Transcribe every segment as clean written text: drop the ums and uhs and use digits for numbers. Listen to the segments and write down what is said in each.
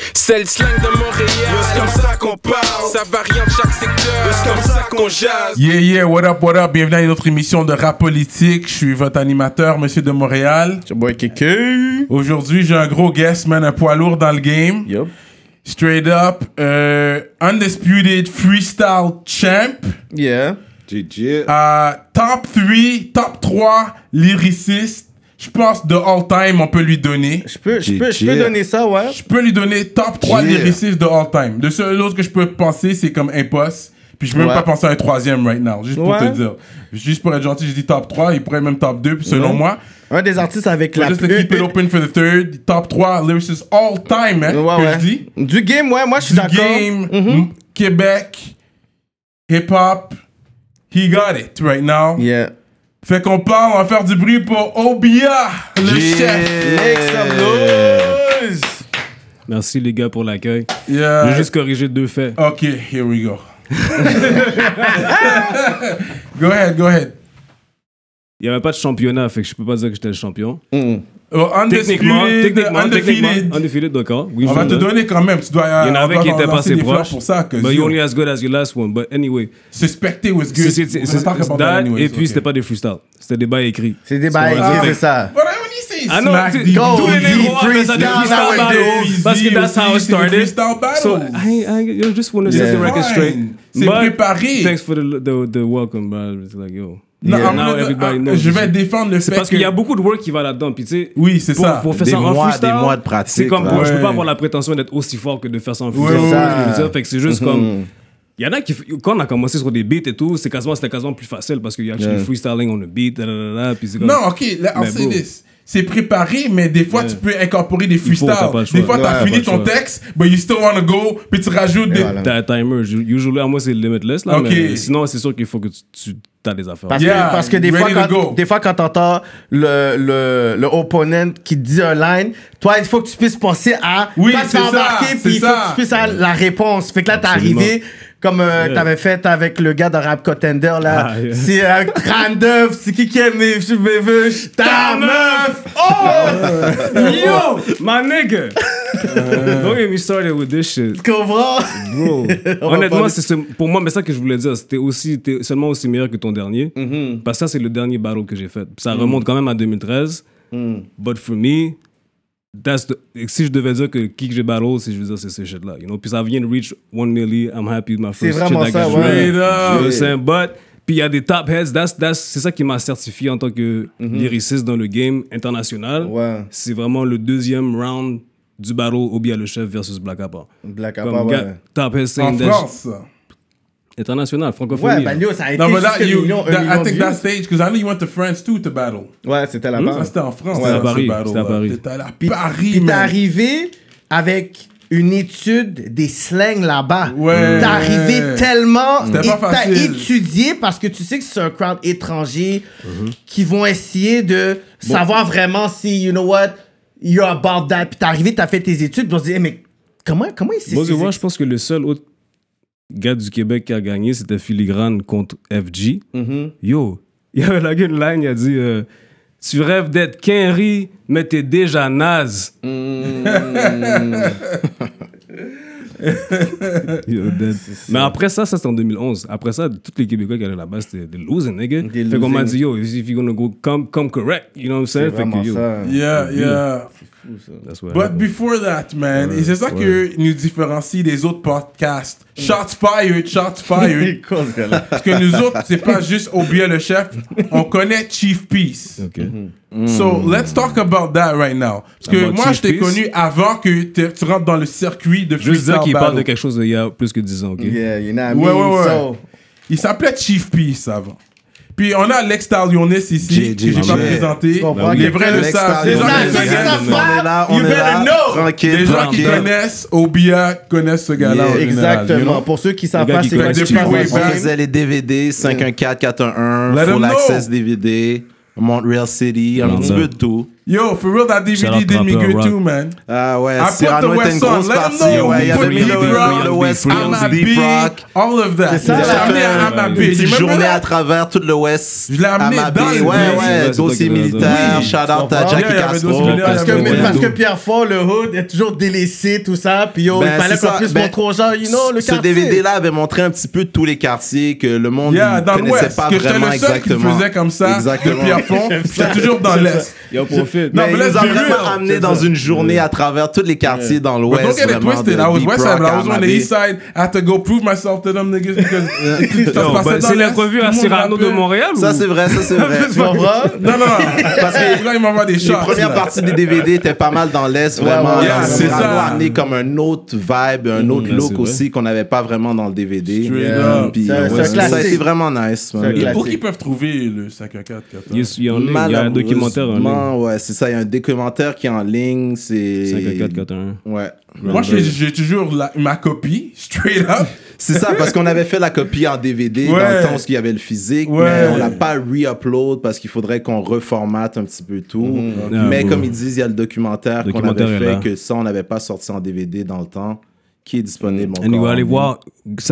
C'est le slang de Montréal. C'est comme ça qu'on parle. Ça varie en chaque secteur. C'est comme ça qu'on jase. Yeah, what up? Bienvenue à une autre émission de Rap Politique. Je suis votre animateur, Monsieur de Montréal. C'est boy Kéké. Aujourd'hui, j'ai un gros guest, man, un poids lourd dans le game. Yup. Straight up, undisputed freestyle champ. Yeah. GG. Top 3 lyriciste. Je pense de all time, on peut lui donner. Je peux donner ça, ouais. Je peux lui donner top 3 lyricistes de all time. Le seul autre que je peux penser, c'est comme Impost. Puis je peux même pas penser à un troisième right now, juste pour te dire. Juste pour être gentil, je dis top 3, il pourrait même top 2, puis selon moi. Un des artistes avec la Just to keep it open for the third, top 3 lyricists all time, hein, que je dis. Du game, ouais, moi je suis d'accord. Du game, Québec, hip-hop, he got it right now. Yeah. Fait qu'on parle, on va faire du bruit pour Obia, le chef. Make some noise. Merci les gars pour l'accueil. Yeah. Je vais juste corriger 2 faits. Ok, here we go. Go ahead. Il n'y avait pas de championnat, fait que je peux pas dire que j'étais le champion. Techniquement, undefeated, d'accord. Oui, on va te donner quand même. Tu dois, il y en avait qui étaient pas assez proches. Pour ça, but you only as good as your last one. But anyway. Suspected was good. C'est that, et puis c'était pas des freestyles. C'était des bails écrits. C'est des bails écrits, c'est ça. But when you say I know, smack tous beat, les négros appellent ça des freestyle battles. Parce que that's how it started. Freestyle battle. So, I just want to set the record straight. C'est préparé. Thanks for the welcome, bro. It's like, yo. Non, now everybody knows. Je vais défendre le fait c'est parce qu'il y a beaucoup de work qui va là-dedans. Puis, tu sais, oui, c'est ça. Pour faire ça en freestyle, des mois de pratique. C'est comme, je peux pas avoir la prétention d'être aussi fort que de faire ça en freestyle. Fait que c'est juste comme. Il y en a qui, quand on a commencé sur des beats et tout, c'était quasiment plus facile parce qu'il y a actually freestyling on a beat, puis c'est comme. Non, ok, là, c'est this. C'est préparé, mais des fois, tu peux incorporer des freestyles. Des fois, t'as fini ton texte, but you still want to go, puis tu rajoutes des... T'as un timer. Usually, à moi, c'est limitless, là, mais sinon, c'est sûr qu'il faut que tu as des affaires. Parce que des fois, quand t'entends le opponent qui te dit un line, toi, il faut que tu puisses penser à... Oui, quand tu vas embarquer, puis il faut que tu puisses à la réponse. Fait que là, t'es arrivé... Comme t'avais fait avec le gars de Rap Contender, là. C'est 39, c'est qui aime mes vœux? Ta meuf! Oh! Yo! My nigga! Don't get me started with this shit. Tu comprends? Bro. Honnêtement, pour moi, mais ça que je voulais dire, t'es seulement aussi meilleur que ton dernier. Parce que ça, c'est le dernier battle que j'ai fait. Ça remonte quand même à 2013. But for me... si je devais dire que qui que j'ai battle, je veux dire c'est ce shit là, you know. Puis ça vient de reach 1 million, I'm happy with my first shit. C'est vraiment ça, ouais. But puis il y a des top heads, c'est ça qui m'a certifié en tant que lyriciste dans le game international. Ouais. C'est vraiment le deuxième round du battle Obia le chef versus Black Appa. Black Appa, ouais. Top heads saying that. En France. International, francophonie. Ouais, ben ça a été I think that stage, because I know you went to France too to battle. Ouais, c'était là-bas. Ça, c'était en France. C'était à Paris. C'était à Paris. C'était à Paris, puis t'es arrivé avec une étude des slangs là-bas. Ouais. T'es arrivé tellement... C'était pas facile. T'as étudié parce que tu sais que c'est un crowd étranger qui vont essayer de savoir vraiment si, you know what, you're about that. Puis t'es arrivé, t'as fait tes études, puis on se dit, hey, mais comment il s'est... Moi, je pense que le seul autre gars du Québec qui a gagné, c'était Filigrane contre FG. Yo, il y avait là une line, il a dit tu rêves d'être Kenry, mais t'es déjà naze. Mais après ça c'était en 2011. Après ça, tous les Québécois qui allaient là-bas, c'était des losing, nigga. Fait qu'on m'a dit, yo, if you're gonna go, come correct. You know what I'm saying? C'est vraiment ça. Yeah. But before that, man, et c'est ça que nous différencie des autres podcasts. Shots fired. Parce que nous autres, c'est pas juste Obia le chef, on connaît Chief Peace. So, let's talk about that right now. Parce que moi, je t'ai connu avant que tu rentres dans le circuit de freestyle. Juste dire qu'il parle de quelque chose d'il y a plus que 10 ans, ok? Yeah, you know what I mean? Ouais. So... Il s'appelait Chief Peace avant. Puis on a Alex Talionis ici, que j'ai pas présenté. Les vrais le savent. Les gens Tranquille. Les gens qui connaissent Obia connaissent ce gars-là. Exactement. Pour ceux qui savent pas, c'est on faisait les DVD 514-411, Full Access DVD, Montreal City, un petit peu de tout. Yo, for real, that DVD did me good too, man. Ah ouais, I put the Cyrano était une West on. grosse Let them partie. know. Ouais, il y avait mis le West, Deep Rock. All of that. C'est ça, Je l'ai amené à Une Amabé. petite You remember journée that? à travers tout le West. Je l'ai amené Amabé, dans le ouais, West. dossier Oui. militaire, shout out à Yeah, Jackie il y avait Castro. dossier militaire, Parce que, Ouais, parce ouais. que Pierre Fort, le hood, est toujours délaissé, tout ça. Puis yo, Ben, il fallait c'est qu'on ça. puisse Ben, montrer aux gens, you know, le Ce quartier. DVD-là avait montré un petit peu tous les quartiers que le monde Yeah, ne dans connaissait l'Ouest. pas Que j'étais vraiment le seul qui le exactement. faisait comme ça. Exactement. Depuis à fond. J'étais toujours dans l'Est. Yo, profite. Non, Mais mais il let's nous a be vraiment real. amené dans une journée à travers tous les quartiers dans But don't l'Ouest. get it vraiment, twisted. de I was Deep West Side, Rock but I à was on the Amabé. East Side. I had to go prove myself to them niggas because ça se Yo, passait dans c'est les l'Est. revues Tout à le monde Cyrano de rappait. Montréal Ça, ou? c'est vrai, ça, c'est vrai. Tu comprends? Non, non. Parce que Là, il m'envoie des les shots. premières parties des DVD étaient pas mal dans l'Est, vraiment. yeah, c'est Cyrano ça. a amené comme un autre vibe, un autre c'est look vrai. aussi qu'on n'avait pas vraiment dans le DVD. Straight Yeah. up. Puis, C'est un ouais, ça a classique. été vraiment nice. man. C'est un classique. Pour qu'ils peuvent trouver le 514. Il y a un documentaire en ligne. Malheureusement, ouais, c'est ça. Il y a un documentaire qui est en ligne. C'est 5441. Ouais. Moi, j'ai toujours ma copie, straight up. C'est ça, parce qu'on avait fait la copie en DVD dans Ouais. le temps où il y avait le physique, Ouais. mais on l'a pas re-upload parce qu'il faudrait qu'on reformate un petit peu tout. Mais Ah, comme ouais. ils disent, il y a le documentaire qu'on Documentaire avait est fait, là. que ça, on n'avait pas sorti en DVD dans le temps, qui est disponible encore. Anyway, allez en voir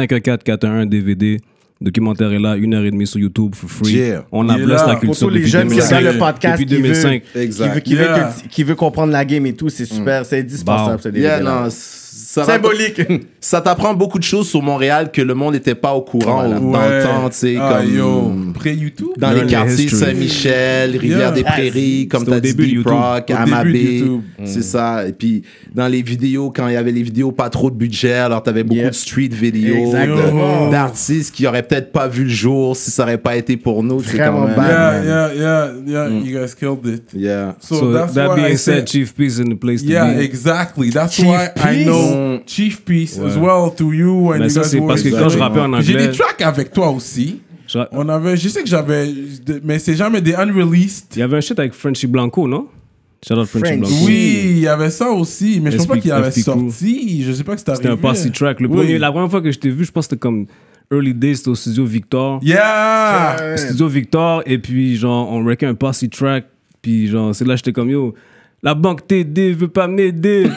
51441 DVD. Documentaire est là, 1h30 sur YouTube for free. Yeah. On Il est ablesse là. la Pour culture tous les depuis jeunes qui 2005. regardent le podcast, Depuis 2005. ligne. Exact. qui veut Yeah. qui veut comprendre la game et tout, c'est super, c'est indispensable, Wow. ce Yeah, DVD-là. non, ça va- Symbolique. Ça t'apprend beaucoup de choses sur Montréal que le monde n'était pas au courant dans le temps, tu sais, Ah, comme yo, pré-YouTube. dans Learn les the quartiers history. Saint-Michel, Rivière-des-Prairies, comme C'était tu as au dit, début de Deep YouTube. Rock, Au Amabé. début de YouTube. C'est ça. Et puis, dans les vidéos, quand il y avait les vidéos pas trop de budget, alors tu avais beaucoup Yeah. de street vidéos, Exactement. d'artistes qui auraient peut-être pas vu le jour si ça aurait pas été pour nous. C'est Vraiment quand même... bad. Yeah, you guys killed it. Yeah. So that's that why I being said, said, Chief Peace in the place to yeah, be. exactly. That's Chief why I Peace? know Chief Peace as Ouais. well to you and Mais you ça, guys c'est were parce que quand je rappais en J'ai anglais. des tracks avec toi aussi. Je Je sais que j'avais, mais c'est jamais des unreleased. Il y avait un shit avec Frenchy Blanco, non? Shout out Frenchy French. Blanco. Oui, il y avait ça aussi, mais je pense pas qu'il avait FP Crew. sorti. Je sais pas que c'était C'était arrivé. un party track. Oui. La première fois que je t'ai vu, je pense que c'était comme Early Days, c'était au studio Victor. Yeah! Studio Victor, et puis genre, on wreckait un party track, puis genre, c'est là que j'étais comme yo. La banque TD veut pas m'aider.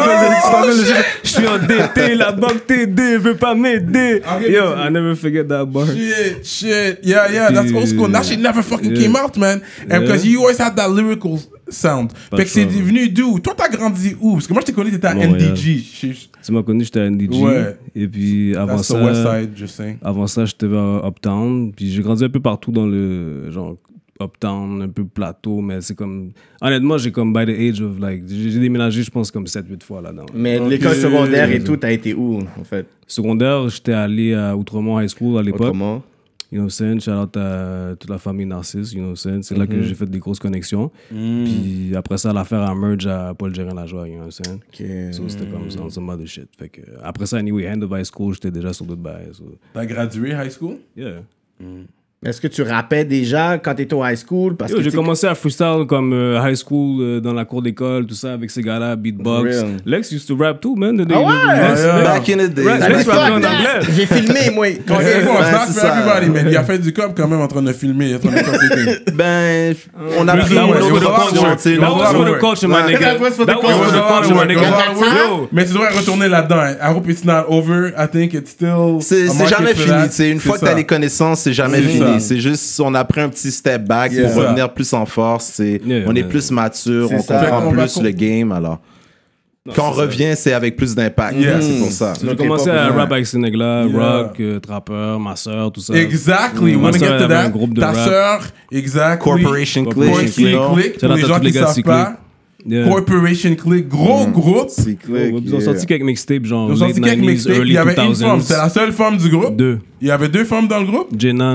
Je suis en DT, la banque TD veut pas m'aider. Okay, Yo, continue. I never forget that bar. Shit. Yeah, that's old school. That shit never fucking came out, man. And because you always had that lyrical sound. Fait que c'est de problème. devenu d'où? Toi, t'as grandi où? Parce que moi, je t'ai connu, t'étais à Montréal. NDG. Tu m'as connu, j'étais à NDG. Ouais. Et puis avant That's the West ça, Side, je sais. avant ça, j'étais à Uptown. Puis j'ai grandi un peu partout dans le genre Uptown, un peu plateau, mais c'est comme. Honnêtement, j'ai comme by the age of like. J'ai déménagé, je pense, comme 7-8 fois là-dedans. Mais l'école secondaire et tout, t'as été où, en fait? Secondaire, j'étais allé à Outremont High School à l'époque. Autrement? You know what I'm saying? Shout out à toute la famille Narcisse, you know what I'm saying? C'est là que j'ai fait des grosses connexions. Puis après ça, l'affaire a merge à Paul Gérin-Lajoie, you know what I'm saying? So c'était comme ça, some other shit. Fait que, après ça, anyway, Hand of High School, j'étais déjà sur d'autres bails. So, T'as gradué high school? yeah. Est-ce que tu rappais déjà quand t'étais au high school? Parce Yo, que j'ai tu sais commencé à freestyle comme high school dans la cour d'école, tout ça, avec ces gars-là, beatbox. Real. Lex used to rap too, man. Ah ouais? Lex, Yeah. Back in the days. Right, que- Lex Fuck rappait en that! anglais. J'ai filmé, moi. Quand Okay, j'ai- bon, ouais, it's not c'est for ça. everybody, man. Il a fait du cop quand même en train de filmer. Il est en train de faire ses things. Ben, on a That pris was une for the autre culture. option, tu sais, That l'autre was for the work. culture, my nigga. That was for the That was for the culture. culture, my It was a lot of nigga. work. Yo. Mais tu devrais retourner là-dedans. I hope it's not over. I think it's still. C'est a market jamais for fini. that. C'est une fois que ça. tu as les connaissances, c'est jamais C'est fini. ça. C'est juste, on a pris un petit step back Yeah. pour revenir plus en force. On est plus mature, on ça. comprend On va plus le game. Alors, quand on revient, c'est avec plus d'impact. Yeah. C'est pour ça. J'ai Ok, commencé pas à besoin. rap avec ces nègres-là, Yeah. rock, trappeur, ma soeur, tout ça. Exactly. Ma We're gonna sœur get to avait un that. groupe de Ta rap. sœur, exactly. Corporation Corporation Click. Click, you know. Click, Shout pour out les à gens tous les qui gars de savent pas. Yeah. Corporation Click, gros groupe. C'est Click. Ils ont sorti quelques mixtapes, genre Ils ont late sorti quelques 90s, mixtapes. Il early y avait une femme. 2000s. C'était la seule femme du groupe. Deux. Il y avait deux femmes dans le groupe.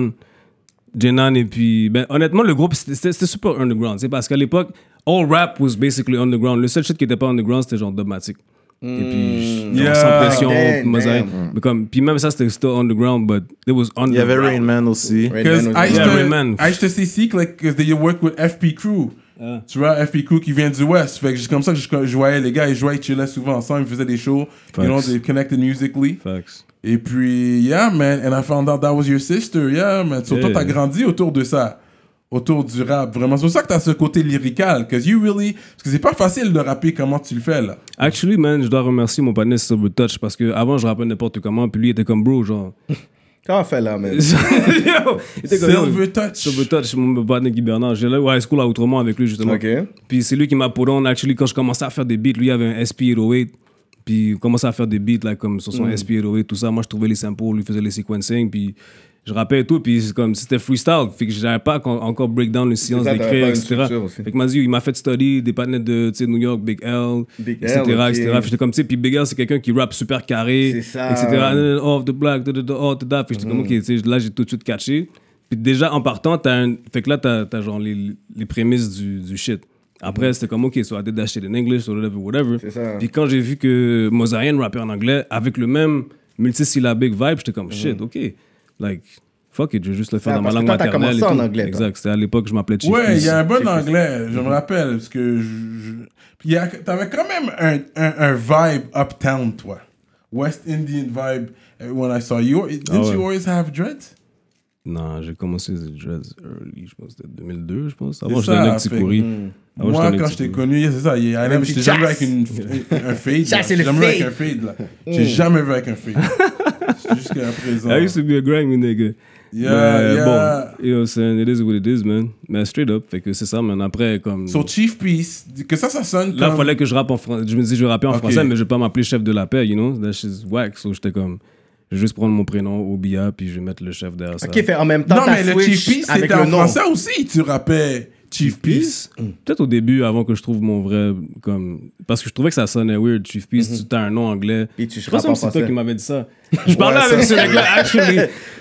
Jenan et puis... Ben, honnêtement, le groupe, c'était super underground. C'est parce qu'à l'époque, all rap was basically underground. Le seul shit qui était pas underground, c'était genre Dogmatic. Et puis, genre, Yeah. sans pression, Damn, mosaïque. damn. Mais comme, puis même ça, c'était still underground, but it was Il y avait underground. Rain Man aussi. Because Rain Man I Yeah, Rain Man. used to see Seek, like, because they work with FP Crew. Tu vois, FP Crew qui vient du West. Fait que c'est comme ça que je voyais les gars, ils jouaient, ils chillaient souvent ensemble, ils faisaient des shows. You know, Facts. they connected musically. Facts. Et puis, yeah, man. And I found out that was your sister. Yeah, man. So, Yeah. toi, t'as grandi autour de ça. autour du rap, vraiment. C'est pour ça que t'as ce côté lyrical, parce que c'est pas facile de rapper comment tu le fais, là. Actually, man, je dois remercier mon partenaire Silver Touch, parce que avant je rappais n'importe comment, puis lui il était comme bro, genre. Comment on fait là, man? Silver Touch. Silver Touch, mon partenaire Guy Bernard. J'ai là au high school à Outremont avec lui, justement. OK. Puis c'est lui qui m'a put on, actually, quand je commençais à faire des beats, lui il avait un SP808, puis il commençait à faire des beats, là, comme sur son SP808, tout ça. Moi, je trouvais les samples, lui faisait les sequencing, puis je rappais et tout, puis c'est comme c'était freestyle, fait que j'avais pas encore breakdown le science d'écrire, etc. Fait que il m'a fait study des partenaires de New York, Big L, etc. Puis j'étais comme, tu sais, puis Big L c'est quelqu'un qui rappe super carré, etc. Off the black, off the that. Fait que j'étais comme, ok, tu sais, là j'ai tout de suite catché. Puis déjà en partant, fait que là t'as genre les prémices du shit. Après, c'était comme, ok, so I did that shit in English, or whatever. Puis quand j'ai vu que Mozarian rappait en anglais avec le même multisyllabique vibe, j'étais comme, shit, ok. Like, fuck it, je vais juste le faire dans ma langue maternelle. T'as commencé en anglais, exact, c'était à l'époque que je m'appelais Chief Ouais, Peace. il y a un bon anglais, je me rappelle, parce que puis t'avais quand même un vibe uptown, toi. West Indian vibe, when I saw you. Didn't you always have dreads? Non, j'ai commencé les dreads early, je pense, c'était 2002, je pense. Avant, j'étais un petit pourri. Moi, quand je t'ai connu, c'est ça, j'étais jamais avec un fade. J'ai jamais vu avec un fade, là. J'ai jamais vu avec un fade. Jusqu'à présent. I used to be a grimy nigga. Yeah. Bon, you know, it is what it is, man. Mais straight up, fait que c'est ça, man. Après, comme... So, Chief Peace, que ça sonne comme... Là, il fallait que je rappe en français. Je me dis, je vais rapper en français, mais je vais pas m'appeler chef de la paix, you know? That shit's whack. So, j'étais comme... Je vais juste prendre mon prénom, Obia, puis je vais mettre le chef derrière ça. OK, fait en même temps, non, mais le Chief Peace, c'était en français aussi. Tu rappais Chief Peace. Peut-être au début, avant que je trouve mon vrai... comme parce que je trouvais que ça sonnait weird, Chief Peace. Tu as un nom anglais. Et tu je pense que c'est toi qui m'avais dit ça. Je parlais avec ce mec-là, actually.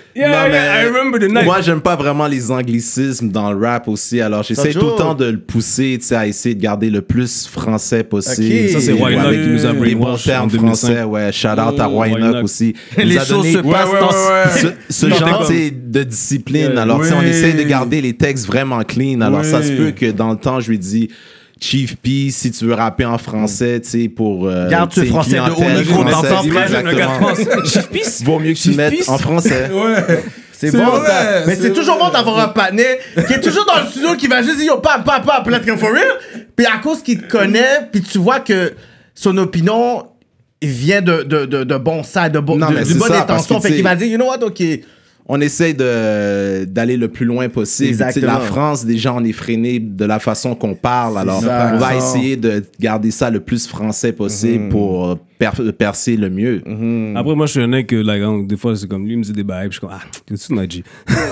I remember the night. Moi, j'aime pas vraiment les anglicismes dans le rap aussi. Alors, j'essaie tout le temps de le pousser, tu sais, à essayer de garder le plus français possible. Okay. Ça, c'est Roy Enoch qui nous a les bons termes français, ouais. Shout out à Roy Enoch aussi. Les choses se passent ce genre de discipline. Alors, tu sais, on essaie de garder les textes vraiment clean. Alors, ça se peut que dans le temps, je lui dis... Chief Peace, si tu veux rapper en français, tu sais, pour... Garde ce français de haut niveau, t'entends exactement. Chief Peace? Vaut mieux que tu le mettes en français. Ouais. C'est bon, vrai, ça. Mais c'est toujours bon d'avoir un panais qui est toujours dans le studio, qui va juste dire, yo, pam, puis là, t'es comme for real. Puis à cause qu'il te connaît, puis tu vois que son opinion vient de bon sens, de bonne intention. Fait qu'il va dire, you know what, ok... On essaye d'aller le plus loin possible. La France, déjà, on est freiné de la façon qu'on parle. Alors, on va essayer de garder ça le plus français possible pour percer le mieux. Après, moi, je suis un mec que, des fois, c'est comme lui, il me dit des bails, je suis comme, qu'est-ce que tu m'as dit?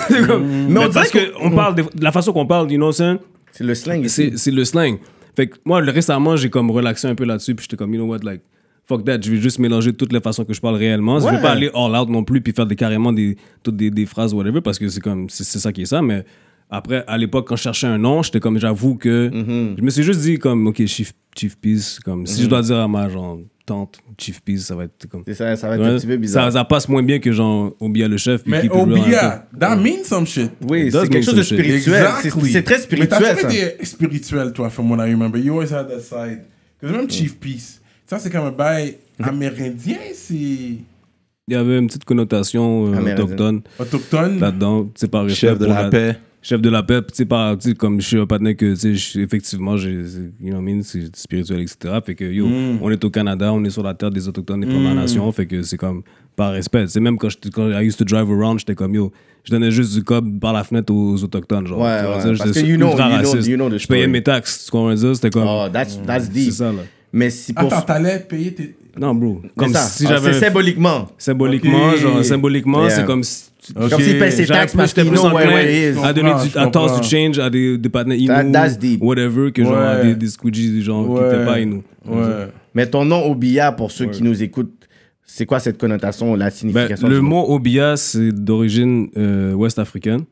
Mais on parce qu'on parle, de la façon qu'on parle, you know, c'est le slang. C'est le slang. Fait que moi, récemment, j'ai comme relaxé un peu là-dessus, puis j'étais comme, you know what, like, fuck that, je vais juste mélanger toutes les façons que je parle réellement. Je vais pas aller all out non plus puis faire carrément toutes des phrases whatever parce que c'est ça qui est ça. Mais après, à l'époque, quand je cherchais un nom, j'étais comme, j'avoue que je me suis juste dit comme, ok, Chief Peace, comme si je dois dire à ma genre tante Chief Peace, ça va être comme... C'est ça va être un petit peu bizarre. Ça passe moins bien que genre Obia le chef. Mais Obia, that means some shit. Oui, c'est quelque chose de spirituel. C'est très spirituel. Mais t'as jamais été spirituel, toi, from what I remember. You always had that side. Because même Chief Peace, ça, c'est comme un bail amérindien, c'est... Il y avait une petite connotation autochtone là-dedans. C'est par chef de la paix. Chef de la paix, comme je suis un partenaire que, effectivement, you know what I mean, c'est spirituel, etc. Fait que, on est au Canada, on est sur la terre des Autochtones, des Premières Nations, fait que c'est comme, par respect. C'est même quand I used to drive around, j'étais comme, je donnais juste du cob par la fenêtre aux Autochtones, genre. Ouais, parce que you know je payais mes taxes, tu comprends ça? C'était comme... Oh, that's deep. C'est ça, là. Mais si pour... Attends, t'allais payer tes... Non, bro. Comme si j'avais... C'est symboliquement. Symboliquement, genre, symboliquement, c'est comme si... Comme s'il paye ses taxes parce qu'il know where it is. À donner à toss du change à des partenaires Inou, whatever, que genre, à des squeegees, genre, qui n'étaient pas Inou. Mais ton nom Obia, pour ceux qui nous écoutent, c'est quoi cette connotation, la signification? Le mot Obia, c'est d'origine ouest-africaine.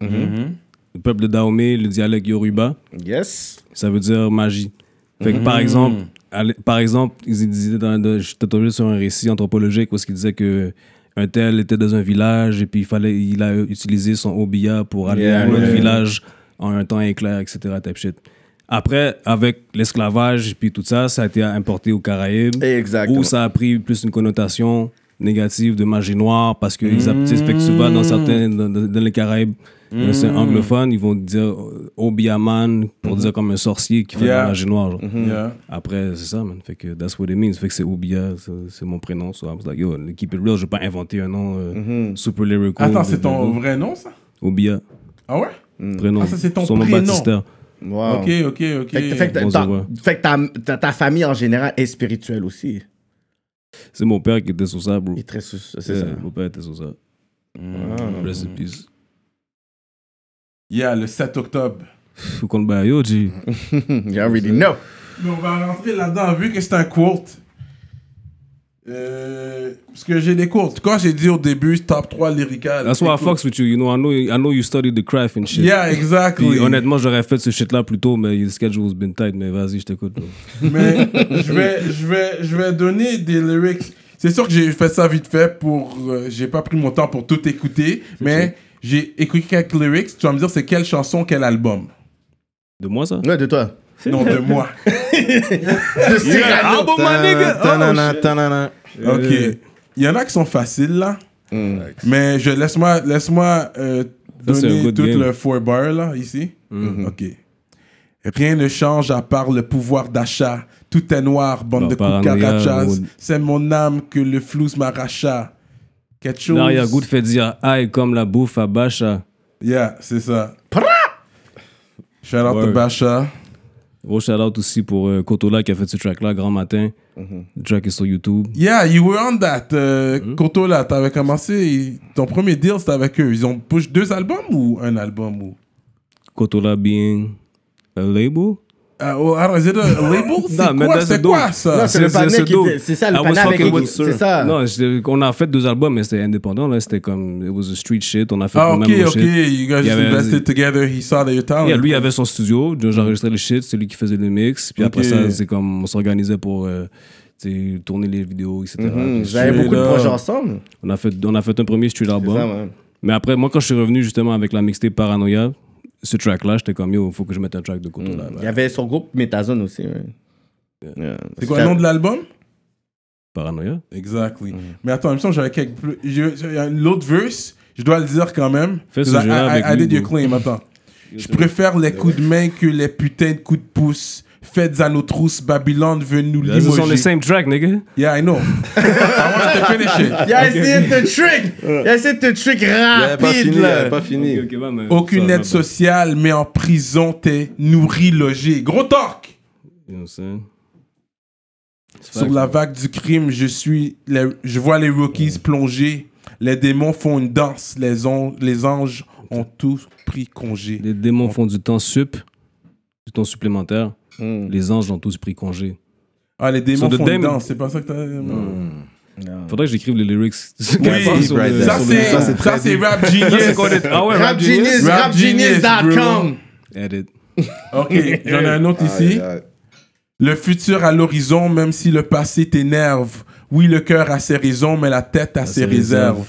Le peuple de Dahomey, le dialecte Yoruba. Yes. Ça veut dire magie. Fait que, par exemple, j'étais tombé sur un récit anthropologique où il disait que un tel était dans un village et puis il a utilisé son Obia pour aller à un autre village en un temps éclair, etc. Type shit. Après, avec l'esclavage et puis tout ça, ça a été importé aux Caraïbes. Exactement. Où ça a pris plus une connotation négative de magie noire parce que ils fait que souvent dans les Caraïbes, c'est anglophone, ils vont dire Obiaman pour dire comme un sorcier qui fait de la magie noire. Genre. Après, c'est ça, man. Fait que that's what it means. Fait que c'est Obia, c'est mon prénom. So I was like, yo, keep it real, je vais pas inventer un nom super lyrical. Attends, c'est ton vrai nom, ça? Obia. Ah ouais? Prénom. Ah, ça, c'est ton prénom. Baptista. Wow. Ok. Fait que ta famille en général est spirituelle aussi. C'est mon père qui était sur ça, bro. Il est très c'est ça. Mon père était sur ça. Rest in peace. Le 7 octobre. Faut qu'on le baille, yo, G. You already know. Mais on va rentrer là-dedans, vu que c'est un quote. Parce que j'ai des quotes. Quand j'ai dit au début, top 3 lyrical. That's why I fucks with you, you know. I know you studied the craft and shit. Yeah, exactly. Puis, honnêtement, j'aurais fait ce shit-là plus tôt, mais the schedule has been tight. Mais vas-y, je t'écoute. Mais je vais donner des lyrics. C'est sûr que j'ai fait ça vite fait pour... j'ai pas pris mon temps pour tout écouter, mais j'ai écouté quelques lyrics. Tu vas me dire c'est quelle chanson, quel album? De moi, ça? Ouais, de toi. Non, de moi. De Cyrano. Album, my nigga! Ok. Il y en a qui sont faciles, là. Mais laisse-moi donner tout le 4 bar, là, ici. Ok. Rien ne change à part le pouvoir d'achat. Tout est noir, bande de cucarachas. C'est mon âme que le flou m'arracha. Quelque chose... L'arrière-goût te fait dire aïe comme la bouffe à Bacha. Yeah, c'est ça. Shout out to Bacha. Gros shout out aussi pour Kotola qui a fait ce track-là, Grand Matin. Le track est sur YouTube. Yeah, you were on that. Kotola, t'avais commencé... Ton premier deal, c'était avec eux. Ils ont push 2 albums ou un album ou... Kotola being a label? Is it a label? C'est quoi ça? Non, c'est le panel qui était... C'est ça, le panel avec... C'est ça. Non, on a fait 2 albums, mais c'était indépendant. Là. C'était comme... It was a street shit. On a fait ok. You guys just invested together. He saw that your talent. Yeah, lui, il avait son studio. J'enregistrais le shit. C'est lui qui faisait le mix. Puis après ça, c'est comme... On s'organisait pour... tourner les vidéos, etc. Vous avez beaucoup de projets ensemble? On a fait un premier street album. C'est ça, ouais. Mais après, moi, quand je suis revenu justement avec la mixtape Paranoia, ce track-là, j'étais comme, yo, il faut que je mette un track de Kotola. Il y avait son groupe Metazone aussi. Ouais. C'est quoi le nom de l'album? Paranoia. Exactly. Mais attends, il me semble que j'avais quelques... L'autre verse, je dois le dire quand même. Fais ce jeu-là avec lui. I did your claim, attends. Je préfère les coups de main que les putains de coups de pouce. Faites à nos trousses, Babylone veut nous limoger. This is on the same track, nigga. Yeah, I know. I wanted to finish it. Il a essayé de trick. Il a essayé de trick rapide. Il avait pas fini. Okay, Aucune aide sociale, mais en prison, t'es nourri, logé. Gros talk! You know what I'm saying? Sur la vague du crime, je vois les rookies plonger. Les démons font une danse. Les anges ont tous pris congé. Les démons font du temps supplémentaire. Les anges ont tous pris congé. Ah, les démons font une danse. C'est pas ça que t'as... Faudrait que j'écrive les lyrics. Oui, ça c'est Rap Genius. Ah ouais, Rapgenius.com. Edit. Ok, j'en ai un autre ici. Le futur à l'horizon, même si le passé t'énerve. Oui, le cœur a ses raisons, mais la tête a ses réserves.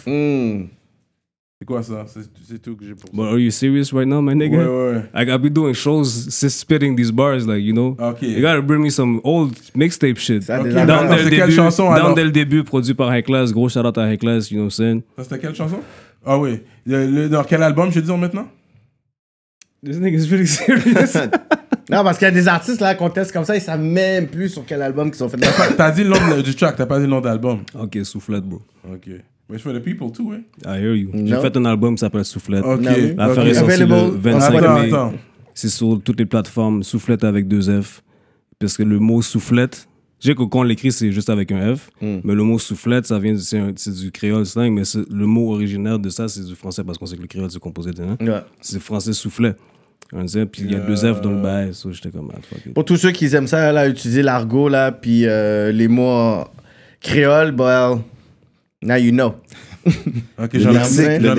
C'est quoi ça? C'est tout que j'ai pour ça. But are you serious right now, my nigga? Ouais. Like, I've been doing shows, spitting these bars, like, you know? Okay. You gotta bring me some old mixtape shit. Okay. C'est quelle chanson, alors? Dès le début, produit par High Class. Gros shout-out à High Class, you know what I'm saying? Ça, c'était quelle chanson? Ah oui. Dans quel album, je dis maintenant? This nigga's really serious. Non, parce qu'il y a des artistes, là, contestent comme ça, ils savent même plus sur quel album qu'ils sont faits. T'as dit le nom du track, t'as pas dit le nom d'album. Ok, Soufflette, bro. Ok. Mais for the people too, ouais. I hear you. J'ai fait un album qui s'appelle Soufflette. Ok. L'affaire est sortie le 25 mai. Attends. C'est sur toutes les plateformes, Soufflette avec 2 F. Parce que le mot soufflette, je sais que quand on l'écrit, c'est juste avec un F. Mais le mot soufflette, ça vient c'est du créole slang, mais le mot originaire de ça, c'est du français parce qu'on sait que le créole, c'est composé de c'est français soufflet. Puis il y a 2 F dans le bail, so j'étais comme fuck it. Pour tous ceux qui aiment ça, là, utiliser l'argot, là, puis les mots créoles, well, now you know. Ok, j'en ai un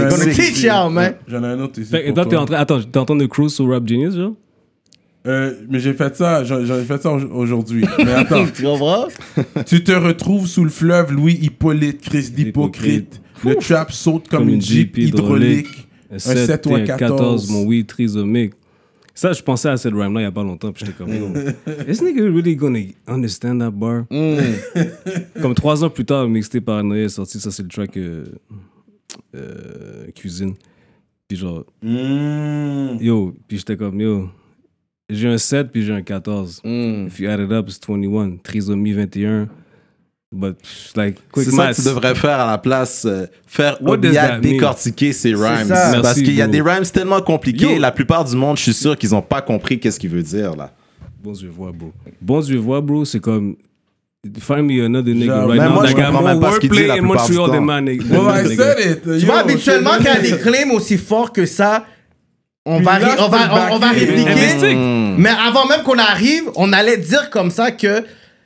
autre ici. T'es en train de cruise sur Rap Genius, genre? Mais j'ai fait ça, j'en ai fait ça aujourd'hui. Mais attends. Tu comprends? Tu te retrouves sous le fleuve Louis Hippolyte, Christ d'hypocrite. Le trap saute comme une Jeep hydraulique. Un 7 ou un 14, mon oui trisomique. Ça, je pensais à cette rhyme-là il y a pas longtemps, puis j'étais comme, yo, is nigga really gonna understand that bar? Comme 3 ans plus tard, Mixtape Paranoia est sorti, ça c'est le track Cuisine. Puis genre, yo, puis j'étais comme, yo, j'ai un 7 puis j'ai un 14. If you add it up, it's 21. Trisomie 21. But, like, quick c'est maths. ça que tu devrais faire à la place, faire Obiat décortiquer ses rhymes. Parce qu'il y a des rhymes tellement compliqués, la plupart du monde, je suis sûr qu'ils n'ont pas compris qu'est-ce qu'il veut dire, là. Bon Dieu voix, bro. Bon Dieu voix, bro, c'est comme... Find me another nigga right now. Moi, je comprends même pas ce qu'il dit la plupart du temps. Tu vois, habituellement, quand il y a des claims aussi forts que ça, on va répliquer. Mais avant même qu'on arrive, on allait dire comme ça que...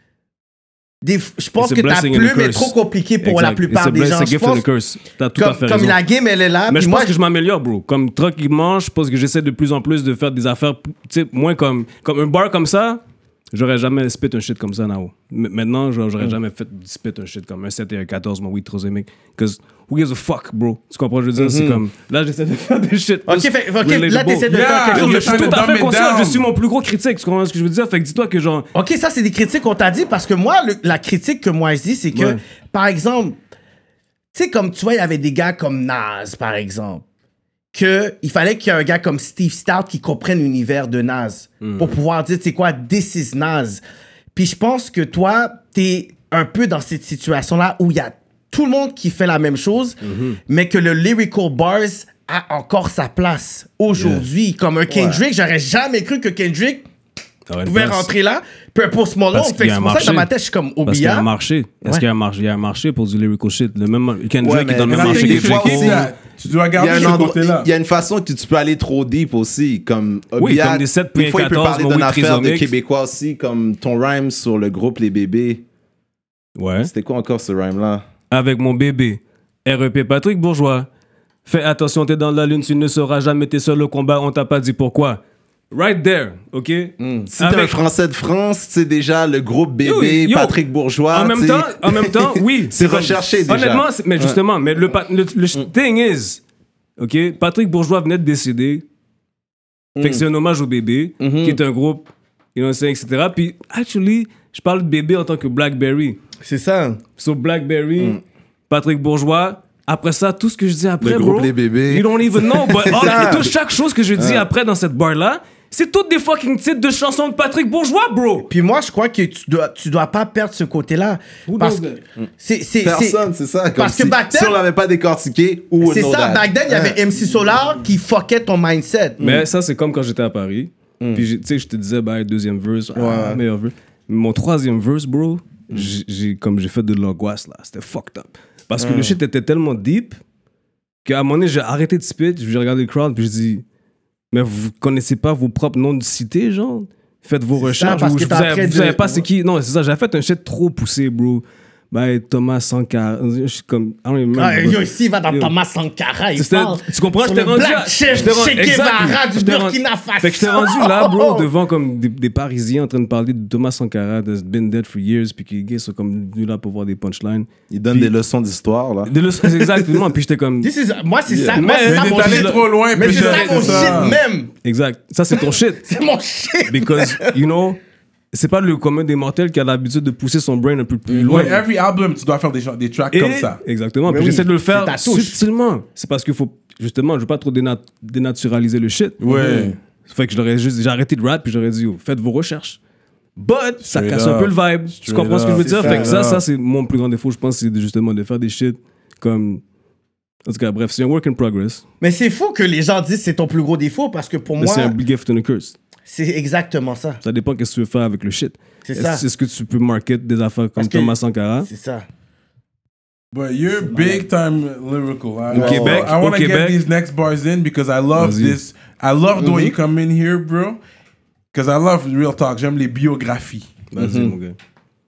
je pense que ta plume est trop compliquée pour la plupart des gens. Je pense comme la game, elle est là. Mais je pense que je m'améliore, bro. Comme tranquillement, je pense que j'essaie de plus en plus de faire des affaires, tu sais, moins comme un bar comme ça. J'aurais jamais spit un shit comme ça, now. Maintenant, j'aurais jamais fait spit un shit comme un 7 et un 14, mon weed trosémique. Because who gives a fuck, bro? Tu comprends? Je veux dire, c'est comme... Là, j'essaie de faire des shit. OK, là, t'essaies de faire quelque chose. Je suis tout à fait conscient. Je suis mon plus gros critique. Tu comprends ce que je veux dire? Fait que dis-toi que genre... OK, ça, c'est des critiques qu'on t'a dit parce que moi, la critique que moi, je dis, c'est que, par exemple, tu sais, comme tu vois, il y avait des gars comme Nas, par exemple. Il fallait qu'il y ait un gars comme Steve Stout qui comprenne l'univers de Nas pour pouvoir dire, tu sais quoi, this is Nas. Puis je pense que toi, t'es un peu dans cette situation-là où il y a tout le monde qui fait la même chose, mais que le lyrical bars a encore sa place aujourd'hui. Comme un Kendrick, j'aurais jamais cru que Kendrick pouvait rentrer là. Peu pour ce moment, c'est pour ça que dans ma tête, je suis comme Obia. Parce qu'il y a un marché. Est-ce qu'il y a un marché pour du lyrical shit? Le même Kendrick est dans le même marché que Drake. Tu dois garder ce côté-là. Il y a une façon que tu peux aller trop deep aussi. Comme Obia, comme des 7 des fois, il peut parler d'une affaire de Québécois aussi, comme ton rhyme sur le groupe Les Bébés. Ouais. C'était quoi encore ce rhyme-là? Avec mon bébé. REP Patrick Bourgeois. Fais attention, t'es dans la lune, tu ne sauras jamais, t'es seul au combat, on t'a pas dit pourquoi. Right there, OK? Si t'es un Français de France, c'est déjà le groupe Bébé, Patrick Bourgeois. En même temps, oui. C'est recherché déjà. Honnêtement, mais justement, mais le thing is, OK? Patrick Bourgeois venait de décéder. Fait que c'est un hommage au Bébé, qui est un groupe, etc. Puis, actually, je parle de Bébé en tant que Blackberry. C'est ça. So, Blackberry, Patrick Bourgeois. Après ça, tout ce que je dis après, le groupe Les Bébés. You don't even know. But chaque chose que je dis après dans cette bar-là, c'est toutes des fucking titres de chansons de Patrick Bourgeois, bro. Puis moi, je crois que tu dois pas perdre ce côté-là. Parce que personne, c'est ça. Parce que back then, si on l'avait pas décortiqué, c'est ça. Back then, il y avait MC Solar qui fuckait ton mindset. Mais ça, c'est comme quand j'étais à Paris. Puis tu sais, je te disais, deuxième verse, meilleur verse. Mon troisième verse, bro, j'ai fait de l'angoisse là. C'était fucked up. Parce que le shit était tellement deep qu'à un moment donné, j'ai arrêté de spit, j'ai regardé le crowd, puis je dis, mais vous connaissez pas vos propres noms de cité, genre? Faites vos recherches. Vous savez pas c'est qui. Non, c'est ça, j'ai fait un shit trop poussé, bro. Thomas Sankara. Je suis comme. Ici, il va dans Thomas Sankara. Il parle. Tu comprends? J'étais rendu là. Che Guevara du Burkina Faso. Fait que j'étais rendu là, bro, devant comme des Parisiens en train de parler de Thomas Sankara, that's been dead for years, puis qui sont comme venus là pour voir des punchlines. Ils donnent des leçons d'histoire, là. Des leçons, exactement. Puis j'étais comme. Moi, c'est ça. Mais t'es allé trop loin, mais c'est ça mon shit même. Exact. Ça, c'est ton shit. C'est mon shit. Because, you know. C'est pas le commun des mortels qui a l'habitude de pousser son brain un peu plus loin. Ouais, every album, tu dois faire des tracks comme ça. Exactement. Puis j'essaie de le faire subtilement. C'est parce qu'il faut... Justement, je veux pas trop dénaturaliser le shit. Ouais. Fait que j'ai arrêté de rap, puis j'aurais dit, faites vos recherches. But, ça casse un peu le vibe. Tu comprends ce que je veux dire? Fait que ça, c'est mon plus grand défaut, je pense, c'est justement de faire des shit comme... En tout cas, bref, c'est un work in progress. Mais c'est fou que les gens disent que c'est ton plus gros défaut, parce que pour moi... C'est un big gift and a curse. C'est exactement ça. Ça dépend de ce que tu veux faire avec le shit. C'est ça. Est-ce que tu peux market des affaires comme Thomas Sankara? C'est ça. But you're big time lyrical. Au Québec, I want to get these next bars in because I love this. I love the way you come in here, bro. Because I love real talk. J'aime les biographies. Vas-y, mon gars.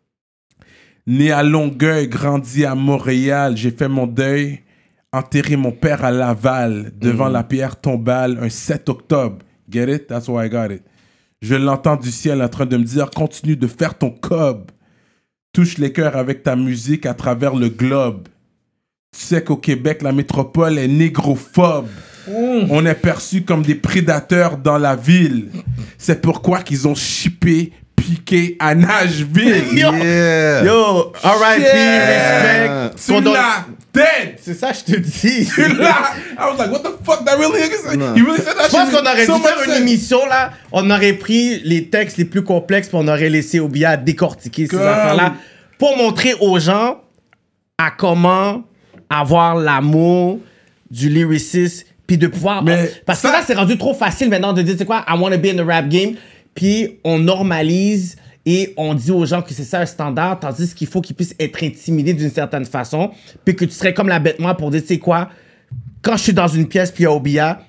Né à Longueuil, grandi à Montréal, j'ai fait mon deuil. Enterré mon père à Laval, devant la pierre tombale, un 7 octobre. Get it? That's why I got it. Je l'entends du ciel en train de me dire, continue de faire ton cob. Touche les cœurs avec ta musique à travers le globe. Tu sais qu'au Québec, la métropole est négrophobe. On est perçus comme des prédateurs dans la ville. C'est pourquoi qu'ils ont shippé Piqué à Nashville. Yo, R.I.P. Respect. Tu l'as dead. C'est ça, je te dis. Tu l'as. I was like, what the fuck, that really is? He really said that Je pense shit? qu'on aurait So dû faire much une sense. émission, là. On aurait pris les textes les plus complexes, puis on aurait laissé Obia décortiquer ces affaires-là pour montrer aux gens à comment avoir l'amour du lyricisme, puis de pouvoir... Parce que là, c'est rendu trop facile maintenant de dire, tu sais quoi, I want to be in the rap game, puis on normalise et on dit aux gens que c'est ça un standard, tandis qu'il faut qu'ils puissent être intimidés d'une certaine façon, puis que tu serais comme la bête noire pour dire, tu sais quoi, quand je suis dans une pièce, puis il y a Obia,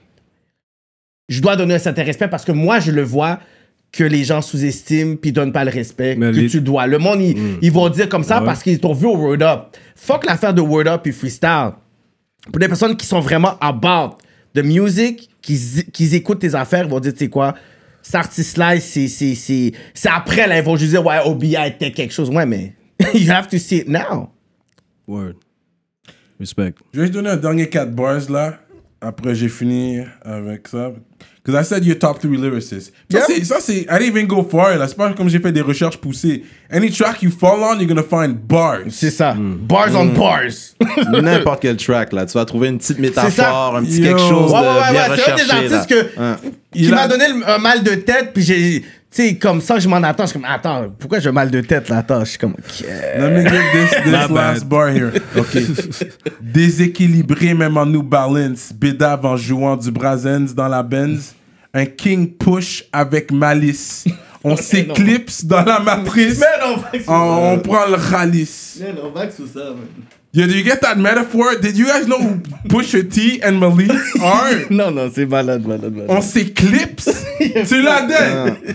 je dois donner un certain respect parce que moi, je le vois que les gens sous-estiment puis donnent pas le respect que tu dois. Le monde, ils vont dire comme ça parce qu'ils t'ont vu au Word Up. Fuck l'affaire de Word Up et freestyle. Pour des personnes qui sont vraiment about the music, qui écoutent tes affaires, ils vont dire, tu sais quoi, cet artiste-là, c'est après, là, ils vont juste dire, ouais, Obia était quelque chose. Ouais, mais you have to see it now. Word. Respect. Je vais juste donner un dernier 4 bars, là. Après, j'ai fini avec ça. Because I said you're top 3 lyricists. Ça, c'est... I didn't even go far, là. C'est pas comme j'ai fait des recherches poussées. Any track you fall on, you're gonna find bars. C'est ça. Bars on bars. N'importe quel track, là. Tu vas trouver une petite métaphore, un petit quelque chose ouais, de bien c'est un recherché. des artistes qui m'a donné un mal de tête, puis j'ai... Tu sais, comme ça, je m'en attends. Je suis comme, attends, pourquoi j'ai mal de tête, là? Attends, je suis comme... Let me give this last bar here. OK. Déséquilibré même en New Balance. Bédave en jouant du Brazens dans la Benz. Un King Push avec malice. On s'éclipse dans la matrice. On prend le ralice. on va sous ça, man. Yo, do you get that metaphor? Did you guys know who Pusha T and Malik are? Non, c'est malade. On s'éclipse. Tu l'as dead.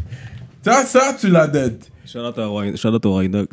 Ça, tu l'as dead. Shout out au Raidoc.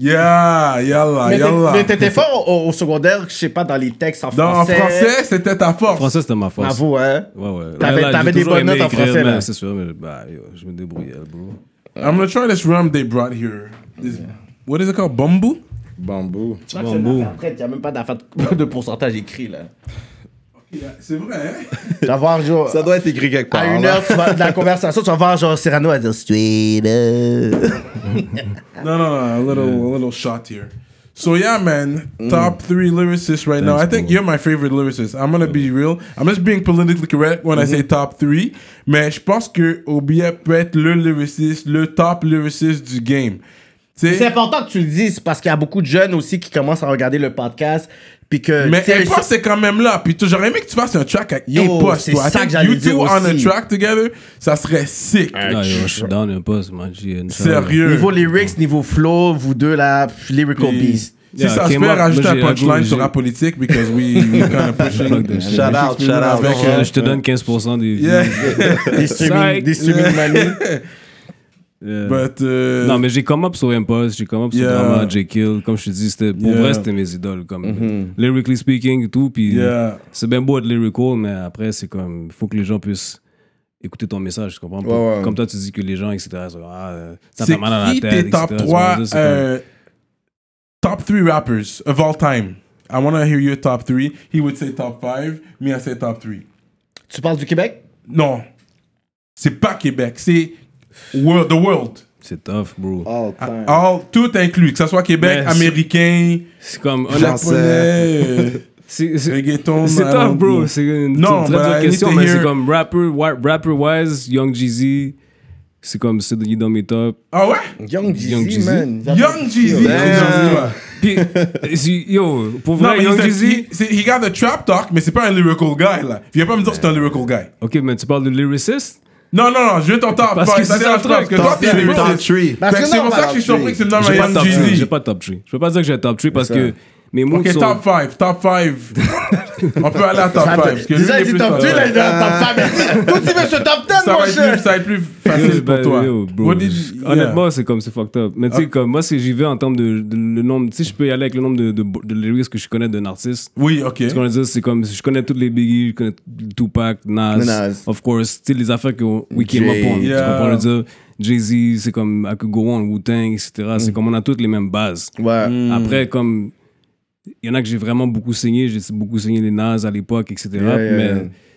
Yalla. Mais t'étais fort au secondaire, je sais pas, dans les textes en français. En français, c'était ta force. En français, c'était ma force. Bravo, hein? Ouais. T'avais des bonnes notes en français, là. C'est sûr, mais je me débrouillais, bro. I'm gonna try this rum they brought here. What is it called? Bamboo? Bambou. Tu vois que c'est une affaire traite, y a même pas d'affaire de pourcentage écrit, là. C'est vrai, hein? Tu vas voir, genre... Ça doit être écrit quelque part. À une heure de la conversation, tu vas voir, genre, Cyrano va dire « Straight up ». No, a little shot here. So yeah, man, top 3 lyricists right now. I think you're my favorite lyricist. I'm gonna be real. I'm just being politically correct when I say top 3. Mais je pense que Obia peut être le lyriciste, le top lyricist du game. C'est important que tu le dises parce qu'il y a beaucoup de jeunes aussi qui commencent à regarder le podcast. Puis que, mais Impost, c'est quand même là. Puis j'aurais aimé que tu fasses un track avec Impost. C'est ça que j'allais dire aussi. You two on a track together, ça serait sick. Je suis down Impost, man. Sérieux. Niveau lyrics, niveau flow, vous deux là, lyrical beast. Si ça se fait, rajouter un punchline sur la politique, because we kind of pushing. Shout out. Je te donne 15% des streaming money. But, non, mais j'ai come up sur Impost, j'ai come up sur Drama, J. Kill. Comme je te dis, pour vrai, c'était mes idoles. Comme, lyrically speaking et tout. Puis c'est bien beau être lyrical, mais après, c'est comme, il faut que les gens puissent écouter ton message, tu comprends? Comme toi, tu dis que les gens, etc., ça fait mal à la tête. C'est qui tes top 3 top 3 rappers of all time? I want to hear your top 3. He would say top 5. Me, I say top 3. Tu parles du Québec? Non. C'est pas Québec. C'est the world. C'est tough, bro. Tout inclus. Que ce soit Québec, américain, c'est comme japonais, reggaeton. C'est tough, bro. C'est une très dure question, mais c'est comme rapper-wise, Young Jeezy. C'est comme, il est dans mes top. Ah ouais? Young Jeezy, man. Young Jeezy. Puis, yo, pour vrai, Young Jeezy... He got the trap talk, mais c'est pas un lyrical guy, là. Viens pas me dire que c'est un lyrical guy. Ok, mais tu parles de lyricist? Non, je veux ton top. Parce que c'est ça le truc. Parce que toi, t'es lyricist. C'est pour ça que je suis surpris que tu me nommes Young Jeezy. J'ai pas de top 3. Je peux pas dire que j'ai un top 3 parce que... Ok, top 5. On peut aller à top 5. Déjà, il dit top 3, là, il dit top 5. Toi, tu veux ce top 10, mon cher. Ça va être plus facile pour toi. Honnêtement, c'est comme, c'est fucked up. Mais tu sais, comme moi, si j'y vais en termes de le nombre, tu sais, je peux y aller avec le nombre de lyrics que je connais d'un artiste. Oui, ok. Ce qu'on va dire, c'est comme, je connais toutes les Biggie, je connais Tupac, Nas, of course, tu sais, les affaires que we came up on. Tu comprends le dire? Jay-Z, c'est comme I Could Go On, Wu-Tang, etc. C'est comme on a toutes les mêmes bases. Après, comme... Il y en a que j'ai vraiment beaucoup saigné. J'ai beaucoup saigné les Nas à l'époque, etc. Mais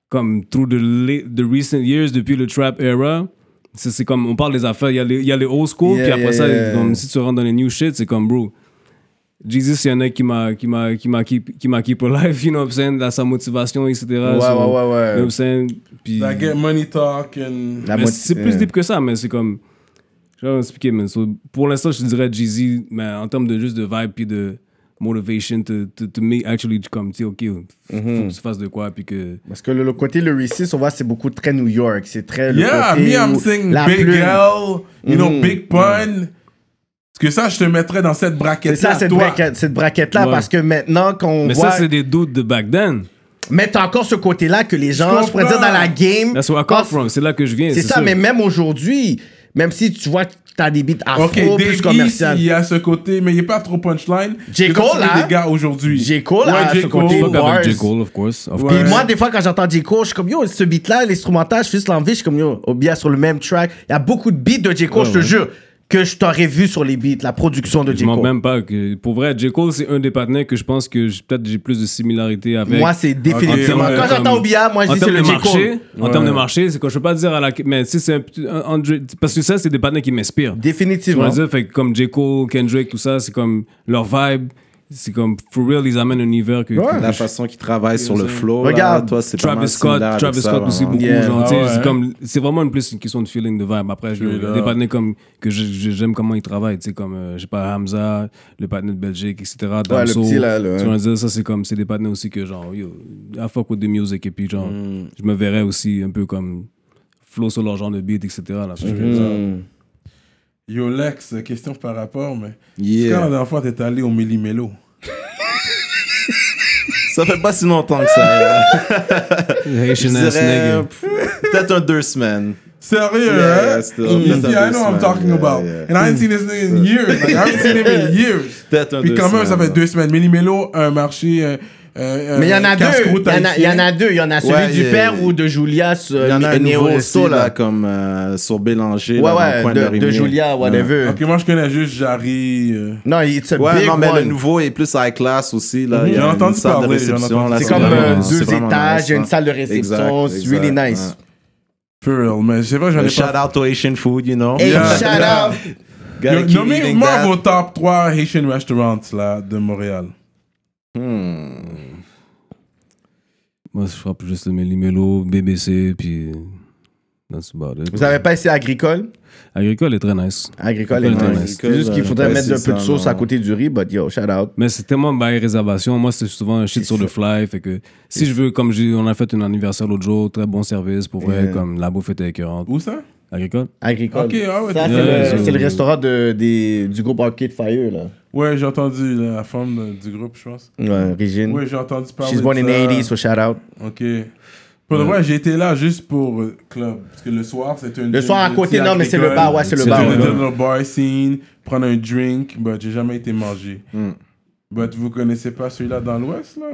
comme through the recent years, depuis le trap era, c'est comme, on parle des affaires, il y a les old school, puis après ça, comme, si tu rentres dans les new shit, c'est comme, bro, Jesus, c'est un mec qui m'a keep alive, you know what I'm saying, dans sa motivation, etc. Ouais. You know what I'm saying? Puis, That get money talk c'est plus deep que ça, mais c'est comme, je vais expliquer, mais pour l'instant, je dirais Jeezy, mais en termes de juste de vibe puis de motivation to make actually comme, tu sais, OK, faut que tu fasses de quoi, puis que... Parce que le côté lyriciste, on voit, c'est beaucoup très New York. C'est très le Yeah, côté me, I'm saying Big L, you know, Big Pun. Parce que ça, je te mettrais dans cette braquette-là. C'est ça, cette braquette-là, parce que maintenant qu'on mais voit... ça, c'est des doutes de back then. Mais t'as encore ce côté-là que les gens, je pourrais dire, dans la game... That's where I come from, c'est là que je viens. C'est ça, mais même aujourd'hui, même si tu vois... T'as des beats afro, plus commercial. Il y a ce côté, mais il n'est pas trop punchline. J. Cole, là. Des gars aujourd'hui. J. Cole, là, ce côté avec J. Cole, of course. Puis moi, des fois, quand j'entends J. Cole, je suis comme, yo, ce beat-là, l'instrumental, je fais juste l'envie, je suis comme, yo, bien sur le même track. Il y a beaucoup de beats de J. Cole, je te jure, que je t'aurais vu sur les beats, la production de J. Cole. Je même pas que, pour vrai, J. Cole, c'est un des partenaires que je pense que peut-être j'ai plus de similarité avec. Moi, c'est définitivement. Quand j'entends Obia, moi, je dis c'est le J. Cole. En termes de marché, c'est quoi, je peux pas dire à la, mais si c'est parce que ça, c'est des partenaires qui m'inspirent. Définitivement. Tu vas dire, fait comme J. Cole, Kendrick, tout ça, c'est comme leur vibe. C'est comme, for real, ils amènent un univers que... La façon qu'ils travaillent sur le flow, regarde, là, toi, c'est Travis Scott aussi beaucoup, genre, c'est vraiment une question de feeling, de vibe. Après, des partenaires comme, que j'aime comment ils travaillent, tu sais, comme, je sais pas, Hamza, le partenaire de Belgique, etc. Damso, le petit, là, tu vas dire, ça, c'est comme, c'est des partenaires aussi que, genre, yo, I fuck with the music, et puis, genre, je me verrais aussi un peu comme, flow sur leur genre de beat, etc. Là, Yo Lex, question par rapport, mais quand la dernière fois t'es allé au Méli-Mélo? Ça fait pas si longtemps que ça. Haitian ass nigga. Peut-être un 2 semaines. Sérieux, hein? I know I'm talking about. And I haven't seen this nigga in years. Like, I haven't seen him in years. Peut-être un 2 semaines. Puis quand même, ça fait 2 semaines. Méli-Mélo, un marché... mais il y en a deux. Il y en a deux. Il y en a celui du père ou de Julia. Il y en a un nouveau aussi, là, comme sur Bélanger. De Julia, whatever. Ok, moi je connais juste Jarry. Non, it's a big mais one. le nouveau est plus high class aussi. J'ai entendu parler. C'est comme 2 étages, il y a une salle de réception. C'est really nice. For real, mais je sais pas, j'en ai pas. Shout out to Haitian food, you know. Hey, shout out. Nommez-moi vos top 3 Haitian restaurants là, de Montréal. Moi, je frappe juste le Méli-Mélo, BBC, puis... That's about it. Vous avez pas essayé Agricole? Agricole est très nice. Agricole est très nice. C'est juste qu'il faudrait mettre un peu de sauce à côté du riz, but yo, shout out. Mais c'est tellement by réservation. Moi, c'est souvent un shit sur le fly. Fait que si je veux, comme on a fait un anniversaire l'autre jour, très bon service, pour vrai, comme la bouffe était écœurante. Où ça? Agricole. Ok, ah ouais. Ça, c'est le restaurant du groupe Arcade Fire, là. Ouais, j'ai entendu la femme du groupe, je pense. Ouais, Régine. Ouais, j'ai entendu parler. She's born in the 80s, so shout out. Ok. Pour le vrai, j'ai été là juste pour club. Parce que le soir, c'était une. Le soir à côté, non, mais c'est le bar, ouais, c'est le bar. C'était le bar scene, prendre un drink, but j'ai jamais été mangé. But vous connaissez pas celui-là dans l'Ouest, là?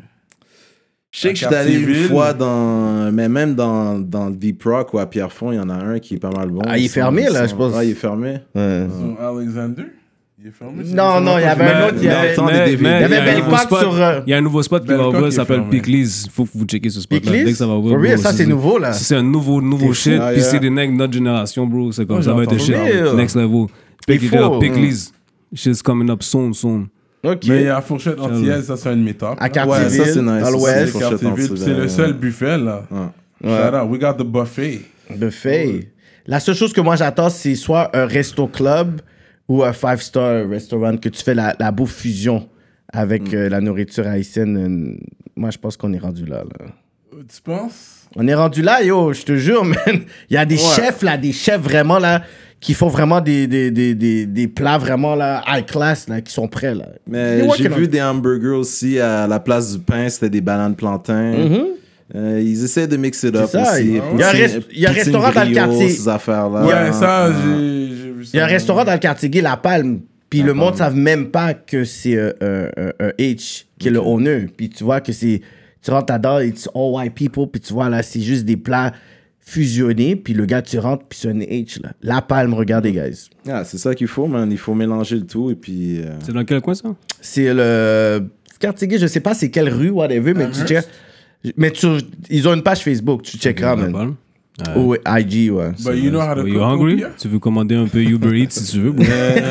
Je sais que je suis allé une fois mais même dans Deep Rock ou à Pierrefonds, il y en a un qui est pas mal bon. Ah, il est fermé, là, je pense. Ah, il est fermé. Sur Alexander? Il est fermé? Non, il y avait un autre. Il y avait Bellecoque sur. Il y a un nouveau spot qui va ouvrir, ça s'appelle Pickleys. Il faut que vous checkez ce spot-là. Pickleys? Dès que ça va ouvrir. Ça, c'est nouveau, là. C'est un nouveau shit. Puis c'est des necks de notre génération, bro. C'est comme ça va être shit. Next level. Pickleys. Shit's coming up soon. Ok. Mais il y a la fourchette antillaise, ça c'est un de mes tops. À Cartierville, ça c'est nice. Dans l'Ouest. C'est le seul buffet là. Shout out, we got the buffet. Buffet. La seule chose que moi j'attends, c'est soit un resto club ou un 5-star restaurant que tu fais la bouffe fusion avec la nourriture haïtienne. Moi je pense qu'on est rendu là. Tu penses? On est rendu là, yo, je te jure, man. Il y a des chefs là, des chefs vraiment là, qui font vraiment des plats vraiment là, high class là, qui sont prêts là. Mais j'ai vu des hamburgers aussi à la place du pain, c'était des bananes plantains. Ils essaient de mixer up aussi. Il y a un restaurant dans le quartier. Ces affaires-là. Ouais, ça, j'ai vu ça. Il y a un restaurant dans le quartier gay, La Palme. Puis le monde ne savent même pas que c'est un H qui est le owner. Puis tu vois que c'est... Tu rentres là-dedans, it's all white people. Puis tu vois là, c'est juste des plats fusionnés. Puis le gars, tu rentres, puis c'est un H là. La Palme, regardez, guys. Ah, c'est ça qu'il faut, man. Il faut mélanger le tout. Et puis... C'est dans quel coin, ça? C'est le quartier gay, je sais pas c'est quelle rue, whatever, mais tu check... Mais ils ont une page Facebook, tu checkeras, man. Ou IG, ouais. But you know how to cook. You hungry? Tu veux commander un peu Uber Eats si tu veux?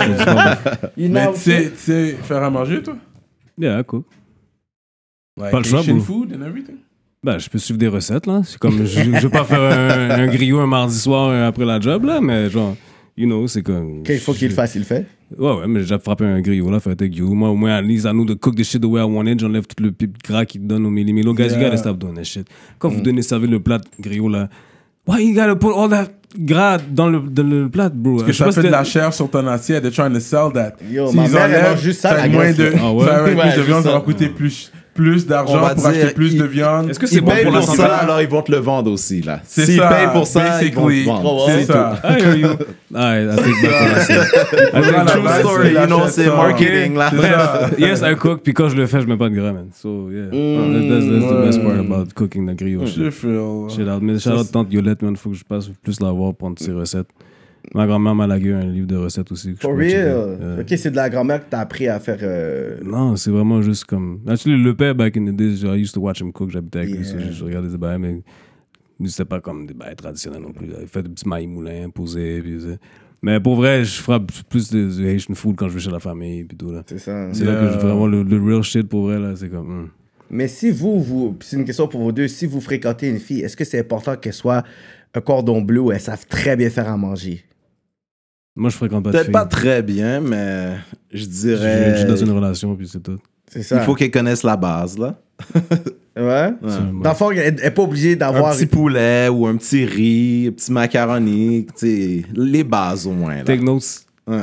Mais tu sais faire à manger, toi? Yeah, cool. Like Pas le choix, Asian food and everything? Ben, je peux suivre des recettes, là. C'est comme, je vais pas faire un griot un mardi soir après la job, là, mais genre, you know, c'est comme... Quand il faut qu'il le fasse, il le fait. Ouais, mais j'ai déjà frappé un griot, là, fait avec you. Moi, au moins, at least, I know to cook the shit the way I want it. J'enlève tout le gras qu'ils te donnent au millimètre. Guys, you gotta stop doing that shit. Quand vous servir le plat griot, là, why you gotta put all that gras dans le plat, bro? Parce que ça fait de la chair sur ton assiette. They're trying to sell that. Yo, ma mère, elle mange juste ça, la moins de... Ah ouais? Ça va être plus de viande, ça va coûter plus d'argent pour acheter plus de viande. Est-ce que c'est bon pour la santé? Alors, ils vont te le vendre aussi, là. C'est S'ils ça, payent pour ça, ils vont te basically. vendre. C'est ça. I hear you. I think that's True story, you know, c'est marketing, là. Bref, yes, I cook, puis quand je le fais, je mets pas de gras, man. So, yeah. That's the best part about cooking the griot. Je feel... Shit out. Mais shout out tante Yolette, man, faut que je passe plus la voir pour ses recettes. Ma grand-mère m'a lagué un livre de recettes aussi. For real? Ok, c'est de la grand-mère que t'as appris à faire... Non, c'est vraiment juste comme... Actually, le père, back in the days, I used to watch him cook, j'habitais avec lui, je regardais des bails, mais c'était pas comme des bails traditionnels non plus. Il fait des petits maïs moulins posés, puis... Mais pour vrai, je frappe plus de Haitian food quand je vais chez la famille, puis tout, là. C'est ça. C'est là que je vraiment le real shit, pour vrai, là, c'est comme... Mais si vous... C'est une question pour vous deux. Si vous fréquentez une fille, est-ce que c'est important qu'elle soit un cordon bleu où elles savent très bien faire à manger? Moi, je fréquente pas de filles. Peut-être pas très bien, mais je dirais... Je suis dans une relation, puis c'est tout. C'est ça. Il faut qu'elle connaisse la base, là. Ouais. Dans le fond, elle n'est pas obligée d'avoir... Un petit poulet ou un petit riz, un petit macaroni, tu sais, les bases au moins, là. Take notes. Ouais.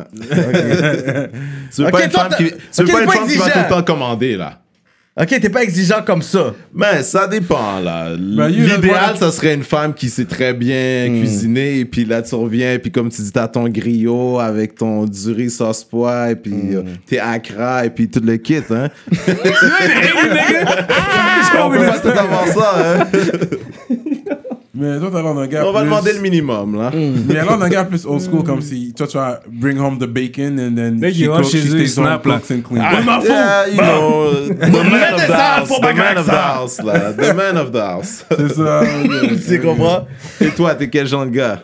Tu veux pas une femme qui va tout le temps commander, là. Ok, t'es pas exigeant comme ça. Ben, ça dépend, là. L'idéal, ça serait une femme qui sait très bien cuisiner, et puis là, tu reviens, et puis comme tu dis, t'as ton griot avec ton du riz sauce pois, et puis tes accra, et puis tout le kit, hein. On peut pas tout avoir ça, hein. Mais toi, t'as l'air d'un gars On va demander le minimum, là. Mais alors, d'un gars plus old school, comme si toi, tu vas bring home the bacon and then Mec, she il va cooks, chez she eux, il stays home, snap, là. cooks and cleans. Yeah, you know, the man of the house, the man of the house, là. The man of the house. C'est ça. Tu comprends? Et toi, t'es quel genre de gars?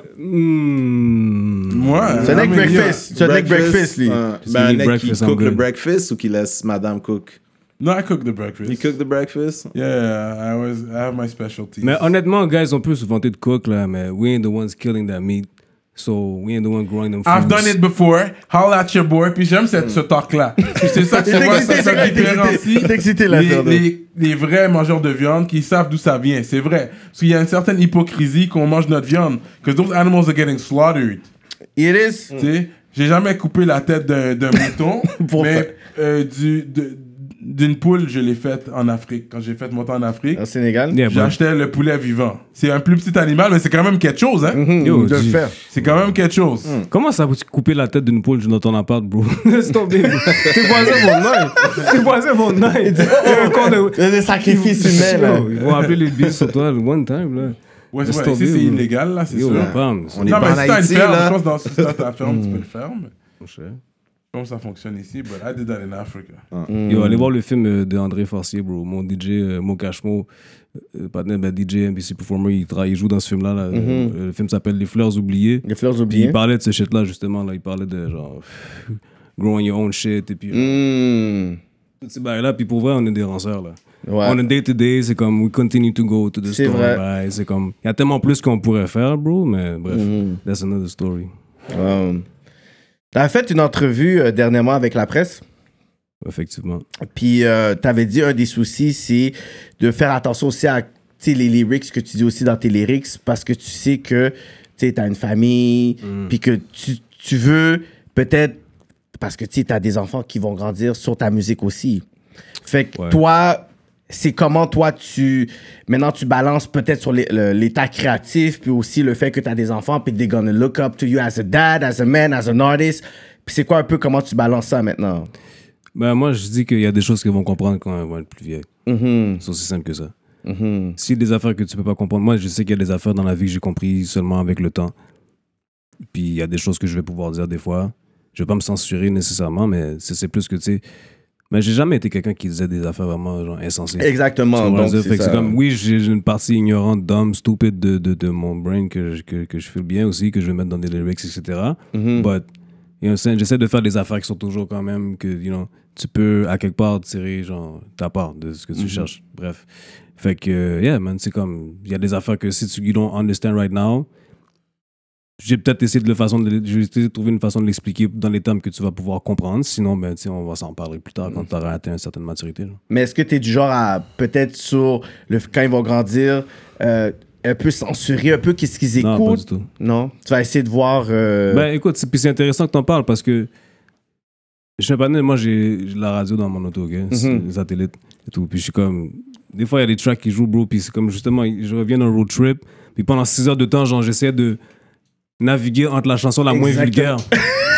Moi, C'est un neck breakfast. C'est un neck breakfast, lui. Ben, un mec qui breakfast, cook I'm le good. breakfast ou qui laisse madame cook? No, I cook the breakfast. You cook the breakfast? Yeah, I have my specialties. Mais honnêtement, guys, on peut se vanter de cook, là, mais we ain't the ones killing that meat. So, we ain't the ones growing them foods. I've done it before. Howl at your boy. Puis j'aime ce talk-là. Puis c'est ça que tu vois, ça différencie T'es excité, là, les vrais mangeurs de viande qui savent d'où ça vient. C'est vrai. Parce qu'il y a une certaine hypocrisie qu'on mange notre viande. Because those animals are getting slaughtered. It is. Tu sais, j'ai jamais coupé la tête d'un mouton. Mais d'une poule, je l'ai faite en Afrique. Quand j'ai fait mon temps en Afrique, Au Sénégal. Yeah, bro. j'achetais le poulet vivant. C'est un plus petit animal, mais c'est quand même quelque chose, hein? Yo, De le faire. C'est quand même quelque chose. Comment ça vous couper la tête d'une poule dans ton appart, bro? Laisse tomber, bro. T'es voisin mon œil. T'es voisin mon œil. C'est des sacrifices humains, là. Ils vont appeler les billes sur toi one time, là. Ouais, Laisse ouais, tomber, ici, c'est bro. illégal, là, c'est Yo, sûr. ma femme. On est Non, pas mais en si t'as une Haïti, ferme, là. je pense que dans si t'as ta ferme, tu peux le faire. Mais je sais pas comment ça fonctionne ici, but I did that in Africa. Yo, allez voir le film de André Forcier, bro. Mon DJ, Mo Cashmo, partenaire DJ, NBC Performer, il joue dans ce film-là. Là. Le film s'appelle Les Fleurs Oubliées. Les fleurs Puis oubliées. il parlait de ce shit-là, justement. Là. Il parlait de genre growing your own shit. Et puis tous ces bails-là. Puis pour vrai, on est des ranceurs, là. Ouais. On a day-to-day, c'est comme we continue to go to the C'est store. vrai. Right? C'est comme, il y a tellement plus qu'on pourrait faire, bro. Mais bref, that's another story. T'as fait une entrevue dernièrement avec la presse. Effectivement. Puis t'avais dit un des soucis, c'est de faire attention aussi à les lyrics que tu dis aussi dans tes lyrics parce que tu sais que t'as une famille, puis que tu veux peut-être, parce que t'as des enfants qui vont grandir sur ta musique aussi. Fait que toi, c'est comment toi maintenant tu balances peut-être sur l'état créatif, puis aussi le fait que t'as des enfants, puis they're gonna look up to you as a dad, as a man, as an artist. Puis c'est quoi un peu comment tu balances ça maintenant? Ben, moi, je dis qu'il y a des choses qu'ils vont comprendre quand elles vont être plus vieilles. C'est aussi simple que ça. Si des affaires que tu peux pas comprendre, moi, je sais qu'il y a des affaires dans la vie que j'ai compris seulement avec le temps. Puis il y a des choses que je vais pouvoir dire des fois. Je vais pas me censurer nécessairement, mais c'est plus que, tu sais, Mais j'ai jamais été quelqu'un qui disait des affaires vraiment genre insensées. Exactement. Donc, c'est comme, oui, j'ai une partie ignorante, dumb, stupide de mon brain que je fais bien aussi, que je vais mettre dans des lyrics, etc. But, j'essaie de faire des affaires qui sont toujours quand même que, tu peux à quelque part tirer genre ta part de ce que tu cherches. Bref. Fait que, yeah, man, c'est comme, il y a des affaires que si you don't understand right now, j'ai peut-être essayé de trouver une façon de l'expliquer dans les termes que tu vas pouvoir comprendre. Sinon, ben, on va s'en parler plus tard quand tu auras atteint une certaine maturité. Là. Mais est-ce que tu es du genre à, peut-être quand ils vont grandir, un peu censurer un peu qu'est-ce qu'ils écoutent? Non, pas du tout. Non? Tu vas essayer de voir... Ben, écoute, c'est intéressant que tu en parles parce que je sais pas, moi, j'ai la radio dans mon auto, okay? Le satellite et tout. Puis je suis comme... Des fois, il y a des tracks qui jouent, bro, puis c'est comme justement, je reviens d'un road trip, puis pendant 6 heures de temps, genre, j'essayais de naviguer entre la chanson la moins vulgaire. Non,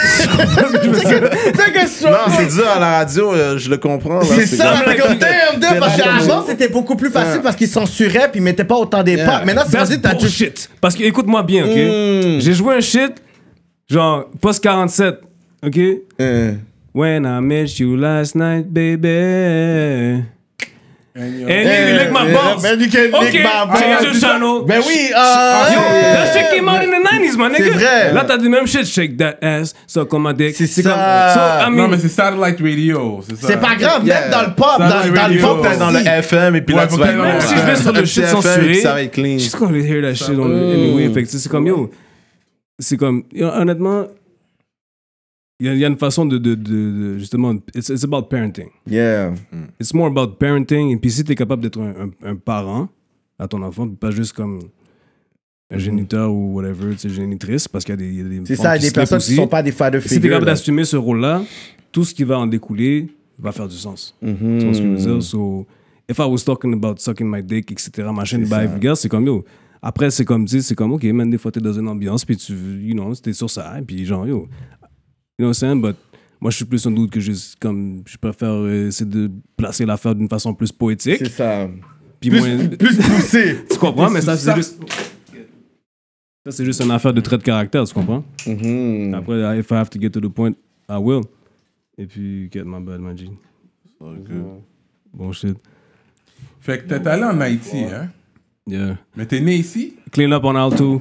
c'est dur à la radio, je le comprends. Là, c'est ça, parce qu'avant, c'était beaucoup plus facile parce qu'ils censuraient puis ils mettaient pas autant d'époque. Maintenant, c'est facile, t'as juste shit. Parce que, écoute-moi bien, ok? J'ai joué un shit, genre, post 47, ok? When I met you last night, baby. And you lick my balls. Man, you can lick my balls. Change your channel. Ben oui, that shit came out in the 90s, man, nigga. C'est vrai. Là, t'as dit même shit. Shake that ass, suck on my dick. C'est ça. Non, mais c'est satellite radio, c'est ça. C'est pas grave, même dans le pop, dans le pop, dans le FM, et puis là, tu vas même si je vais sur le shit censuré, ça va être clean. she's gonna hear that shit on anyway. Fait que c'est comme, c'est comme, honnêtement, il y a une façon de justement, it's about parenting. Yeah. It's more about parenting. Et puis si t'es capable d'être un parent à ton enfant, pas juste comme un géniteur ou whatever, tu sais, génitrice, parce qu'il y a des c'est ça, des personnes qui sont pas des father figures. Si t'es capable d'assumer ce rôle-là, tout ce qui va en découler va faire du sens. Tu vois ce que je veux dire? So, if I was talking about sucking my dick, etc., machin de bail vulgaire, c'est comme, après, c'est comme, tu sais, c'est comme, OK, man, des fois, t'es dans une ambiance, puis tu, t'es sur ça, et puis genre, you know what I'm saying? But moi, je suis plus un doute que je préfère essayer de placer l'affaire d'une façon plus poétique. C'est ça. Puis plus poussé. Tu comprends? Mais ça, c'est juste... Ça, c'est juste une affaire de trait de caractère, tu comprends? Après, if I have to get to the point, I will. Et puis, get my bad, my G. Bon shit. Fait que t'es allé en Haïti, hein? Yeah. Mais t'es né ici? Clean up on Alto.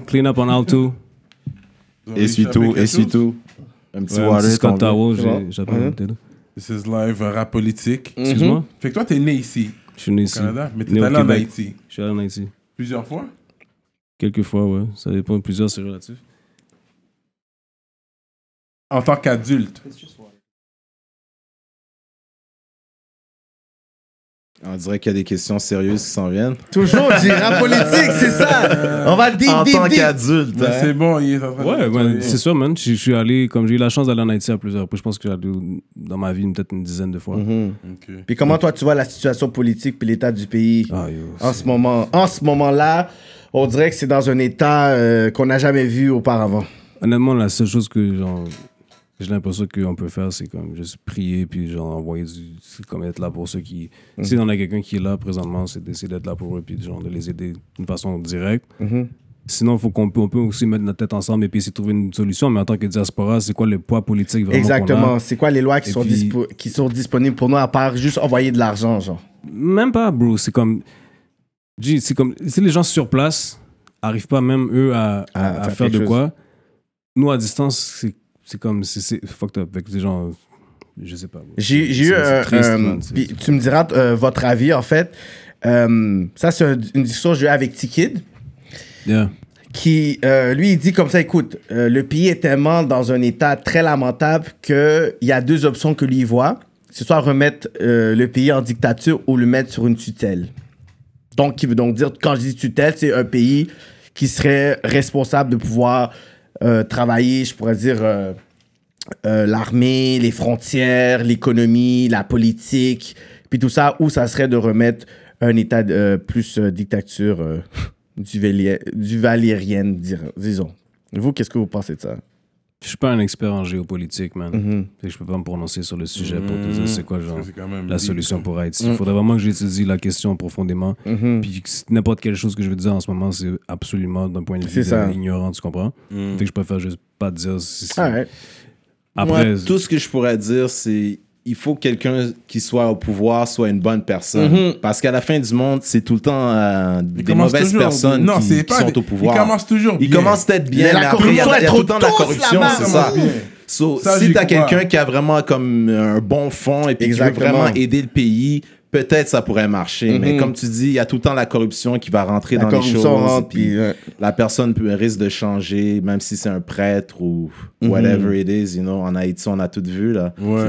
Essuie-tout. Un petit water. Scott Towel, j'appelle. This is live, rap politique. Excuse-moi? Fait que toi, t'es né ici. Je suis né ici. Au Canada, mais t'es allé en Haïti. Je suis allé en Haïti. Plusieurs fois? Quelques fois, ouais. Ça dépend de plusieurs, c'est relatif. En tant qu'adulte. On dirait qu'il y a des questions sérieuses qui s'en viennent. Toujours, j'ai rap politique, c'est ça. On va deep. En tant qu'adulte. Ben, c'est bon, il est en train de... c'est sûr, man. Je suis allé, comme j'ai eu la chance d'aller en Haïti à plusieurs reprises, je pense que j'ai allé dans ma vie peut-être une dizaine de fois. Okay. Puis comment toi, tu vois la situation politique puis l'état du pays en ce moment-là? On dirait que c'est dans un état qu'on n'a jamais vu auparavant. Honnêtement, la seule chose que j'ai l'impression qu'on peut faire, c'est comme juste prier puis genre envoyer c'est comme être là pour ceux qui... Si on a quelqu'un qui est là présentement, c'est d'essayer d'être là pour eux puis genre de les aider d'une façon directe. Sinon, on peut aussi mettre notre tête ensemble et puis essayer de trouver une solution. Mais en tant que diaspora, c'est quoi le poids politique vraiment Exactement. C'est quoi les lois qui sont disponibles pour nous à part juste envoyer de l'argent, genre? Même pas, bro. C'est comme si les gens sur place n'arrivent pas même eux à faire de quoi, nous à distance, c'est comme c'est fucked up avec des gens, je sais pas. J'ai eu tu me diras votre avis en fait. Ça c'est une discussion que j'ai eu avec T-Kid. Yeah. Qui lui il dit comme ça, écoute, le pays est tellement dans un état très lamentable qu'il y a deux options que lui il voit. C'est soit remettre le pays en dictature ou le mettre sur une tutelle. Donc qui veut donc dire, quand je dis tutelle, c'est un pays qui serait responsable de pouvoir travailler, je pourrais dire, l'armée, les frontières, l'économie, la politique, puis tout ça, ou ça serait de remettre un état plus dictature duvalérienne, disons. Vous, qu'est-ce que vous pensez de ça? Je suis pas un expert en géopolitique, man. Fait que je peux pas me prononcer sur le sujet pour te dire c'est quoi genre la solution pour Haïti. Il faudrait vraiment que j'étudie la question profondément. Puis n'importe quelle chose que je veux dire en ce moment, c'est absolument d'un point de vue ignorant, tu comprends? Fait que je préfère juste pas dire si right. Après, moi, tout ce que je pourrais dire, c'est il faut que quelqu'un qui soit au pouvoir soit une bonne personne. Parce qu'à la fin du monde, c'est tout le temps des mauvaises personnes qui sont au pouvoir. Ils commencent toujours bien. Ils commencent peut-être bien, mais après, il y a tout le temps de la corruption, c'est ça. Si t'as quelqu'un qui a vraiment comme un bon fond et puis qui veut vraiment aider le pays, peut-être ça pourrait marcher. Mais comme tu dis, il y a tout le temps la corruption qui va rentrer dans les choses. Puis la personne risque de changer, même si c'est un prêtre ou whatever it is. You know, en Haïti, on a tout vu, là. Ouais.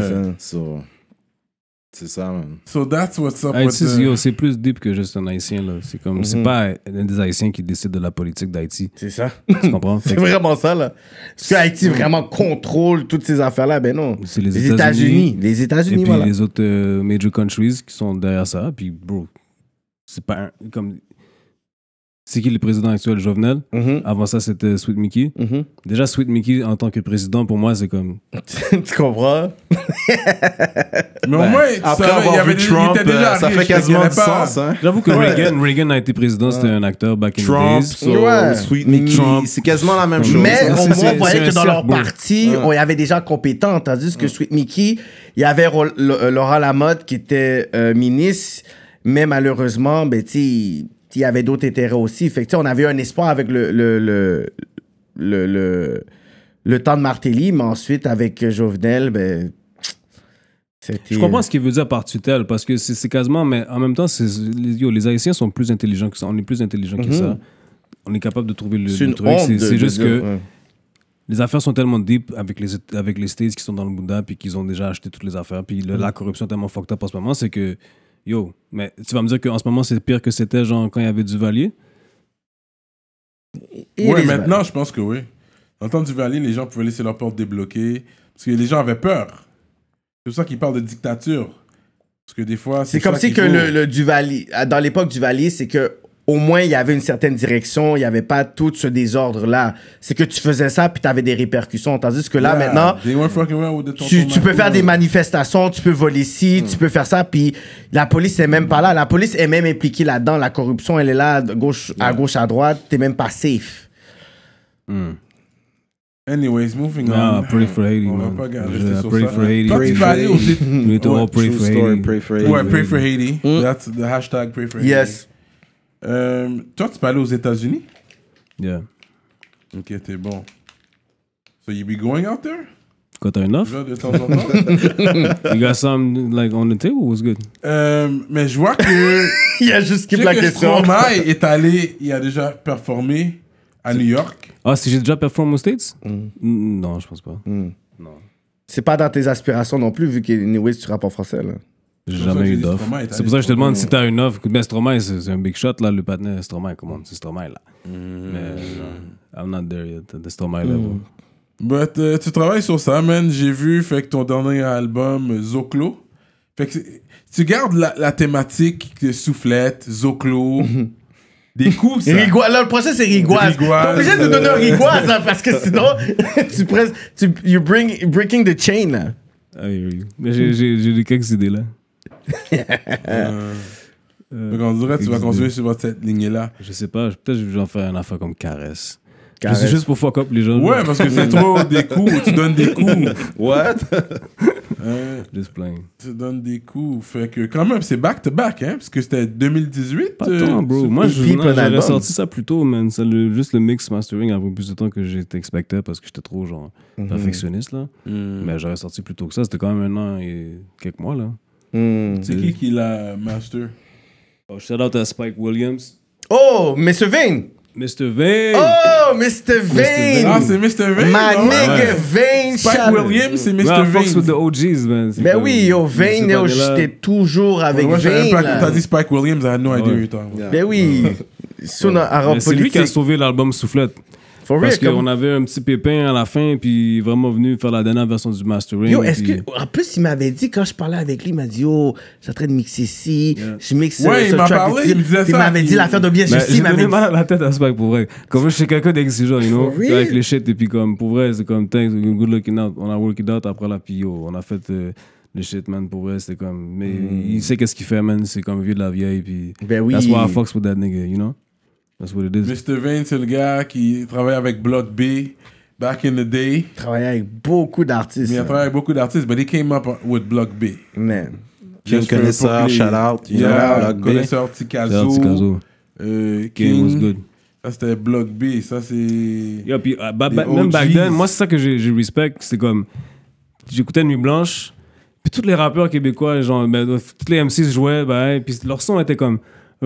C'est ça, man. So that's what's up Haïti, c'est plus deep que juste un Haïtien, là. C'est comme, c'est pas un des Haïtiens qui décide de la politique d'Haïti. C'est ça. Tu comprends? C'est vraiment ça, là. Parce que Haïti vraiment contrôle toutes ces affaires-là. Ben non. C'est les États-Unis. Les États-Unis, et puis voilà. les autres major countries qui sont derrière ça. Puis, bro, c'est pas comme... C'est qui le président actuel? Jovenel. Avant ça, c'était Sweet Mickey. Déjà, Sweet Mickey, en tant que président, pour moi, c'est comme... Tu comprends? Mais au moins, après avoir vu Trump, ça fait quasiment du sens. Hein? J'avoue que Reagan a été président, c'était un acteur back in the days. Sweet Mickey, c'est quasiment la même chose. Mais au moins, on voyait que dans leur parti, il y avait des gens compétents. Tandis que Sweet Mickey, il y avait Laurent Lamotte qui était ministre, mais malheureusement, ben, il y avait d'autres intérêts aussi. Fait que, on avait eu un espoir avec le temps de Martelly, mais ensuite, avec Jovenel, ben, c'était... Je comprends ce qu'il veut dire par tutelle, parce que c'est quasiment... Mais en même temps, les Haïtiens sont plus intelligents que ça. On est plus intelligents que ça. On est capable de trouver le truc. C'est juste que les affaires sont tellement deep avec les States qui sont dans le Bouddha puis qu'ils ont déjà acheté toutes les affaires. Puis la corruption est tellement fucked up en ce moment, c'est que... Yo, mais tu vas me dire qu'en ce moment, c'est pire que c'était genre quand il y avait Duvalier? Oui, maintenant, je pense que oui. Dans le temps de Duvalier, les gens pouvaient laisser leur porte débloquée parce que les gens avaient peur. C'est pour ça qu'ils parlent de dictature. Parce que des fois, c'est comme si que le Duvalier, dans l'époque Duvalier, c'est que au moins, il y avait une certaine direction, il n'y avait pas tout ce désordre-là. C'est que tu faisais ça, puis tu avais des répercussions. Tandis que là, maintenant, tu peux faire des manifestations, tu peux voler ici, tu peux faire ça, puis la police n'est même pas là. La police est même impliquée là-dedans. La corruption, elle est là, à gauche, à droite. Tu n'es même pas safe. Anyways, moving on. Pray for Haiti, on man. va pas rester sur pray ça. for Haiti. Quand tu vas aller aux États-Unis... We need to all pray for Haiti. Ouais, pray for Haiti. That's the hashtag pray for Haiti. Yes. Toi, tu peux aller aux États-Unis? Yeah. Ok, t'es bon. So you be going out there? Quoi, t'as une offre? De temps en temps? You got some like on the table? What's good? Mais je vois que... Il a juste skip la question. Stromae est allé, il a déjà performé à New York. Ah, si j'ai déjà performé aux States? Non, je pense pas. Non. C'est pas dans tes aspirations non plus, vu que anyway, tu rappes en français, là. J'ai jamais eu d'offre. C'est pour ça que je te demande si t'as une offre. Mais Stromae, c'est un big shot, là, le patinet. Stromae, comment? C'est Stromae, là. Mais I'm not there yet, the Stromae level. But tu travailles sur ça, man. J'ai vu, fait que ton dernier album, Zoclo. Fait que tu gardes la thématique de soufflette, Zoclo, des coups, ça. Rigoise. Là, le prochain, c'est Rigoise. T'es obligé de nous donner un Rigoise, hein, parce que sinon, you're breaking the chain, là. Ah oui. Mais j'ai quelques idées, là. Donc on dirait que tu vas continuer sur cette ligne-là. Je sais pas, peut-être que je vais en faire une affaire comme Caresse. C'est juste pour fuck up les gens. Ouais, parce que c'est trop des coups, tu donnes des coups. What? Just playing. Tu donnes des coups. Fait que quand même, c'est back-to-back, hein? Parce que c'était 2018. Pas tant, bro. Moi, j'aurais sorti ça plus tôt, man. Juste le mix mastering a pris plus de temps que j'étais expecté parce que j'étais trop, genre, perfectionniste, là. Mais j'aurais sorti plus tôt que ça. C'était quand même 1 an et quelques mois, là. C'est qui l'a master? Oh, shout out à Spike Williams. Oh, Mr. Vane! Mr. Vane! Oh, Mr. Vane! Ah, c'est Mr. Vane! My nigga Vane! Spike Williams, c'est Mr. Vane. Fox with the OGs, man. Ben oui, yo, Vane, yo, j'étais toujours avec Vane. T'as dit Spike Williams, I had no idea who you're talking about. Ben oui. C'est lui qui a sauvé l'album Soufflette. Parce qu'on avait un petit pépin à la fin, puis vraiment venu faire la dernière version du mastering. Yo, est-ce que. En plus, il m'avait dit, quand je parlais avec lui, il m'a dit, oh, je suis en train de mixer ici. Je mixe. Ouais, il m'a parlé, il me disait ça. Il m'avait dit l'affaire de bien J'ai donné mal à la tête à Spike, pour vrai. Comme je suis quelqu'un d'exigeant, you know. Avec les shit, et puis comme, pour vrai, c'est comme, thanks, good looking out. On a work it out après la PO. On a fait le shit, man, pour vrai, c'était comme. Mais il sait qu'est-ce qu'il fait, man. C'est comme vieux de la vieille, puis. Ben oui. That's why I fucks with that nigga, you know. That's what it is. Mr. Vane, c'est le gars qui travaille avec Blood B. back in the day. Il travaillait avec beaucoup d'artistes. Il a travaillé avec beaucoup d'artistes, but he came up with Block B. Man. King Connaisseur, shout out. Yeah, Connaisseur, Tikazo. King was good. Ça, c'était Block B. Ça, c'est... Yeah, puis, même back then, moi, c'est ça que j'ai respect. C'est comme... J'écoutais Nuit Blanche, puis tous les rappeurs québécois, genre, tous les MCs jouaient, puis leur son était comme...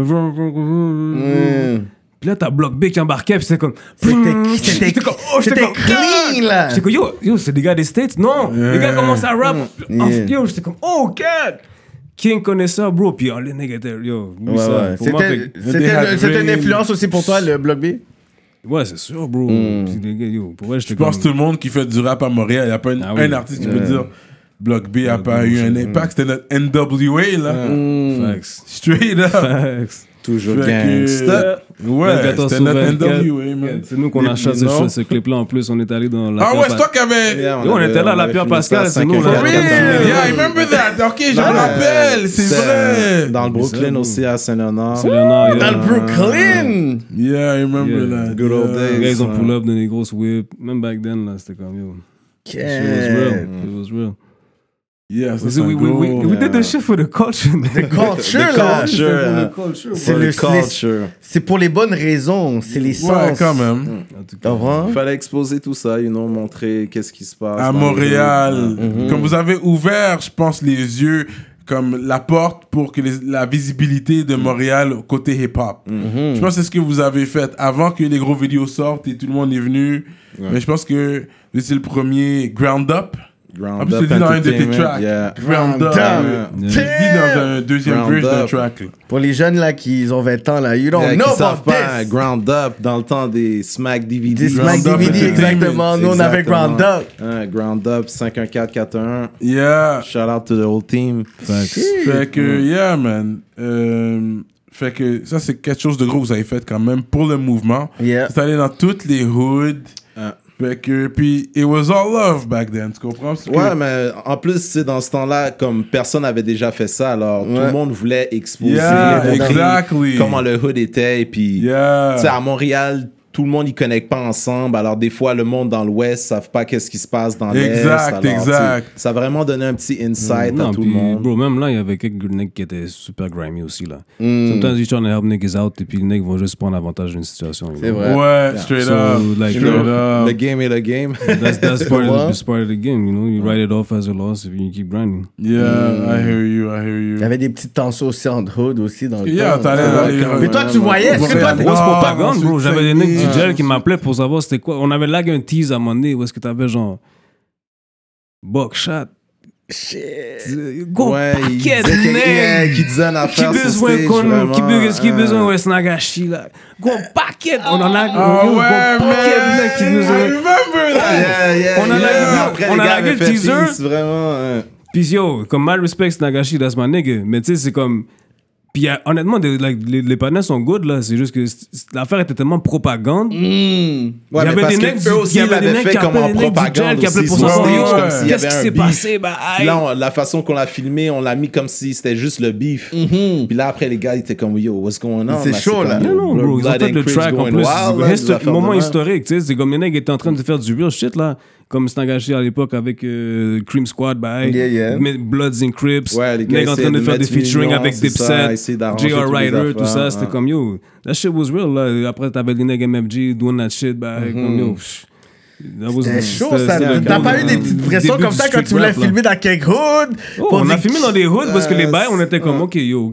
Puis là, t'as Block B qui embarquait, puis c'était comme... C'était clean, là! J'étais comme, yo, c'est des gars des States? Non! Les gars commencent à rap. Yo, j'étais comme, oh, God! King Connaisseur, bro, puis les nègres étaient, yo, C'était une influence aussi pour toi, le Block B? Ouais, c'est sûr, bro. Je pense que tout le monde qui fait du rap à Montréal, il n'y a pas un artiste qui peut dire Block B n'a pas eu un impact. C'était notre NWA, là. Facts. Straight up. Facts. Toujours gangsta. Ouais, c'était notre NWA, man. C'est nous qu'on achète ce clip-là en plus. On est allé dans la. Ah ouais, c'est toi qui avais. On était là, la Pierre Pascal, c'est nous. Yeah, I remember that. Ok, je me rappelle, c'est vrai. Dans le Brooklyn aussi, à Saint-Léonard. Dans le Brooklyn. Yeah, I remember that. Good old days. Les gars, ils ont pull up dans les grosses whips. Même back then, là, c'était comme yo. It was real. Yeah, we did the shit for the culture. The culture. C'est pour les bonnes raisons. C'est les sens. Ouais, quand même. Il fallait exposer tout ça, montrer qu'est-ce qui se passe. À Montréal. Comme vous avez ouvert, je pense, les yeux, comme la porte pour que la visibilité de Montréal côté hip-hop. Je pense que c'est ce que vous avez fait avant que les gros vidéos sortent et tout le monde est venu. Mais je pense que vous étiez le premier Ground Up. En plus, c'est dit dans un de tes tracks. Ground Up. C'est dit dans un deuxième verse d'un track. Pour les jeunes là qui ont 20 ans, là, you don't know about this. Ground Up, dans le temps des Smack DVD. Des Smack DVD, exactement. Nous, on avait Ground Up. Ground Up, 51441. Yeah. Shout out to the whole team. Fait que, yeah, man. Fait que ça, c'est quelque chose de gros que vous avez fait quand même pour le mouvement. Yeah. C'est allé dans toutes les hoods. Fait que, puis, it was all love back then, tu comprends? Ouais, mais en plus, tu sais, dans ce temps-là, comme personne n'avait déjà fait ça, alors tout le monde voulait exposer, montrer comment le hood était, et puis, tu sais, à Montréal, tout le monde y connecte pas ensemble, alors des fois, le monde dans l'Ouest savent pas qu'est-ce qui se passe dans l'Est. Exact. Ça a vraiment donné un petit insight à tout le monde. Bro, même là, il y avait quelques nègres qui étaient super grimy aussi, là. Sometimes you're trying to help niggas out, et puis les nègres vont juste prendre avantage d'une situation. C'est vrai. Ouais, straight up. Le game est le game. That's part of the game, you know. You write it off as a loss if you keep grinding. Yeah, I hear you. Il y avait des petites tensions aussi entre hood aussi dans le temps. Mais toi, tu voyais, est-ce que toi, t'es grosse propagande, bro? J'avais des nègres du gel qui m'appelaient pour savoir c'était quoi. On avait lag un tease à un moment donné où est-ce que t'avais genre Buckshot. Shit. Go paquet de nègres qui disait une affaire qui besoin West Nagashi là. Go paquet. On en a go paquet de nègres qui besoin. On a lagué le teaser. Vraiment. Puis yo, comme my respect Nagashi, that's my nigga. Mais tu sais, c'est comme. Puis honnêtement, les panels sont good là. C'est juste que l'affaire était tellement propagande. Ouais, il y avait des mecs qui l'avaient fait comme en propagande aussi sur stage, comme s'il y avait un beef. Qu'est-ce qui s'est passé? Là, la façon qu'on l'a filmé, on l'a mis comme si c'était juste le beef. Puis là, après, les gars, ils étaient comme yo, what's going on? C'est chaud là. Non, bro, ils ont fait le track en plus. Moment historique, tu sais. C'est comme les nègres étaient en train de faire du real shit là. Comme c'est engagé à l'époque avec Cream Squad, Bloods and Crips, nègres en train de faire des featuring avec Dipset, J.R. Ryder, tout ça, c'était comme yo, that shit was real là. Après t'avais les nègres MFG doing that shit, comme yo. C'était chaud ça. T'as pas eu des petites pressions comme ça quand tu voulais filmer dans quelques hoods? On a filmé dans des hoods parce que les bails on était comme ok, bon.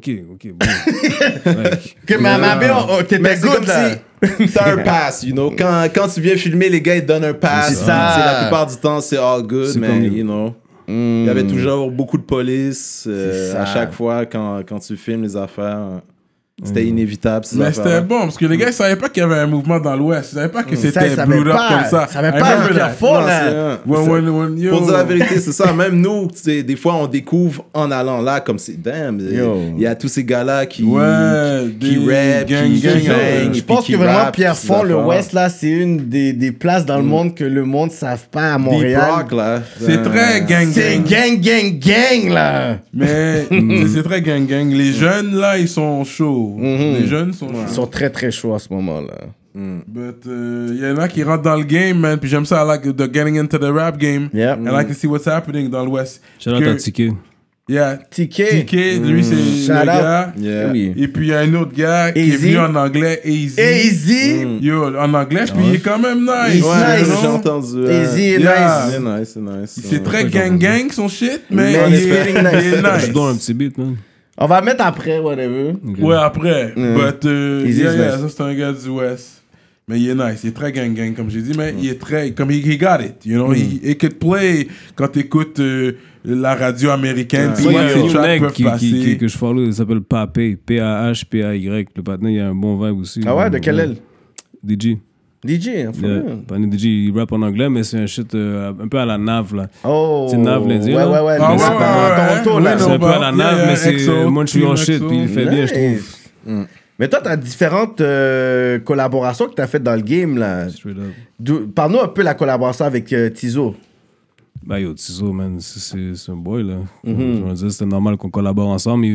Que ma mère, t'étais good là. T'as un pass, you know. Quand tu viens filmer, les gars, ils te donnent un pass. La plupart du temps, c'est all good, mais, you know. Il y avait toujours beaucoup de police à chaque fois quand tu filmes les affaires. C'était inévitable. Mais c'était bon, parce que les gars, ils savaient pas qu'il y avait un mouvement dans l'Ouest. Ils savaient pas que c'était blowed up comme ça. Ils savaient pas qu'il y a fort, là. Pour dire la vérité, c'est ça. Même nous, des fois, on découvre en allant là, comme c'est damn. Il y a tous ces gars-là qui rap, qui bang. Je pense que vraiment, Pierrefonds, le Ouest, là, c'est une des places dans le monde que le monde ne savent pas à Montréal. Deep Rock, là. C'est très gang. C'est gang, là. Mais c'est très gang. Les jeunes, là, ils sont chauds. Les jeunes sont chauds. Ils sont très, très chauds à ce moment-là. But il y en a qui rentrent dans le game, man. Puis j'aime ça, I like the getting into the rap game. Yep. I like to see what's happening dans l'Ouest. Shout out à Tiki. Yeah. TK. Lui, c'est le gars. Yeah. Oui. Et puis il y a un autre gars qui est Easy. venu en anglais, Easy. Easy. Yo, en anglais, puis il est quand même nice. He's Ouais, nice. j'ai entendu. Easy et Yeah. nice. C'est nice. C'est très gang son shit, mais Mais il il est est Je nice. donne un petit beat, man. On va mettre après, whatever. Ouais, après. But, Easy is nice. ça c'est un gars du West. Mais il est nice, il est très gang, comme j'ai dit, mais il est très, comme he got it, you know, he could play quand t'écoutes la radio américaine, puis Il y a ses un tracks mec peuvent passer. que je follow, il s'appelle Papé, P-A-H-P-A-Y. Le patin, il a un bon vibe aussi. Ah ouais, de quelle aile? DJ. DJ, Patin DJ, il rappe en anglais, mais c'est un shit un peu à la Nav, là. Oh. C'est Nav, l'Indien, là. Ouais. Ah mais c'est ouais, pas Toronto, ouais. là. Oui, C'est un peu à la Yeah, Nav, yeah, mais c'est XO, Montreal XO. shit, puis il fait bien, je trouve. Mais toi, t'as différentes collaborations que t'as faites dans le game, là. Straight up. Parle-nous un peu de la collaboration avec Tizo. Bah yo, Tizo, man, c'est un boy, là. Je veux dire, c'était normal qu'on collabore ensemble.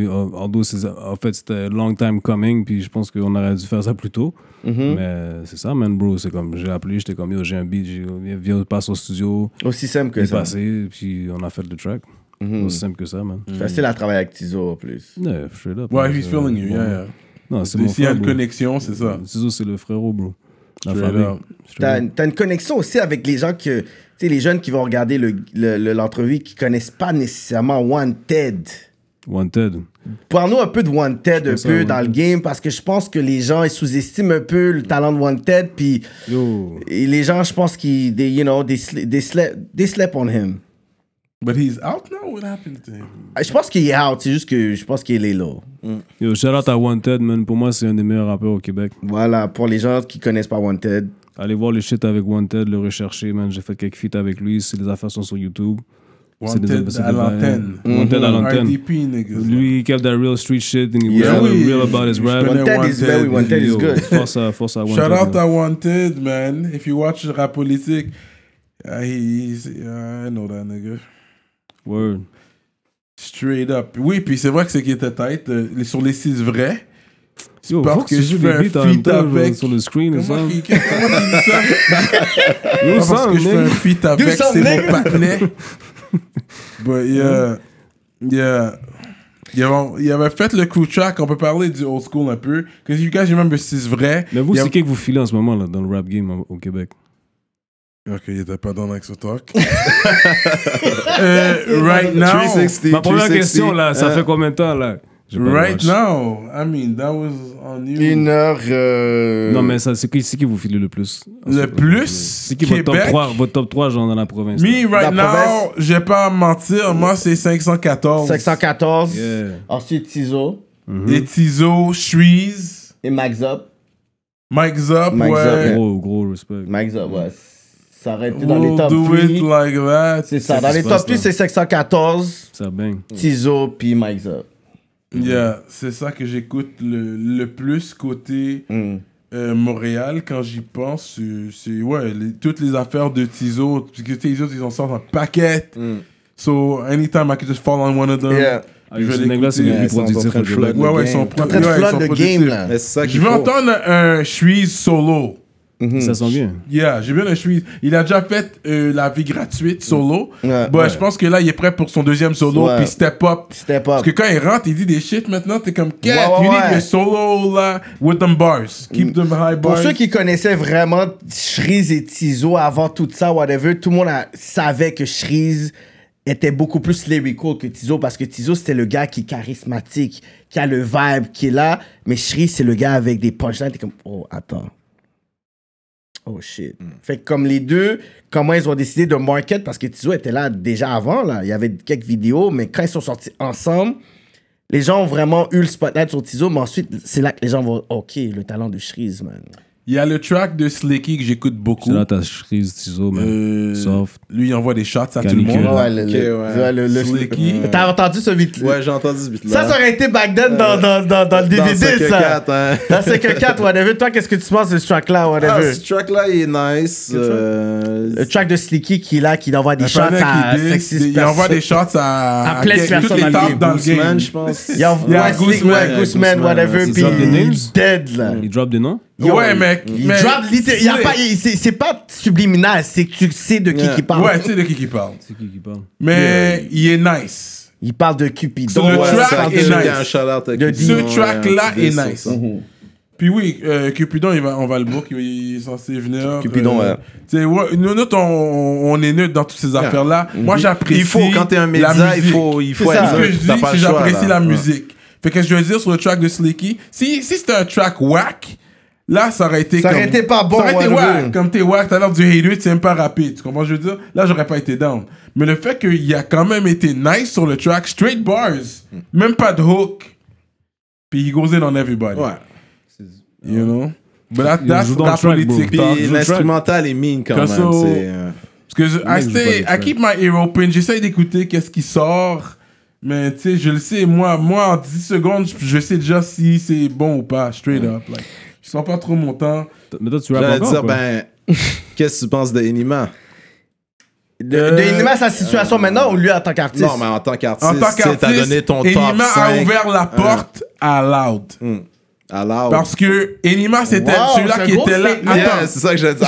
En fait, c'était long time coming, puis je pense qu'on aurait dû faire ça plus tôt. Mais c'est ça, man, bro. C'est comme, j'ai appelé, j'étais comme, yo, j'ai un beat, viens, passe au studio. Aussi simple que Il est ça. passé, puis on a fait le track. Aussi simple que ça, man. Facile à travailler avec Tizo, en plus. Yeah, straight up. Ouais, man. he's feeling you, yeah. Non, c'est mon S'il y a frère, une bro. connexion, c'est ça. Tizo, c'est le frérot, bro. La Straight famille. up. T'as une connexion aussi avec les gens que... Tu sais, les jeunes qui vont regarder l'entrevue qui connaissent pas nécessairement Wanted. Wanted. Parle-nous un peu de Wanted, un peu dans le game, parce que je pense que les gens, ils sous-estiment un peu le talent de Wanted, puis et les gens, je pense qu'ils, they slept on him. But he's out now? What happened to him? Je pense qu'il est out, c'est juste que je pense qu'il est là. Yo, shout out à Wanted, man. Pour moi, c'est un des meilleurs rappeurs au Québec. Voilà, pour les gens qui connaissent pas Wanted. Allez voir le shit avec Wanted, le rechercher, man. J'ai fait quelques feats avec lui. Les affaires sont sur YouTube. Wanted à l'antenne. Wanted à l'antenne. RDP, niggas. Lui, he kept that real street shit and he Yeah, was oui. real about his rap. Wanted is good. Force à Wanted. Shout out man. à Wanted, man. If you watch the rap politique, I know that nigga. Word. Straight up. Oui, puis c'est vrai que c'est qui était tête. Sur les 6 vrais. Yo, parce faut que tu je joues fais des un beats en même feat temps, avec... sur le screen ou ça. Comment il dit ça? Yo, Parce ça, que je fais un mec. feat avec, Do c'est something. mon patinet. But yeah. Il avait fait le crew track, on peut parler du old school un peu. Because you guys remember 6 vrais. Mais vous, c'est qui que vous filez en ce moment là, dans le rap game au Québec? Ok, il était pas dans l'Axo Talk. Right now. 360. Ma première 360. question là, ça fait combien de temps là? J'ai pas Right watch. now. I mean, that was on you. 1 heure. Non, mais ça, c'est qui vous filez le plus? Le plus, C'est qui Québec. votre top 3 genre dans la province? Me, right La now, province. je vais pas mentir, moi, c'est 514. 514. Yeah. Ensuite, Tizo. Et Tizo, Shreeze, Et Max Up. Mike Zop, Mike ouais. Zop, Gros respect. Max Up, ouais. Ça aurait été dans les We'll top do 3. it like that. C'est ça. Dans qui les se top passe, 3, là. c'est 514, Ça bang. Tizo, puis Mike Up. Yeah, c'est ça que j'écoute le plus côté Montréal quand j'y pense. C'est ouais, toutes les affaires de Tizo. Parce que les autres, ils en sortent un paquet. So, anytime I could just fall on one of them. Yeah. Je vais Ce nègre-là, c'est le l'écouter. plus productif au Québec. Ouais, ouais, ils sont T'es en train de flood le game, là. Mais c'est ça Je qu'il veux faut. entendre un Shreeze solo. Ça sent bien. Yeah, j'ai bien un Shreeze. Il a déjà fait la vie gratuite solo. Ouais. Je pense que là, il est prêt pour son deuxième solo. Ouais. Puis step up. Step Parce up. que quand il rentre, il dit des shit maintenant. T'es comme, Cat, Ouais, you ouais. need your solo là, with them bars. Keep them high Pour bars. ceux qui connaissaient vraiment Shreeze et Tizo avant tout ça, whatever, tout le monde savait que Shreeze était beaucoup plus lyrical que Tizo parce que Tizo, c'était le gars qui est charismatique, qui a le vibe, qui est là. Mais Shreeze, c'est le gars avec des punchlines. T'es comme, oh, attends. Oh shit. Fait que comme les deux, comment ils ont décidé de market, parce que Tizo était là déjà avant, là. Il y avait quelques vidéos, mais quand ils sont sortis ensemble, les gens ont vraiment eu le spotlight sur Tizo, mais ensuite, c'est là que les gens vont, ok, le talent de Shreeze, man. Il y a le track de Slicky que j'écoute beaucoup. C'est là ta Shreeze, Tizo, man. Soft. Lui, il envoie des shots à tout le Canicule. monde. Ouais, le Slicky. T'as entendu ce beat? Ouais, j'ai entendu ce beat-là. Ça aurait été back then dans le DVD, ça. 4, hein. Dans CK4, whatever. Toi, qu'est-ce que tu penses de ce track-là, Ah, whatever? ce track-là, il est nice. Le track de Slicky qui est là, qui envoie des Un shots panel à qui dit, sexy il envoie des shots à plein de personnes toutes les dans le tables game. dans le Gooseman, game. je pense. Il envoie Yeah, Slick, Gooseman, Gooseman, whatever, c'est puis ça, des il names? est dead, là. Il drop des noms? Ouais, mec. Il drop c'est pas subliminal, c'est que tu sais de qui parle. Ouais, tu sais de qui parle. C'est qui parle? Mais il est nice. Il parle de Cupidon. Le track est nice. Ce track-là est nice. Puis oui, Cupidon, on va le book, il est censé venir. Cupidon, nous, on est neutre dans toutes ces affaires-là. Moi, j'apprécie. Il faut, quand t'es un média, il faut être. Ce que je dis, c'est que j'apprécie la musique. Fait que je veux dire sur le track de Slicky, si c'était un track whack, là, ça aurait été. Ça aurait été pas bon, ça aurait été whack. Comme t'es whack, t'as l'air du hater, tu aimes pas rapide. Tu comprends ce que je veux dire? Là, j'aurais pas été down. Mais le fait qu'il a quand même été nice sur le track, straight bars, même pas de hook, puis he goes in on everybody. Ouais. You know? But that's la politique. Puis l'instrumental est mine quand même. Parce que I keep my ear open, j'essaye d'écouter qu'est-ce qui sort. Mais tu sais, je le sais, moi en 10 secondes, je sais déjà si c'est bon ou pas, straight up. Like, je sens pas trop mon temps. Mais toi, tu rappes encore, dire, qu'est-ce que tu penses de Enima? De Enima, sa situation maintenant ou lui en tant qu'artiste? Non, mais en tant qu'artiste, t'as donné ton top 5. Enima a ouvert la porte à Loud. À Loud. Parce que Enima, c'était celui-là qui était là. Attends, c'est ça que je dis.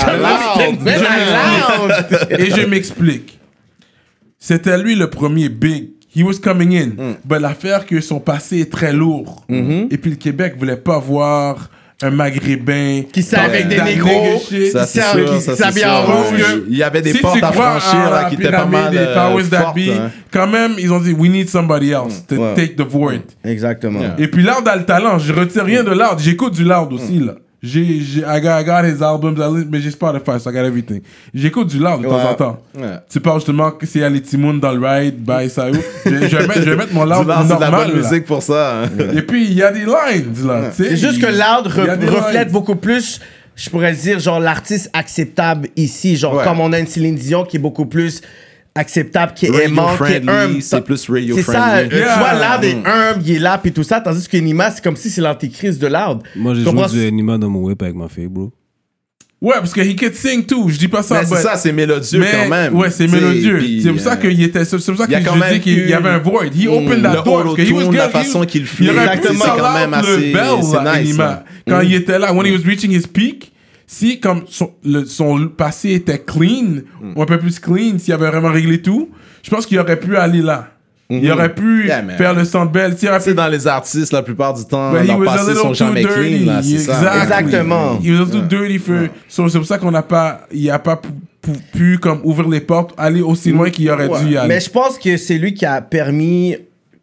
À Loud! Et je m'explique. C'était lui le premier big. He was coming in. Mais l'affaire que son passé est très lourd. Et puis le Québec voulait pas voir un Maghrébin qui s'habille avec des négros, qui s'habille en rouge. Il y avait des portes à franchir là, qui étaient pas mal fortes. Quand même, ils ont dit we need somebody else to take the void. Exactement. Et puis Loud a le talent. Je retire rien de Loud. J'écoute du Loud aussi là. I got his albums, mais j'ai Spotify, so I got everything. J'écoute du Loud de temps en temps. Tu parles justement que c'est Ali Timoun dans le ride, by Saïou. Je vais mettre mon Loud normal. C'est de la bonne musique pour ça. Et puis, il y a des lines, là. C'est juste que Loud reflète beaucoup plus, je pourrais dire, genre, l'artiste acceptable ici. Genre, comme on a une Céline Dion qui est beaucoup plus acceptable, qui est aimant, qui est humble. C'est plus radio c'est friendly. C'est ça, tu vois, Loud est humble, il est là, puis tout ça, tandis que Enima, c'est comme si c'est l'antichrist de Loud. Moi, j'ai joué du Enima dans mon whip avec ma fille, bro. Ouais, parce que he could sing too, je dis pas ça. Mais c'est ça, c'est mélodieux quand même. Ouais, c'est mélodieux. C'est pour ça qu'il était, c'est pour ça que je dis qu'il y avait un void. He opened that door. Parce que he was good. La façon qu'il fait, il aurait pu c'est quand même assez nice. Quand il était là, when he was reaching his peak, si comme son passé était clean, ou un peu plus clean, s'il avait vraiment réglé tout, je pense qu'il aurait pu aller là. Il aurait pu faire le Centre Bell. C'est dans les artistes, la plupart du temps, leurs passés sont jamais clean. Là, c'est ça. Exactement. Il was too dirty for... C'est pour ça qu'on n'a pas... Il n'a pas pu comme ouvrir les portes, aller aussi loin qu'il aurait dû y aller. Mais je pense que c'est lui qui a permis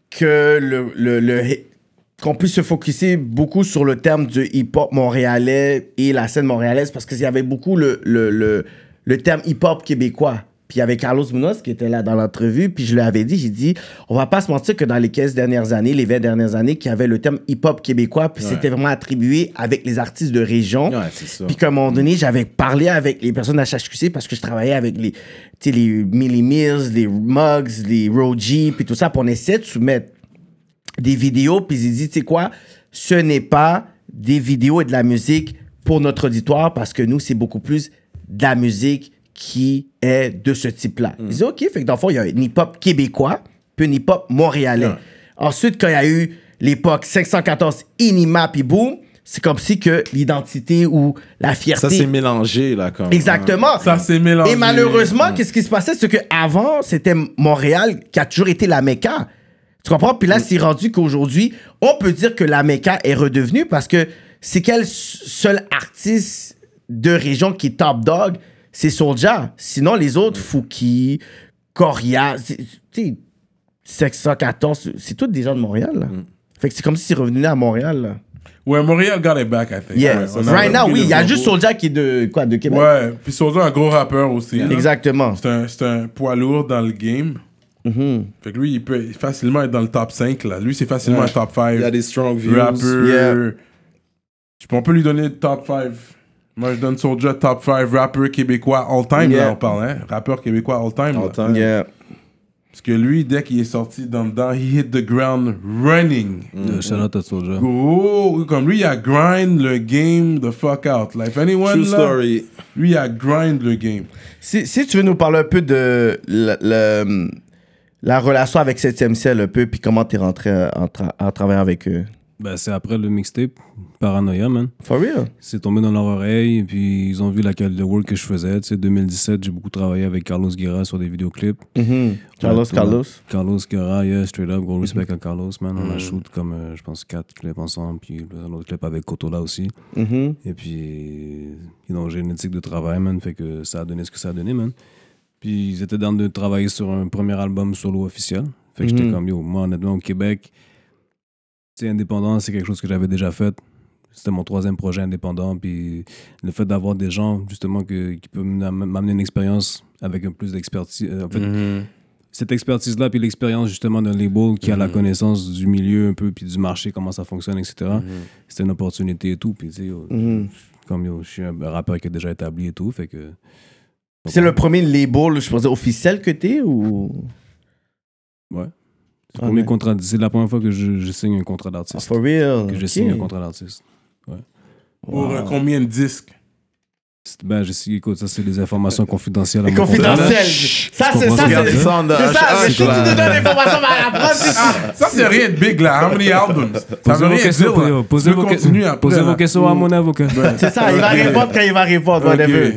que qu'on puisse se focusser beaucoup sur le terme du hip-hop montréalais et la scène montréalaise, parce qu'il y avait beaucoup le terme hip-hop québécois. Puis il y avait Carlos Munoz qui était là dans l'entrevue, puis je lui avais dit, j'ai dit, on va pas se mentir que dans les 15 dernières années, les 20 dernières années, qu'il y avait le terme hip-hop québécois, puis c'était vraiment attribué avec les artistes de région. Ouais, c'est ça. Puis qu'à un moment donné, j'avais parlé avec les personnes d'HHQC parce que je travaillais avec les Millie Mills, les Muggs, les Roji, puis tout ça, puis on essayait de soumettre des vidéos, puis j'ai dit, tu sais quoi, ce n'est pas des vidéos et de la musique pour notre auditoire, parce que nous, c'est beaucoup plus de la musique qui est de ce type-là. Ils disaient, OK, fait que dans le fond, il y a un hip-hop québécois, puis un hip-hop montréalais. Ensuite, quand il y a eu l'époque 514 Enima, puis boum, c'est comme si que l'identité ou la fierté... Ça s'est mélangé, là, quand même. Exactement. Ça s'est mélangé. Et malheureusement, qu'est-ce qui se passait? C'est qu'avant, c'était Montréal qui a toujours été la Mecca. Tu comprends? Puis là, c'est rendu qu'aujourd'hui, on peut dire que la Mecca est redevenue parce que c'est quel seul artiste de région qui est top dog? C'est Soulja. Sinon, les autres, Fouki, Coria, 614, c'est tous des gens de Montréal, là. Fait que c'est comme si c'est revenu à Montréal, là. Ouais, Montréal got it back, I think. Yeah. Right now, oui, il y a juste Soulja qui est de Québec. Ouais, puis Soulja, un gros rappeur aussi. Exactement. C'est un poids lourd dans le game. Fait que lui, il peut facilement être dans le top 5, là. Lui, c'est facilement un top 5. Il y a des strong views. Rappeur. On peut lui donner le top 5. Moi, je donne Soulja top 5 rappeur québécois all-time, là, on parle, hein? Rappeur québécois all-time. All-time. Yeah. Parce que lui, dès qu'il est sorti dedans, he hit the ground running. Shout out à Soulja. Oh, comme lui, il a grind le game the fuck out. Like, if anyone, True story. Lui, il a grind le game. Si tu veux nous parler un peu de la relation avec 7e Ciel, un peu, puis comment t'es rentré en travaillant avec eux. Ben, c'est après le mixtape, Paranoia, man. For real? C'est tombé dans leur oreille, et puis ils ont vu le work que je faisais. Tu sais, 2017, j'ai beaucoup travaillé avec Carlos Guerra sur des vidéoclips. Carlos Guerra, yeah, straight up, gros respect à Carlos, man. On a shoot comme, je pense, 4 clips ensemble, puis un autre clip avec Kotola aussi. Et puis, j'ai une éthique de travail, man, fait que ça a donné ce que ça a donné, man. Puis ils étaient dans de travailler sur un premier album solo officiel. Fait que j'étais comme, yo, moi, honnêtement, au Québec, indépendant, c'est quelque chose que j'avais déjà fait. C'était mon 3e projet indépendant. Puis le fait d'avoir des gens, justement, qui peuvent m'amener une expérience avec un plus d'expertise. En fait, cette expertise-là, puis l'expérience, justement, d'un label qui a la connaissance du milieu un peu, puis du marché, comment ça fonctionne, etc. C'était une opportunité et tout. Puis, tu sais, comme je suis un rappeur qui est déjà établi et tout. Fait que. C'est le premier label, je pensais, officiel que t'es ou. Ouais. C'est la première fois que je signe un contrat d'artiste. For real? Que je signe un contrat d'artiste. Ouais. Pour combien de disques? Ben, écoute, ça, c'est des informations confidentielles. Confidentielles! Ça, c'est ça. Mais si tu te donnes l'information à la prod, ça, c'est rien de big, là. How many albums? Ça veut rien dire. Posez vos questions à mon avocat. C'est ça, il va répondre quand il va répondre.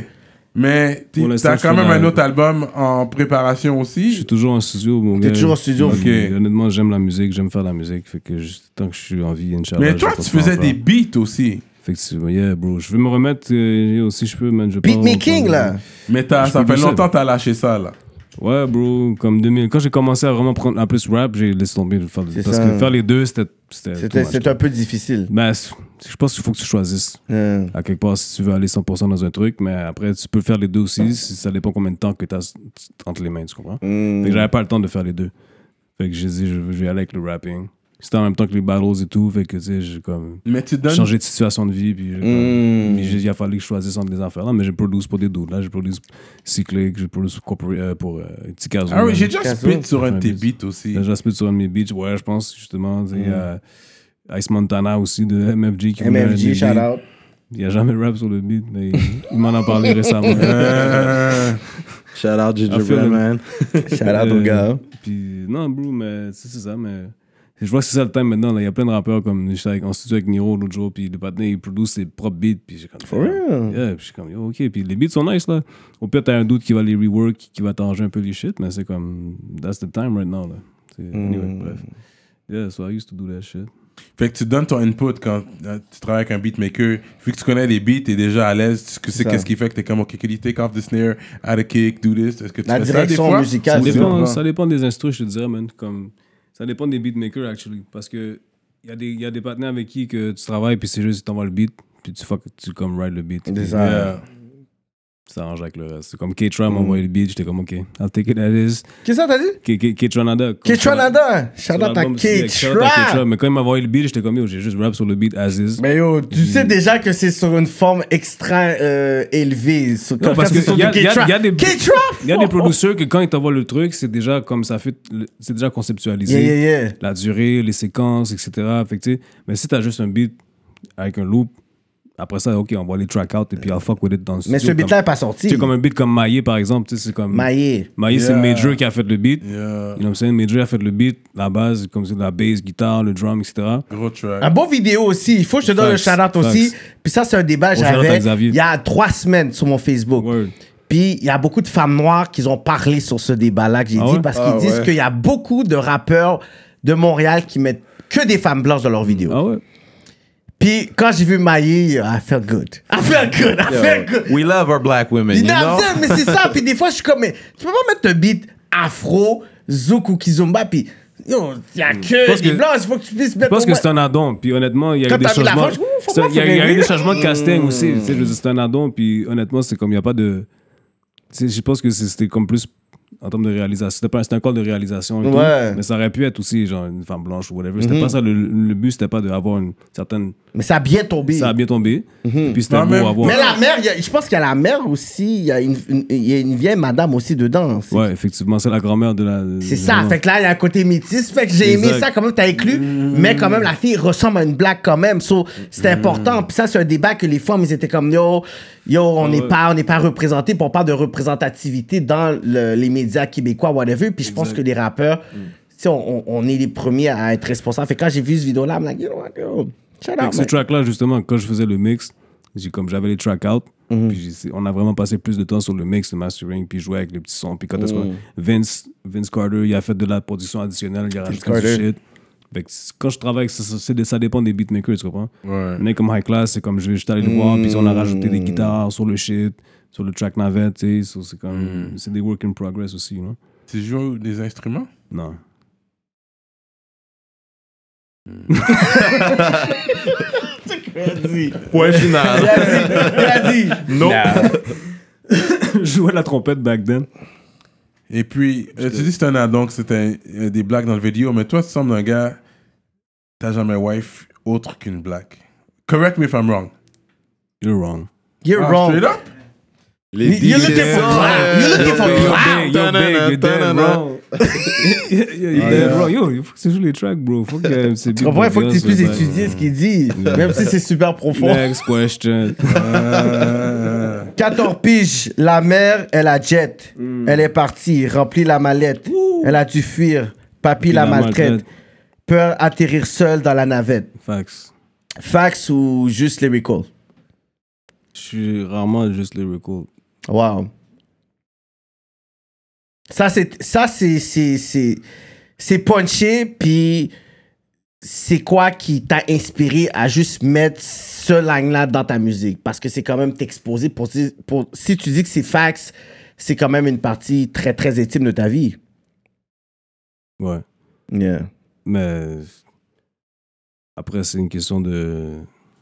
Mais t'as quand même un autre album en préparation aussi. Je suis toujours en studio, mon gars. T'es toujours en studio? Honnêtement, j'aime la musique, j'aime faire la musique. Fait que tant que je suis en vie, Inch'Allah. Mais toi, tu faisais des beats aussi. Effectivement, yeah, bro. Je veux me remettre si je peux, man. Beatmaking, là. Mais ça fait longtemps que t'as lâché ça, là. Ouais, bro. Comme 2000. Quand j'ai commencé à vraiment prendre en plus rap, j'ai laissé tomber de faire parce que faire les deux, c'était un peu difficile. Ben, je pense qu'il faut que tu choisisses. À quelque part, si tu veux aller 100% dans un truc, mais après, tu peux faire les deux aussi. Ça dépend combien de temps que tu as entre les mains, tu comprends? Fait que j'avais pas le temps de faire les deux. Fait que j'ai dit, je vais aller avec le rapping. C'était en même temps que les battles et tout, fait que tu sais, j'ai comme changé de situation de vie, puis il a fallu que je choisisse entre les affaires là, mais j'ai produit pour des dudes, là, j'ai produit Cyclic, j'ai produit pour Tikazo. Ah oui, j'ai déjà spit sur un de tes beats aussi. J'ai déjà spit sur un de mes beats, ouais, je pense, justement, il y a Ice Montana aussi de MFG qui MFG, shout out. Il a jamais rap sur le beat, mais il m'en a parlé récemment. Shout out Gingerbread Man. Shout out au gars. Puis non, bro, mais c'est ça, mais je vois que c'est ça le time maintenant. Il y a plein de rappeurs comme j'étais en studio avec Niro l'autre jour, puis le patin il produit ses propres beats, puis j'ai comme. For real? Yeah, puis je suis comme yo, ok, puis les beats sont nice là. Au pire t'as un doute qui va les rework, qui va t'arranger un peu les shit, mais c'est comme that's the time right now là. Anyway, bref. Yeah, so I used to do that shit. Fait que tu donnes ton input quand tu travailles avec un beatmaker. Vu que tu connais les beats, t'es déjà à l'aise. Tu sais qu'est-ce qui fait que t'es comme, OK, can you take off the snare, add a kick, do this? Est-ce que tu la fais direction ça des fois? musicale. Ça dépend des instrus, je te dirais, man. Comme, ça dépend des beatmakers, actually. Parce que il y a des partenaires avec qui que tu travailles, puis c'est juste, tu t'envoies le beat, puis tu comme write le beat. Ça arrange avec le reste. C'est comme K-Tron m'a envoyé le beat, j'étais comme OK, I'll take it as is. Qu'est-ce que t'as dit? K-Tronada. K-Tronada! Shout out à K-Tron! Mais quand il m'a envoyé le beat, j'étais comme yo, j'ai juste rap sur le beat as is. Mais yo, tu sais déjà que c'est sur une forme extra élevée. Non, parce qu'il y a des producteurs que quand ils t'envoient le truc, c'est déjà comme ça fait, c'est déjà conceptualisé. La durée, les séquences, etc. Fait que, tu sais, mais si t'as juste un beat avec un loop, après ça, OK, on va les track out et puis I'll fuck with it dans le studio. Mais ce beat-là n'est pas sorti. Tu sais, comme un beat comme Maillé, par exemple. Tu sais, c'est comme... Maillé, c'est Major qui a fait le beat. You know what I'm saying? Major a fait le beat, la base, comme c'est la bass, guitare, le drum, etc. Gros track. Un bon vidéo aussi. Il faut que je te donne le shout-out aussi. Puis ça, c'est un débat que j'avais il y a 3 semaines sur mon Facebook. Puis il y a beaucoup de femmes noires qui ont parlé sur ce débat-là que j'ai dit parce qu'ils disent qu'il y a beaucoup de rappeurs de Montréal qui mettent que des femmes blanches dans leurs vidéos. Ah ouais? Puis quand j'ai vu Maillé, I felt good. We love our black women, you know? Mais c'est ça. Puis des fois, je suis comme, mais tu peux pas mettre un beat afro, zouk ou kizomba, puis yo, il y a que des blancs, il faut que tu puisses mettre... Je pense que c'est un addon, puis honnêtement, il y a eu des changements. Il y a eu des changements de casting aussi. Tu sais, je veux dire, c'est un addon, puis honnêtement, c'est comme, il n'y a pas de... Tu sais, je pense que c'était comme plus... En termes de réalisation, c'était un call de réalisation et tout, mais ça aurait pu être aussi genre une femme blanche ou whatever. C'était pas ça, le but c'était pas d'avoir une certaine... Mais ça a bien tombé. Et puis c'était beau à voir. Mais la mère, je pense qu'il y a la mère aussi, il y a une vieille madame aussi dedans. Ouais, effectivement, c'est la grand-mère de la... C'est ça, fait que là, il y a un côté métis, fait que j'ai aimé ça quand même, t'as inclus, mais quand même, la fille ressemble à une black quand même, so, c'est important. Puis ça, c'est un débat que les femmes, ils étaient comme, yo, on n'est pas représentés, puis on parle de représentativité dans les médias québécois, whatever, puis je pense que les rappeurs... sais, on est les premiers à être responsables. Fait que quand j'ai vu cette vidéo-là, I'm like, yo, shout out, ce track-là, justement, quand je faisais le mix, j'avais les track out, puis on a vraiment passé plus de temps sur le mix, le mastering, puis jouer avec les petits sons. Puis quand est-ce que Vince Carter, il a fait de la production additionnelle, il a rajouté du shit. Fait que quand je travaille, ça dépend des beatmakers, tu comprends? Ouais. On est comme High Class, c'est comme je vais juste aller le voir, puis on a rajouté des guitares sur le shit, sur le track navette, tu sais, c'est comme, c'est des work in progress aussi, non? Tu joues des instruments? Non. Point final. Il a dit. Non. Je jouais la trompette back then. Et puis, tu dis que c'était un addon, que c'était des blagues dans le vidéo, mais toi, tu sembles un gars, t'as jamais wife autre qu'une blague. Correct me if I'm wrong. You're wrong. You're wrong. Straight up? You're looking for clout. You're looking for clout. You're dead wrong. You're dead wrong. Yo, il faut que tu joues les tracks, bro. Tu comprends? Il faut que tu puisses étudier ce qu'il dit, même si c'est super profond. Next question. 14 piges, la mère, elle a jet. Elle est partie, remplit la mallette. Elle a dû fuir. Papy la maltraite. Peur atterrir seule dans la navette. Facts. Facts ou juste lyrical? Je suis rarement juste lyrical. Wow. Ça, c'est punché, puis c'est quoi qui t'a inspiré à juste mettre ce line-là dans ta musique? Parce que c'est quand même t'exposer si tu dis que c'est facts, c'est quand même une partie très, très intime de ta vie. Ouais. Yeah. Mais après, c'est une question de...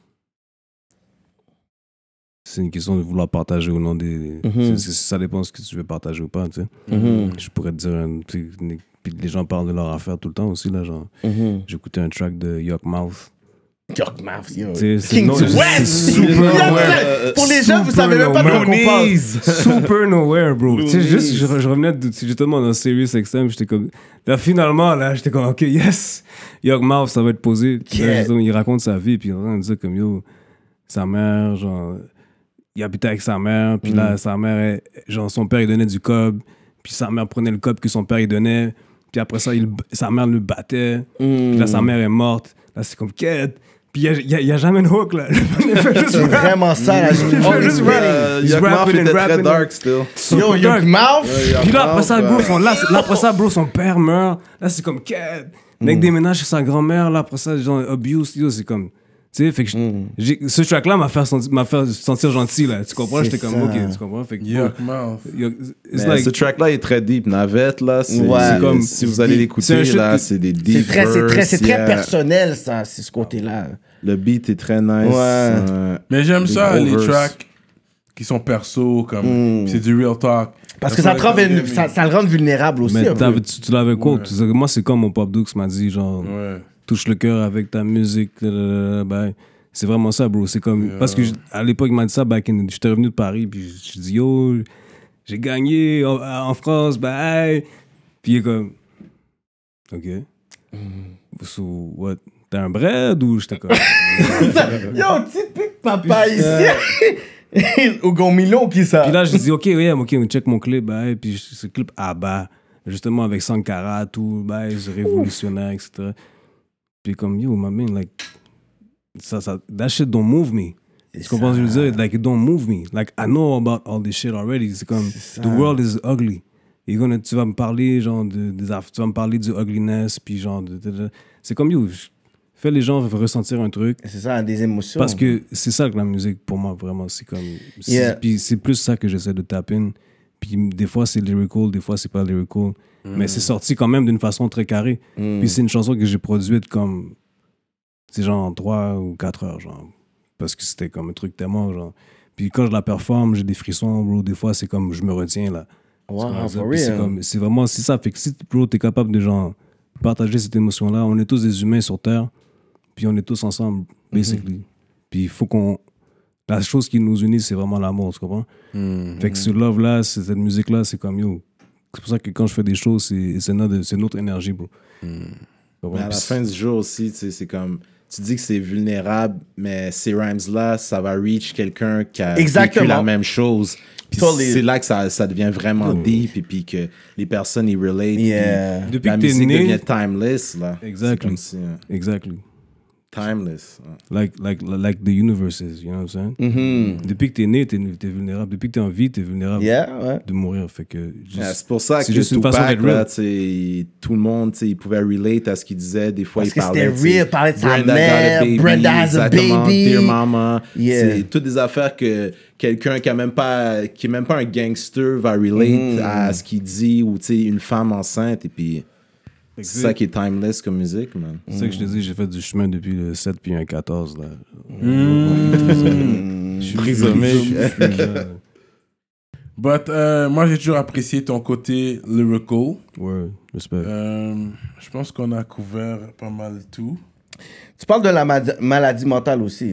C'est une question de vouloir partager ou non des... Ça dépend de ce que tu veux partager ou pas, tu sais. Je pourrais te dire... Puis les gens parlent de leur affaire tout le temps aussi, là, genre... J'écoutais un track de Yuck Mouth. Yuck Mouth, yo. King to West! Super Pour les gens, vous savez même pas de quoi on parle. Super nowhere, bro. Tu sais, juste, je revenais justement dans Sirius XM, j'étais comme... Là, finalement, là, j'étais comme, OK, yes! Yuck Mouth, ça va être posé. Là, il raconte sa vie, puis il dit comme, yo, sa mère, genre... Il habitait avec sa mère, puis là, sa mère, genre, son père, il donnait du cob, puis sa mère prenait le cob que son père, il donnait, puis après ça, sa mère le battait, puis là, sa mère est morte. Là, c'est comme, quête. Puis il n'y a jamais de hook, là. C'est vraiment ça, là. Yuck Mouth était très dark, still. Yo, Yuck Mouth! Puis là, après ça, bro, son père meurt. Là, c'est comme, quête. Le mec déménage chez sa grand-mère, là, après ça, genre, abuse, yo, c'est comme... Tu sais, fait que ce track-là m'a fait sentir gentil, là. Tu comprends? J'étais comme, OK, tu comprends? Fait que, Yuck Mouth. Ce track-là est très deep. Navette, là, c'est comme... Si vous allez l'écouter, là, c'est des deep verses. C'est très personnel, ça, c'est ce côté-là. Le beat est très nice. Mais j'aime ça, les tracks qui sont perso, comme... C'est du real talk. Parce que ça le rend vulnérable aussi. Mais tu l'avais quoi? Moi, c'est comme mon Pop Dukes m'a dit, genre... touche le cœur avec ta musique. Ben, c'est vraiment ça, bro. C'est comme... Parce que à l'époque, il m'a dit ça, j'étais revenu de Paris, puis je dis, yo, j'ai gagné en France, bye. Puis il est comme... OK. So, what? T'as un bread ou j'étais comme... Yo, typique papa ici. Au Gomilon, qui ça? Puis là, je dis, OK, on check mon clip, bye. Puis ce clip, justement, avec Sankara, tout, bye, c'est révolutionnaire, etc. Puis comme, yo, my man, like, that shit don't move me. Tu comprends ce que je veux dire? Like, it don't move me. Like, I know about all this shit already. C'est comme, the world is ugly. Tu vas me parler, genre, tu vas me parler du ugliness, puis genre, c'est comme, yo, fais les gens ressentir un truc. C'est ça, des émotions. Parce que c'est ça que la musique, pour moi, vraiment, c'est comme... Puis c'est plus ça que j'essaie de tap in. Puis des fois, c'est lyrical, des fois, c'est pas lyrical. Mais c'est sorti quand même d'une façon très carrée. Puis c'est une chanson que j'ai produite comme... C'est genre en 3 ou 4 heures, genre. Parce que c'était comme un truc tellement, genre... Puis quand je la performe, j'ai des frissons, bro. Des fois, c'est comme, je me retiens, là. Wow, c'est vraiment... C'est ça. Fait que si, bro, t'es capable de, genre, partager cette émotion-là, on est tous des humains sur Terre, puis on est tous ensemble, basically. Puis il faut qu'on... La chose qui nous unit, c'est vraiment l'amour, tu comprends? Fait que ce love-là, cette musique-là, c'est comme, yo... C'est pour ça que quand je fais des choses, c'est notre énergie, bro. Mais à la fin du jour aussi, c'est comme... tu dis que c'est vulnérable, mais ces rhymes-là, ça va reach quelqu'un qui a vécu la même chose. Puis c'est là que ça devient vraiment deep et puis que les personnes, ils relate. Yeah. Depuis la que t'es musique né, devient timeless, là. Exactly. Si, Exactly. timeless. Like the universe is, you know what I'm saying? Mm-hmm. Depuis que t'es né, t'es vulnérable. Depuis que t'es en vie, t'es vulnérable de mourir. Fait que c'est pour ça que juste une façon Tupac, d'être là, real. tout le monde, il pouvait relate à ce qu'il disait. Des fois, Parce il parlait. que c'était real, parlait de sa Brenda mère, got a baby, Brenda has a exactement, baby. Dear Mama. Yeah. C'est toutes des affaires que quelqu'un qui est même pas un gangster va relate à ce qu'il dit, ou une femme enceinte, et puis c'est ça qui est timeless comme musique, man. C'est ça que je te dis, j'ai fait du chemin depuis le 7 puis un 14. Là. Je suis prisonnier. But moi, j'ai toujours apprécié ton côté lyrical. Ouais, respect. Je pense qu'on a couvert pas mal tout. Tu parles de la maladie mentale aussi.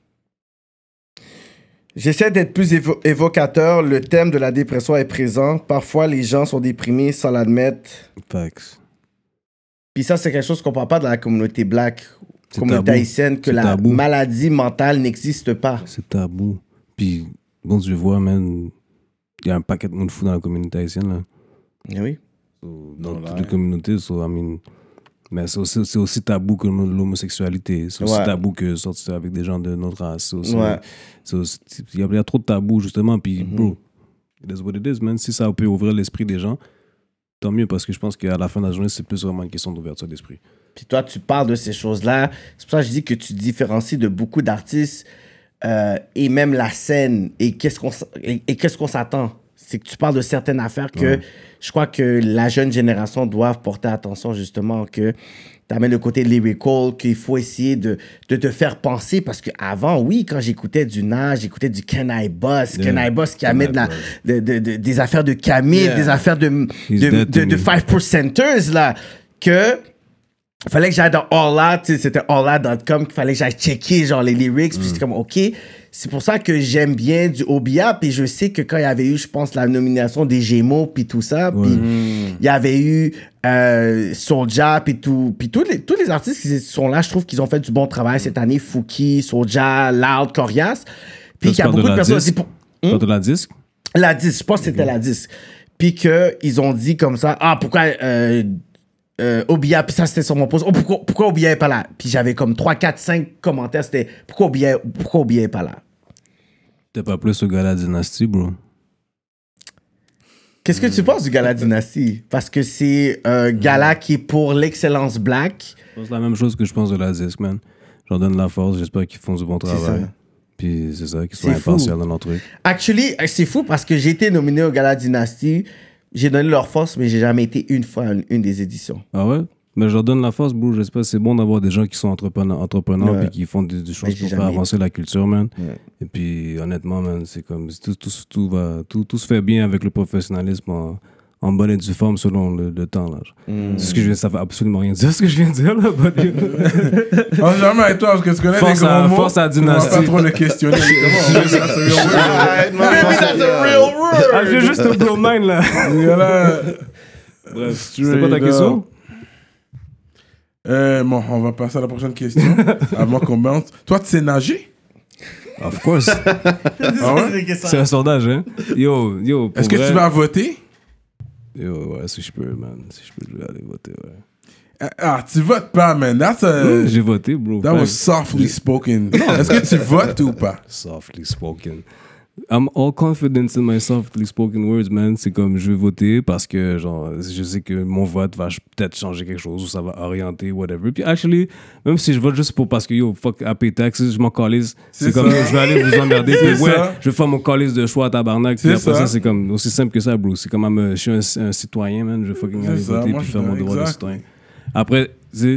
J'essaie d'être plus évocateur. Le thème de la dépression est présent. Parfois, les gens sont déprimés sans l'admettre. Facts. Puis ça, c'est quelque chose qu'on parle pas de la communauté black, C'est communauté tabou. haïtienne, que C'est la tabou. maladie mentale n'existe pas. C'est tabou. Puis, bon, je vois, man, il y a un paquet de monde fou dans la communauté haïtienne, là. Oui. Dans toutes les communautés, mais c'est aussi tabou que l'homosexualité. C'est aussi tabou que sortir avec des gens de notre race. Il y a trop de tabous, justement. Puis, bro, it is what it is, man. Si ça peut ouvrir l'esprit des gens, tant mieux, parce que je pense qu'à la fin de la journée, c'est plus vraiment une question d'ouverture d'esprit. Puis toi, tu parles de ces choses-là. C'est pour ça que je dis que tu différencies de beaucoup d'artistes et même la scène. Et qu'est-ce qu'on s'attend? C'est que tu parles de certaines affaires que je crois que la jeune génération doit porter attention, justement, que tu amènes le côté lyrical, qu'il faut essayer de te faire penser. Parce qu'avant, oui, quand j'écoutais du Nas, j'écoutais du Can I Boss. Can I Boss qui amène des affaires de Camille, des affaires de 5%ers, là, que... fallait que j'aille dans All Out, c'était allout.com, qu'il fallait que j'aille checker genre les lyrics, puis j'étais comme OK, c'est pour ça que j'aime bien du OBA, puis je sais que quand il y avait eu, je pense, la nomination des Gémeaux, puis tout ça, puis il y avait eu Soulja, puis tous les artistes qui sont là, je trouve qu'ils ont fait du bon travail cette année, Fouki, Soulja, Loud, Corias, puis il y a beaucoup de personnes aussi pour... Pas de la disque? La disque, je pense que c'était la disque. Puis qu'ils ont dit comme ça, pourquoi... Obia, puis ça c'était sur mon post. Pourquoi Obia est pas là? Puis j'avais comme 3, 4, 5 commentaires. C'était pourquoi Obia est pas là? T'es pas plus au Gala Dynasty, bro? Qu'est-ce que tu penses du Gala Dynasty? Parce que c'est un gala qui est pour l'excellence black. C'est la même chose que je pense de la disque, man. J'en donne la force, j'espère qu'ils font du bon travail. Ça. Puis c'est ça, qu'ils soient impartials dans leur truc. Actually, c'est fou parce que j'ai été nominé au Gala Dynasty. J'ai donné leur force, mais j'ai jamais été une fois à une des éditions. Ah ouais? Mais je leur donne la force, bro. J'espère que c'est bon d'avoir des gens qui sont entrepreneurs et qui font des choses pour faire avancer la culture, man. Et puis, honnêtement, man, c'est comme... Tout se fait bien avec le professionnalisme en bonne et due forme selon le temps, là. C'est ce que je viens de... Ça veut absolument rien dire, ce que je viens de dire, là. On est jamais avec toi, parce que tu connais les grands mots. Force à Dynasty. On va pas trop le questionner. Maybe that's a real word! J'ai juste un blow mind, là. Bref, c'est quoi ta question? Bon, on va passer à la prochaine question avant qu'on bounce. Toi, tu sais nager? Of course. C'est un sondage, hein? Yo. Est-ce que tu vas voter? Yo, ouais, si je peux, man. Si je peux, je vais aller voter, ouais. Tu votes pas, man. J'ai voté, bro. That was softly spoken. Est-ce que tu votes ou pas? Softly spoken. I'm all confident in my softly spoken words, man. C'est comme je vais voter parce que genre je sais que mon vote va peut-être changer quelque chose ou ça va orienter, whatever. Puis actually, même si je vote juste pour parce que yo, fuck, I pay taxes, je m'en calisse. C'est comme je vais aller vous emmerder. Puis ouais, je vais faire mon calice de choix à tabarnak. Puis après ça, c'est comme aussi simple que ça, bro. C'est comme je suis un citoyen, man. Je vais fucking aller voter puis faire mon devoir de citoyen. Après,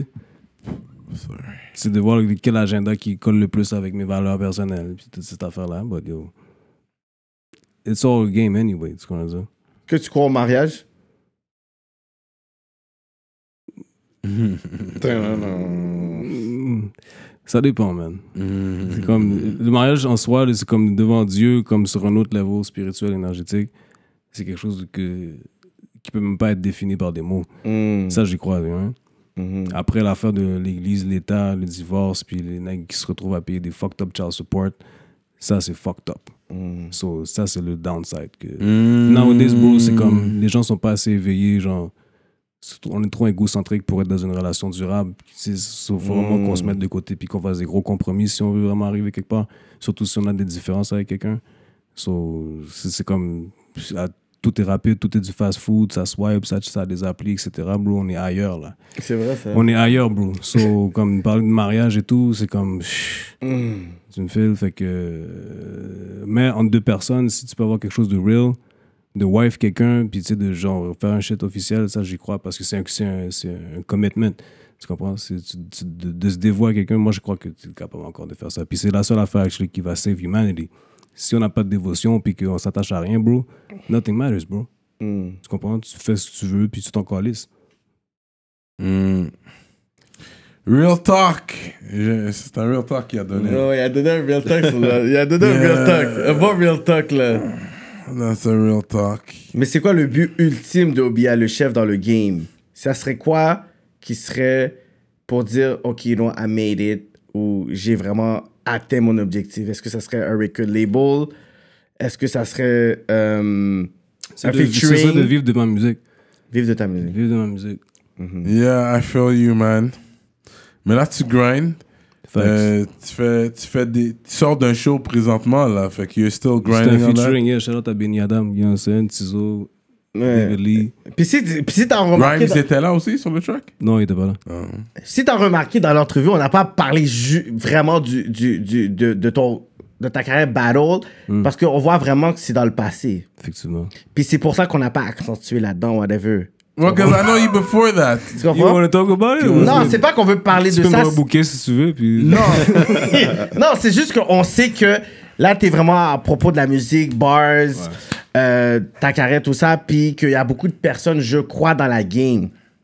c'est de voir quel agenda qui colle le plus avec mes valeurs personnelles. Puis toute cette affaire-là, but yo. It's all a game anyway, tu comprends ça? Que tu crois au mariage? Ça dépend, man. C'est comme, le mariage en soi, c'est comme devant Dieu, comme sur un autre level spirituel, énergétique. C'est quelque chose qui peut même pas être défini par des mots. Ça, j'y crois, hein? Après l'affaire de l'église, l'État, le divorce, puis les nègres qui se retrouvent à payer des fucked up child support, ça c'est fucked up. So, ça c'est le downside. Nowadays, bro, c'est comme les gens sont pas assez éveillés, genre on est trop égocentrique pour être dans une relation durable. Il faut vraiment qu'on se mette de côté puis qu'on fasse des gros compromis si on veut vraiment arriver quelque part, surtout si on a des différences avec quelqu'un. So, c'est comme tout est rapide, tout est du fast food, ça swipe, ça a des applis, etc. Bro, on est ailleurs là. C'est vrai ça. On est ailleurs, bro. So, comme parler de mariage et tout, c'est comme tu me files, fait que mais entre deux personnes, si tu peux avoir quelque chose de real, de wife quelqu'un, puis tu sais, de genre faire un shit officiel, ça j'y crois parce que c'est un commitment. Tu comprends? De se dévouer à quelqu'un, moi je crois que tu es capable encore de faire ça. Puis c'est la seule affaire actually, qui va save humanity. Si on n'a pas de dévotion puis qu'on s'attache à rien, bro, nothing matters, bro. Tu comprends? Tu fais ce que tu veux puis tu t'en calisses. Real talk. C'est un real talk qu'il a donné. Non, il a donné un real talk. Il a donné un real talk. Un bon real talk, là. That's a real talk. Mais c'est quoi le but ultime de Obia, le chef dans le game? Ça serait quoi qui serait pour dire, OK, non, I made it, ou j'ai vraiment atteint mon objectif? Est-ce que ça serait un record label? Est-ce que ça serait un featuring? C'est ça de vivre de ma musique. Vivre de ta musique. Vivre de ma musique. Yeah, I feel you, man. Mais là, tu grind. Tu sors d'un show présentement, là. Fait que you're still grinding. C'est un featuring, yeah. Shout out à Benny Adam, Guillaume Sen, Tizo, David Lee. Puis si t'as remarqué... Grimes était là aussi sur le track? Non, il était pas là. Si t'as remarqué dans l'entrevue, on n'a pas parlé vraiment de ta carrière battle, parce qu'on voit vraiment que c'est dans le passé. Effectivement. Puis c'est pour ça qu'on n'a pas accentué là-dedans, whatever. Well, because I know you before that. Tu comprends? You want to talk about it? Non, c'est pas qu'on veut parler de ça. Tu peux me rebooker si tu veux. Puis... Non. Non, c'est juste qu'on sait que là, t'es vraiment à propos de la musique, bars, ta carrière, tout ça, puis qu'il y a beaucoup de personnes, je crois, dans la game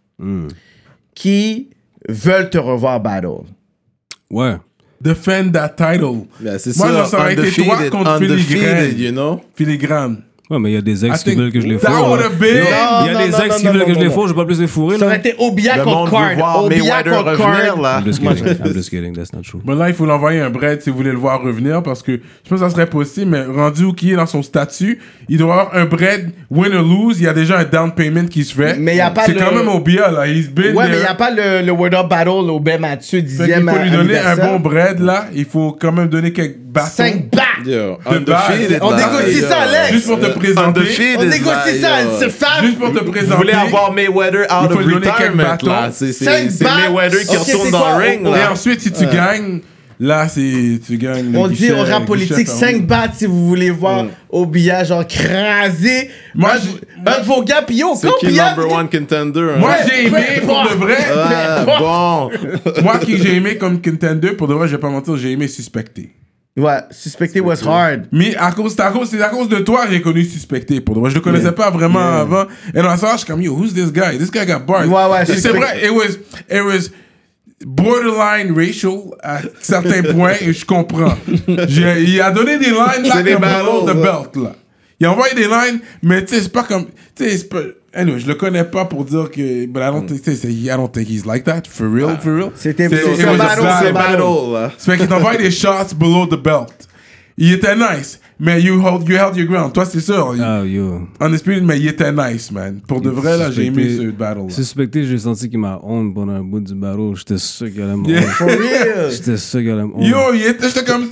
qui veulent te revoir battle. Ouais. Defend that title. Yeah, c'est Moi, ça. ça aurait été toi contre Filigrane. You know? Filigrane. Ouais, mais il y a des ex qui veulent que je les fourre. That would have been... Il y a des ex qui veulent que je les fourre, je vais pas plus les fourrer. Ça aurait été Obia contre Card. Obia contre Card. I'm just kidding, that's not true. Mais là, il faut l'envoyer un bread si vous voulez le voir revenir, parce que je pense que ça serait possible, mais rendu où qui est dans son statut, il doit avoir un bread win or lose, il y a déjà un down payment qui se fait. Mais il y a pas c'est quand même Obia, là. He's been ouais, there. mais il n'y a pas le Word Up Battle au Ben Mathieu 10e. Il faut lui donner un bon bread, là. Il faut quand même donner quelques bâtons. 5 bacs. On négocie ça, Alex. Juste pour te présenter. On négocie ça, c'est femme. Juste pour te présenter. Vous voulez avoir Mayweather out of retirement, là. C'est Mayweather qui retourne dans le ring, là. Et ensuite, si tu gagnes, là, tu gagnes. On dit au rap politique 5 bahts si vous voulez voir Obia, genre, crasé. Moi, un de vos gars, pis yo, c'est qui number one contender? Moi, j'ai aimé pour de vrai. Bon. Moi, qui j'ai aimé comme contender, pour de vrai, je vais pas mentir, j'ai aimé Suspecté. Ouais, Suspecté was hard. Mais c'est à cause de toi j'ai connu Suspecté. Pour de vrai, je le connaissais pas vraiment avant. Et dans ça, je suis comme, yo, who's this guy? This guy got bars. Ouais, c'est vrai, it was borderline racial à certains points, et je comprends. Il a donné des lines là, comme below the belt, là. Il a envoyé des lines, mais tu sais, c'est pas comme... Tu sais, anyway, je le connais pas pour dire que... But I don't think he's like that. For real. C'était battle. C'est fait qu'il t'envoie des shots below the belt. Il était nice, mais you held your ground. Toi, c'est sûr. Undisputed, mais il était nice, man. Pour de vrai, là, j'ai aimé ce battle. Suspecté, j'ai senti qu'il m'a honte pendant un bout du battle. J'étais sûr qu'il allait me honte. For real. J'étais sûr qu'il allait me honte. Yo, j'étais comme...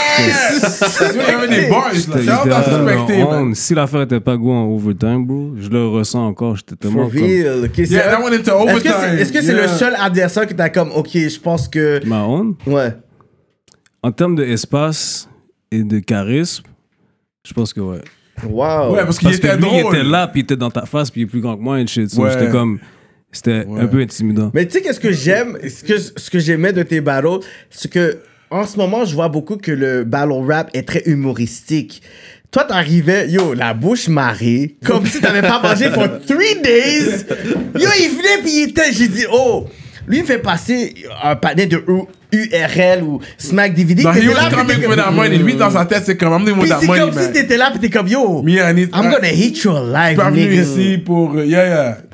Il y avait des bars, là. Si l'affaire était pas go en overtime, bro, je le ressens encore. J'étais tellement comme... Yeah, that went into overtime. Est-ce que c'est le seul adversaire que t'as comme, OK, je pense que... Ma honte? Ouais. En termes d'espace et de charisme, je pense que ouais. Wow. Ouais, parce qu'il était lui, drôle. il était là, puis il était dans ta face, puis il est plus grand que moi, et shit. So j'étais comme... C'était un peu intimidant. Mais tu sais, qu'est-ce que j'aime, ce que j'aimais de tes battles, c'est que en ce moment, je vois beaucoup que le battle rap est très humoristique. Toi, t'arrivais, yo, la bouche marée, comme si t'avais pas mangé pour 3 days. Yo, il venait, puis il était, j'ai dit, oh, lui, il me fait passer un panier de URL ou Smack DVD. Non, he was coming for that money. Lui, dans sa tête, c'est comme, amenez-moi that money, man. C'est comme si t'étais là, puis t'es comme, yo, I'm gonna hate your life, nigga. Je suis pas venu nigga. ici pour... Yeah.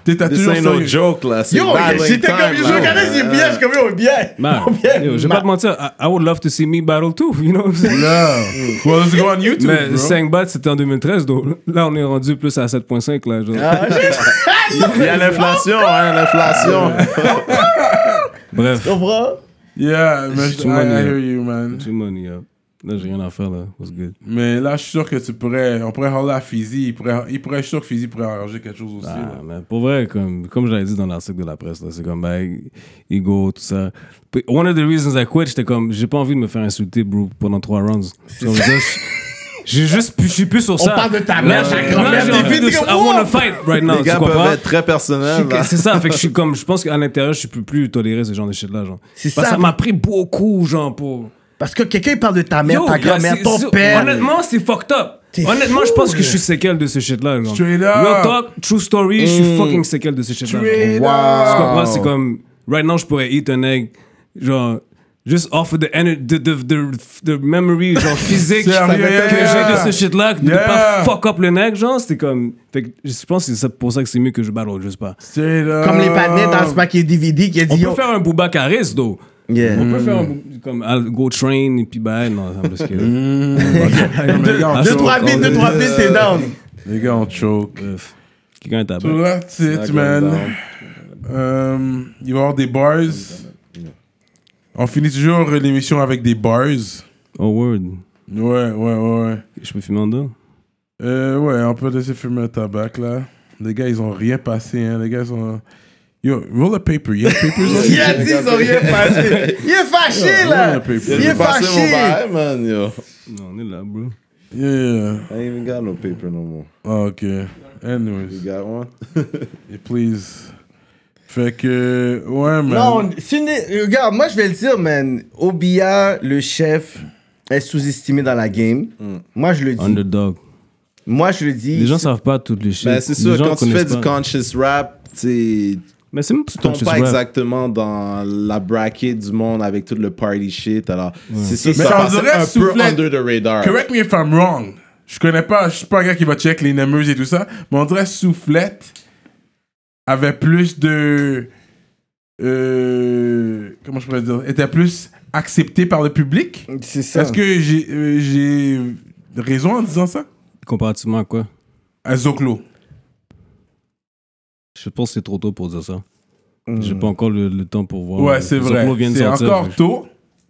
T'as toujours This ain't no joke, là. Yo, j'étais comme, je regardais ces billets, je suis comme, yo, bien. Yo, je vais pas te mentir, I would love to see me battle too, you know what I'm saying? Yeah. Well, let's go on YouTube, Mais bro. 5 bahts, c'était en 2013, donc là, on est rendu plus à 7.5, là. Genre. Il y a l'inflation, hein, l'inflation. Bref. Tu comprends? Yeah, mais I hear you, man. Too money, yeah. Là, j'ai rien à faire, là. What's good? Mais là, je suis sûr que on pourrait holler à Fizzy. Je suis sûr que Fizzy pourrait arranger quelque chose aussi. Ah, mais pour vrai, comme je l'avais dit dans l'article de la presse, là, c'est comme, ego, tout ça. But one of the reasons I quit, j'étais comme, j'ai pas envie de me faire insulter, bro, pendant 3 rounds. Je suis plus sur ça. On parle de ta mère, ta grand-mère, j'ai envie de... I wanna fight right now. Les gars peuvent être très personnels. C'est ça, fait que je pense qu'à l'intérieur, je peux plus tolérer ce genre de shit-là, genre. C'est ça m'a pris beaucoup, genre, pour... Parce que quelqu'un parle de ta mère, ta grand-mère, ton père. Honnêtement, c'est fucked up. Honnêtement, je pense que je suis séquelle de ce shit-là. Genre. Straight up. Real talk, true story, je suis fucking séquelle de ce shit-là. Straight Tu comprends? C'est comme, right now, je pourrais eat un egg, genre, just off of the memory, genre, physique que j'ai de ce shit-là, de pas fuck up le neck, genre, c'était comme... Fait que je pense que c'est pour ça que c'est mieux que je battle, juste pas. Comme les panneaux dans ce paquet DVD qui a dit... On peut faire un Booba Caris, though. Yeah. On peut faire comme I'll go train et puis bah non, ça me risque. 2-3 bits, t'es down. Les gars, on choke. Quelqu'un est à So that's it, man. Il va y avoir des bars. On finit toujours l'émission avec des bars. Oh, word. Ouais. Je peux fumer en dedans? Ouais, on peut laisser fumer un tabac, là. Les gars, ils ont rien passé, hein. Les gars, ils sont... Yo, roll a paper. Il y a papers. Il a dit, ils ont rien passé. Il est fâché, là. Il est fâché. Man, yo. Non, on est là, bro. Yeah. I ain't even got no paper no more. Oh, OK. Anyways. You got one? Please. Fait que... Ouais, man. Non, regarde, moi, je vais le dire, man. Obia, le chef, est sous-estimé dans la game. Moi, je le dis. Underdog. Moi, je le dis. Les gens savent pas toutes les shit. Ben, c'est sûr, quand tu fais du conscious rap, tu tombes pas exactement dans la bracket du monde avec tout le party shit. Alors, c'est ça, ça passe un peu under the radar. Correct me if I'm wrong. Je suis pas un gars qui va check les numbers et tout ça, mais on dirait Soufflette avait plus de... comment je pourrais dire? Était plus accepté par le public. C'est ça. Est-ce que j'ai raison en disant ça? Comparativement à quoi? À Zoclo. Je pense que c'est trop tôt pour dire ça. J'ai pas encore le temps pour voir. Ouais, c'est vrai. C'est encore tôt.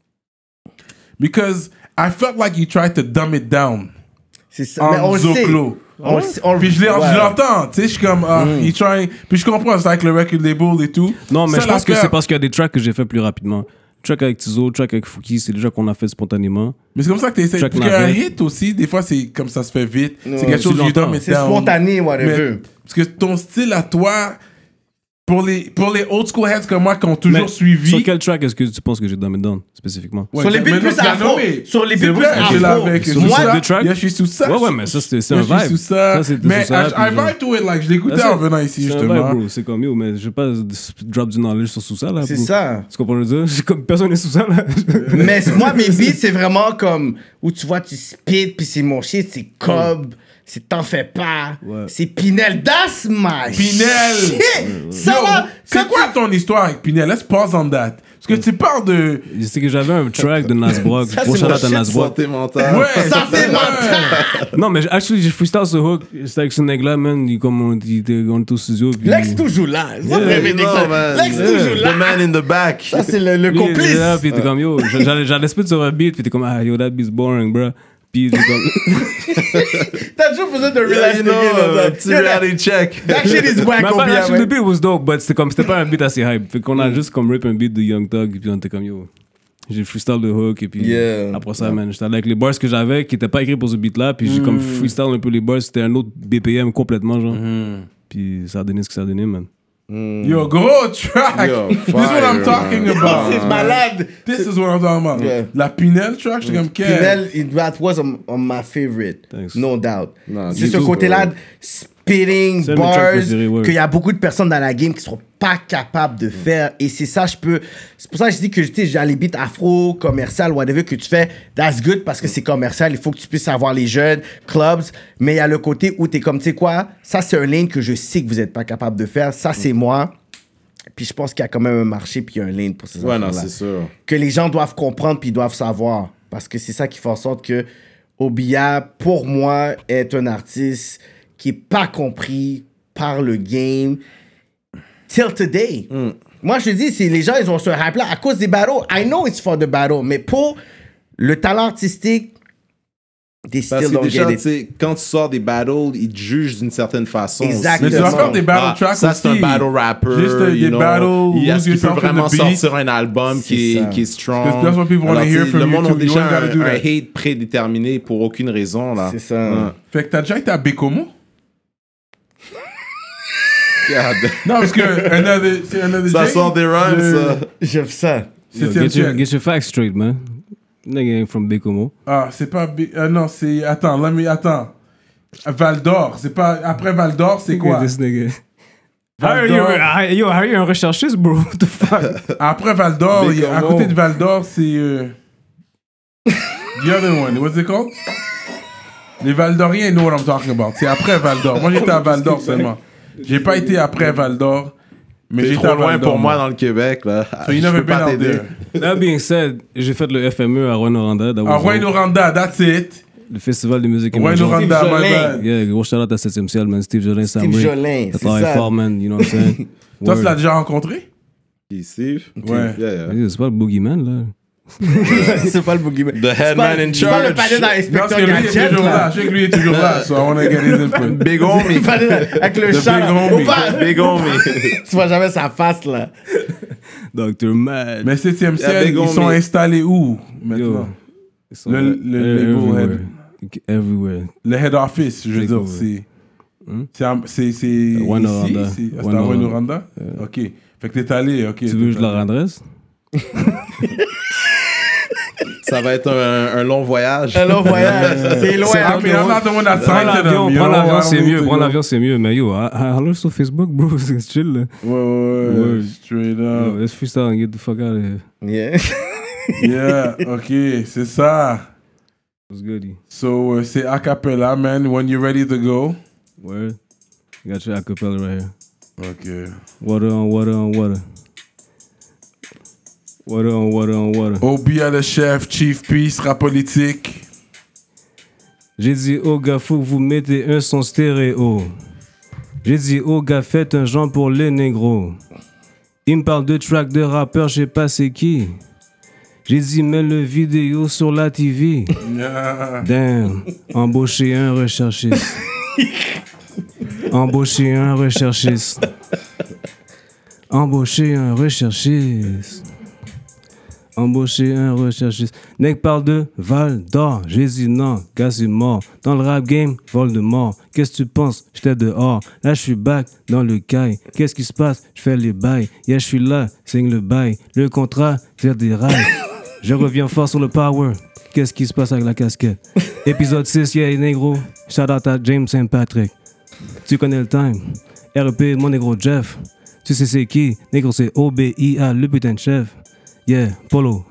Because I felt like you tried to dumb it down. C'est ça. Mais on Zoclo. le sait. Puis je l'entends, tu sais, je suis comme, il try. Puis je comprends, c'est avec le record label et tout. Non, mais je pense que c'est parce qu'il y a des tracks que j'ai fait plus rapidement. Track avec Tizo, track avec Fouki, c'est déjà qu'on a fait spontanément. Mais c'est comme ça que tu essaies. Parce qu'un hit aussi, des fois, c'est comme ça se fait vite. C'est quelque chose que tu c'est spontané, whatever. Parce que ton style à toi, pour les old school heads comme moi qui ont toujours suivi. Sur quel track est-ce que tu penses que j'ai dumb it down spécifiquement? Sur les beats plus afro. Sur les beats plus afro. Moi, je suis sous ça. Ouais, mais ça, c'est un vibe. Je suis sous ça. Mais I vibe to it, like, je l'écoutais en venant ici, justement. C'est comme yo, mais je vais pas drop du knowledge sur sous ça, là. C'est ça. Tu comprends le dire? Personne n'est sous ça, là. Mais moi, mes beats, c'est vraiment comme où tu vois, tu spit, puis c'est mon shit, c'est Cobb. C'est T'en fais pas. Ouais. C'est Pinel. That's my Pinel. Ça là. C'est quoi ton histoire avec Pinel? Let's pause on that. Parce que tu parles de... C'est que j'avais un track de Nasbrog. Gros shout-out à Nasbrog. Santé mentale. Ouais, santé mentale. Non, mais actually, j'ai freestyle ce hook. C'était avec ce nègre-là, man. On était au studio. Puis... Lex toujours là. Lex toujours là. The man in the back. Ça, c'est le complice. Puis t'es comme, yo, j'allais spit sur un beat. Puis t'es comme, ah, yo, that beat's boring, bro. Puis t'es comme... T'as toujours besoin de realize un petit reality check. That shit is whack. Mais actually, the beat was dope, but c'était pas un beat assez hype. Fait qu'on a juste comme rip un beat de Young Thug. Et puis on était comme, yo... J'ai freestyle le hook et puis après ça, man, j'étais allé avec les bars que j'avais qui étaient pas écrits pour ce beat-là. Puis j'ai comme freestyle un peu les bars. C'était un autre BPM complètement, genre. Puis ça a donné ce que ça a donné, man. Yo, gros track. This is what I'm talking about. C'est malade. This is what I'm talking about. Yeah. La Pinel track, j'étais comme Pinel, that was on my favorite. Thanks. No doubt. C'est ce côté-là, spitting, bars, qu'il y a beaucoup de personnes dans la game qui sont pas capable de faire. Et c'est ça, c'est pour ça que je dis que j'ai les beats afro, commercial, whatever que tu fais, that's good parce que c'est commercial. Il faut que tu puisses avoir les jeunes, clubs. Mais il y a le côté où t'es comme, tu sais quoi, ça c'est un lane que je sais que vous êtes pas capable de faire. Ça c'est moi. Puis je pense qu'il y a quand même un marché puis un lane pour ces affaires-là. Ouais, non, c'est sûr. Que les gens doivent comprendre puis doivent savoir. Parce que c'est ça qui fait en sorte que Obia, pour moi, est un artiste qui est pas compris par le game till today. Moi, je te dis, les gens, ils ont ce hype-là à cause des battles. I know it's for the battle, mais pour le talent artistique, they Parce still que don't déjà, get it. quand tu sors des battles, ils te jugent d'une certaine façon. Exactement. Mais tu vas faire des battle tracks ça, aussi. c'est un battle rapper. Juste des battles où est-ce qu'il peut yourself in vraiment the beat. sortir un album qui est strong? Because that's what people want to hear from le monde you a too. déjà You ain't gotta do un that. hate prédéterminé pour aucune raison. Là. C'est ça. Fait que t'as déjà été à Bécomo? God. Non, parce que another Ça J, sort des rhymes, ça. J'aime ça. C'est Get your facts straight, man. Nigga ain't from Bécomo. Ah, c'est pas... non, c'est... Attends. Val d'Or. C'est pas... Après Val d'Or, c'est quoi? This nigga. Val d'Or. Yo, Harry, un recherchiste, bro. What the fuck? Après Val d'Or, Bécomo. à côté de Val d'Or, c'est... The other one, what's it called? Les Val d'Oriens know what I'm talking about. C'est après Val d'Or. Moi, j'étais à Val d'Or seulement. J'ai pas été après Val d'Or, mais T'es j'étais trop à Val loin d'Or. pour moi dans le Québec, là. So you Je never peux been pas out t'aider. there. That being said, j'ai fait le FME à Rouyn-Noranda. Ah, Rouyn-Noranda, that's it. Le festival de musique émergente. Rouyn-Noranda, my Jolin. bad. Yeah, gros shout-out à 7e ciel, man. Steve Jolin, Sam Steve Ray. Jolin, That's c'est how I ça. fall, man. You know what I'm saying? Toi, tu l'as Word. déjà rencontré? Qui, Steve? Ouais. Yeah, yeah. C'est pas le boogeyman, là. C'est pas le boogeyman. The headman in C'est pas le charge. palais dans Non, parce l'inspecteur que lui, il est Gadget, toujours là. là. Je sais que lui, il est toujours là. So I want to get his input. Big homie. Le palais avec le The chat, big là. homie. Ou pas? Big homie. Tu vois jamais sa face, là. Dr. Mad. Mais 7e ciel, big ils sont homie. installés où, Yo. maintenant? Ils sont Le everywhere. Everywhere. Le head office, je veux dire, Takeover. c'est Rouyn-Noranda. ici? C'est à Rouyn-Noranda? OK. Fait que t'es allé, OK. Tu veux que je leur adresse? Ça va être un long voyage. Un long voyage. C'est loin. I mean, I'm not the one that Prends signed to l'avion, them, you prends know? l'avion, I c'est don't mieux. need to Prends go. l'avion, c'est mieux. Mais yo, allô sur Facebook, bro. C'est chill, là. Ouais, straight up. Yo, let's freestyle and get the fuck out of here. Yeah. Yeah, OK, c'est ça. What's goody? So, c'est a cappella, man. When you're ready to go. Word. You got your acapella right here. OK. Water on water on water. Water on water on water. Obia le chef, Chief Peace, rap politique. J'ai dit aux gars, faut que vous mettez un son stéréo. J'ai dit aux gars, faites un genre pour les négros. Il me parle de track de rappeur, je sais pas c'est qui. J'ai dit, mets le vidéo sur la TV. Yeah. Damn, embaucher un recherchiste. Embaucher un recherchiste. Embaucher un recherchiste. Embaucher un recherchiste. Nèg parle de Val d'Or. J'ai dit non, gars c'est mort. Dans le rap game, vol de mort. Qu'est-ce que tu penses? J'étais dehors. Là je suis back dans le caille. Qu'est-ce qui se passe? Je fais les bails. Yeah, je suis là, signe le bail. Le contrat, faire des rails. Je reviens fort sur le power. Qu'est-ce qui se passe avec la casquette? Épisode 6, yeah, négro. Shout out à James St. Patrick. Tu connais le time. RP, mon négro Jeff. Tu sais c'est qui? Négro, c'est OBIA, le putain de chef. Yeah, Polo,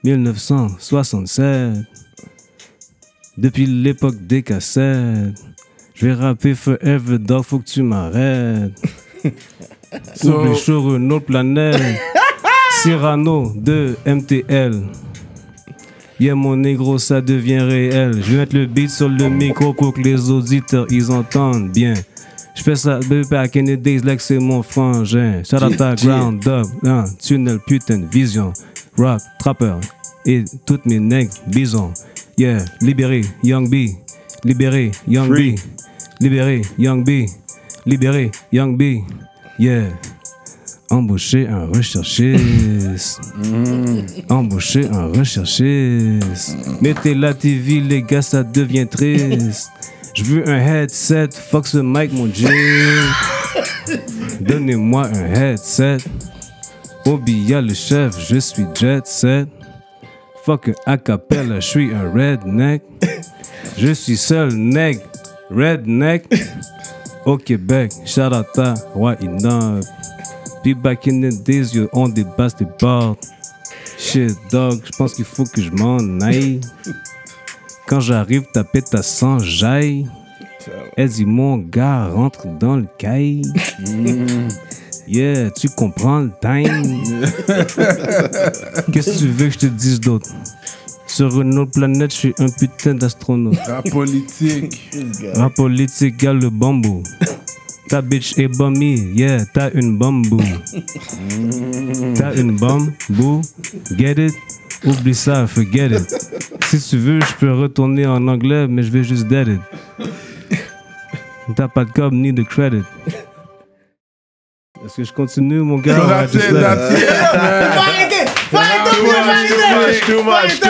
1967. Depuis l'époque des cassettes. Je vais rapper forever, dog, faut que tu m'arrêtes. Oublie sur une autre planète. Cyrano de MTL. Yeah, mon négro, ça devient réel. Je vais mettre le beat sur le micro pour que les auditeurs, ils entendent bien. Je fais ça back in the days like c'est mon frangin. Shout out à Ground Up, tunnel, putain de vision. Rock, trapper et toutes mes nègres bison. Yeah, libéré, Young B. Libéré, Young Free. B. Libéré, Young B. Libéré, Young B. Yeah. Embaucher un recherchiste. Embaucher un recherchiste. Mettez la TV, les gars, ça devient triste. Je veux un headset, fuck ce mic, mon G. Donnez-moi un headset. Obia le chef, je suis jet set. Fuck un acapella, je suis un redneck. Je suis seul neg, redneck. Au Québec, shout out à Why Enough. Be back in the days, yo, on dépasse des bords. Shit, dog, je pense qu'il faut que je m'en aille. Quand j'arrive, taper ta sang jaille. Elle dit, mon gars, rentre dans le caille. Yeah, tu comprends le time. Qu'est-ce que tu veux que je te dise d'autre? Sur une autre planète, je suis un putain d'astronaute. Rap politique. Rap politique, y'a le bambou. Ta bitch est bummy, yeah, t'as une bambou. T'as une bambou, get it? Oublie ça, forget it. Si tu veux, je peux retourner en anglais, mais je vais juste dead it. T'as pas de cob ni de credit. Est-ce que je continue, mon gars? That's it, man. Too much.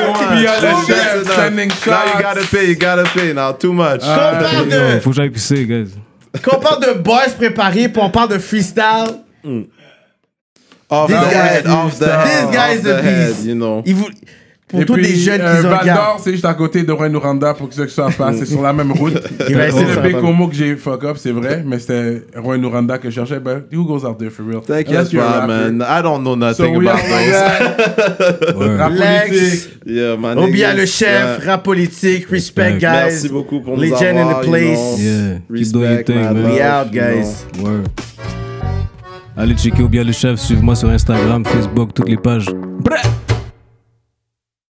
Now you gotta pay. Now too much. Faut que j'aille pisser, guys. Quand on parle de boys préparés, puis on parle de freestyle. Off the This guy is a beast. You know. Pour tous les jeunes qui Val regardent. d'Or, c'est juste à côté de Rouen-Noranda pour que ceux qui soient pas, c'est sur la même route. Il va essayer de C'est faire le big un- combo que j'ai fuck up, c'est vrai, mais c'était Rouen-Noranda que je cherchais. But who goes out there for real? T'inquiète Unless you're a pas, rapper. man. I don't know So nothing we about are those. like that. Rap Lex. politique. Yeah, man. Obia le chef, rap politique, respect, guys. Merci beaucoup pour nous Legend in avoir, the place. you know. Yeah, keep doing your Respect, thing, man. man. We out, You know. guys. Word. Allez checker Obia le chef, suivez-moi sur Instagram, Facebook, toutes les pages. Bref.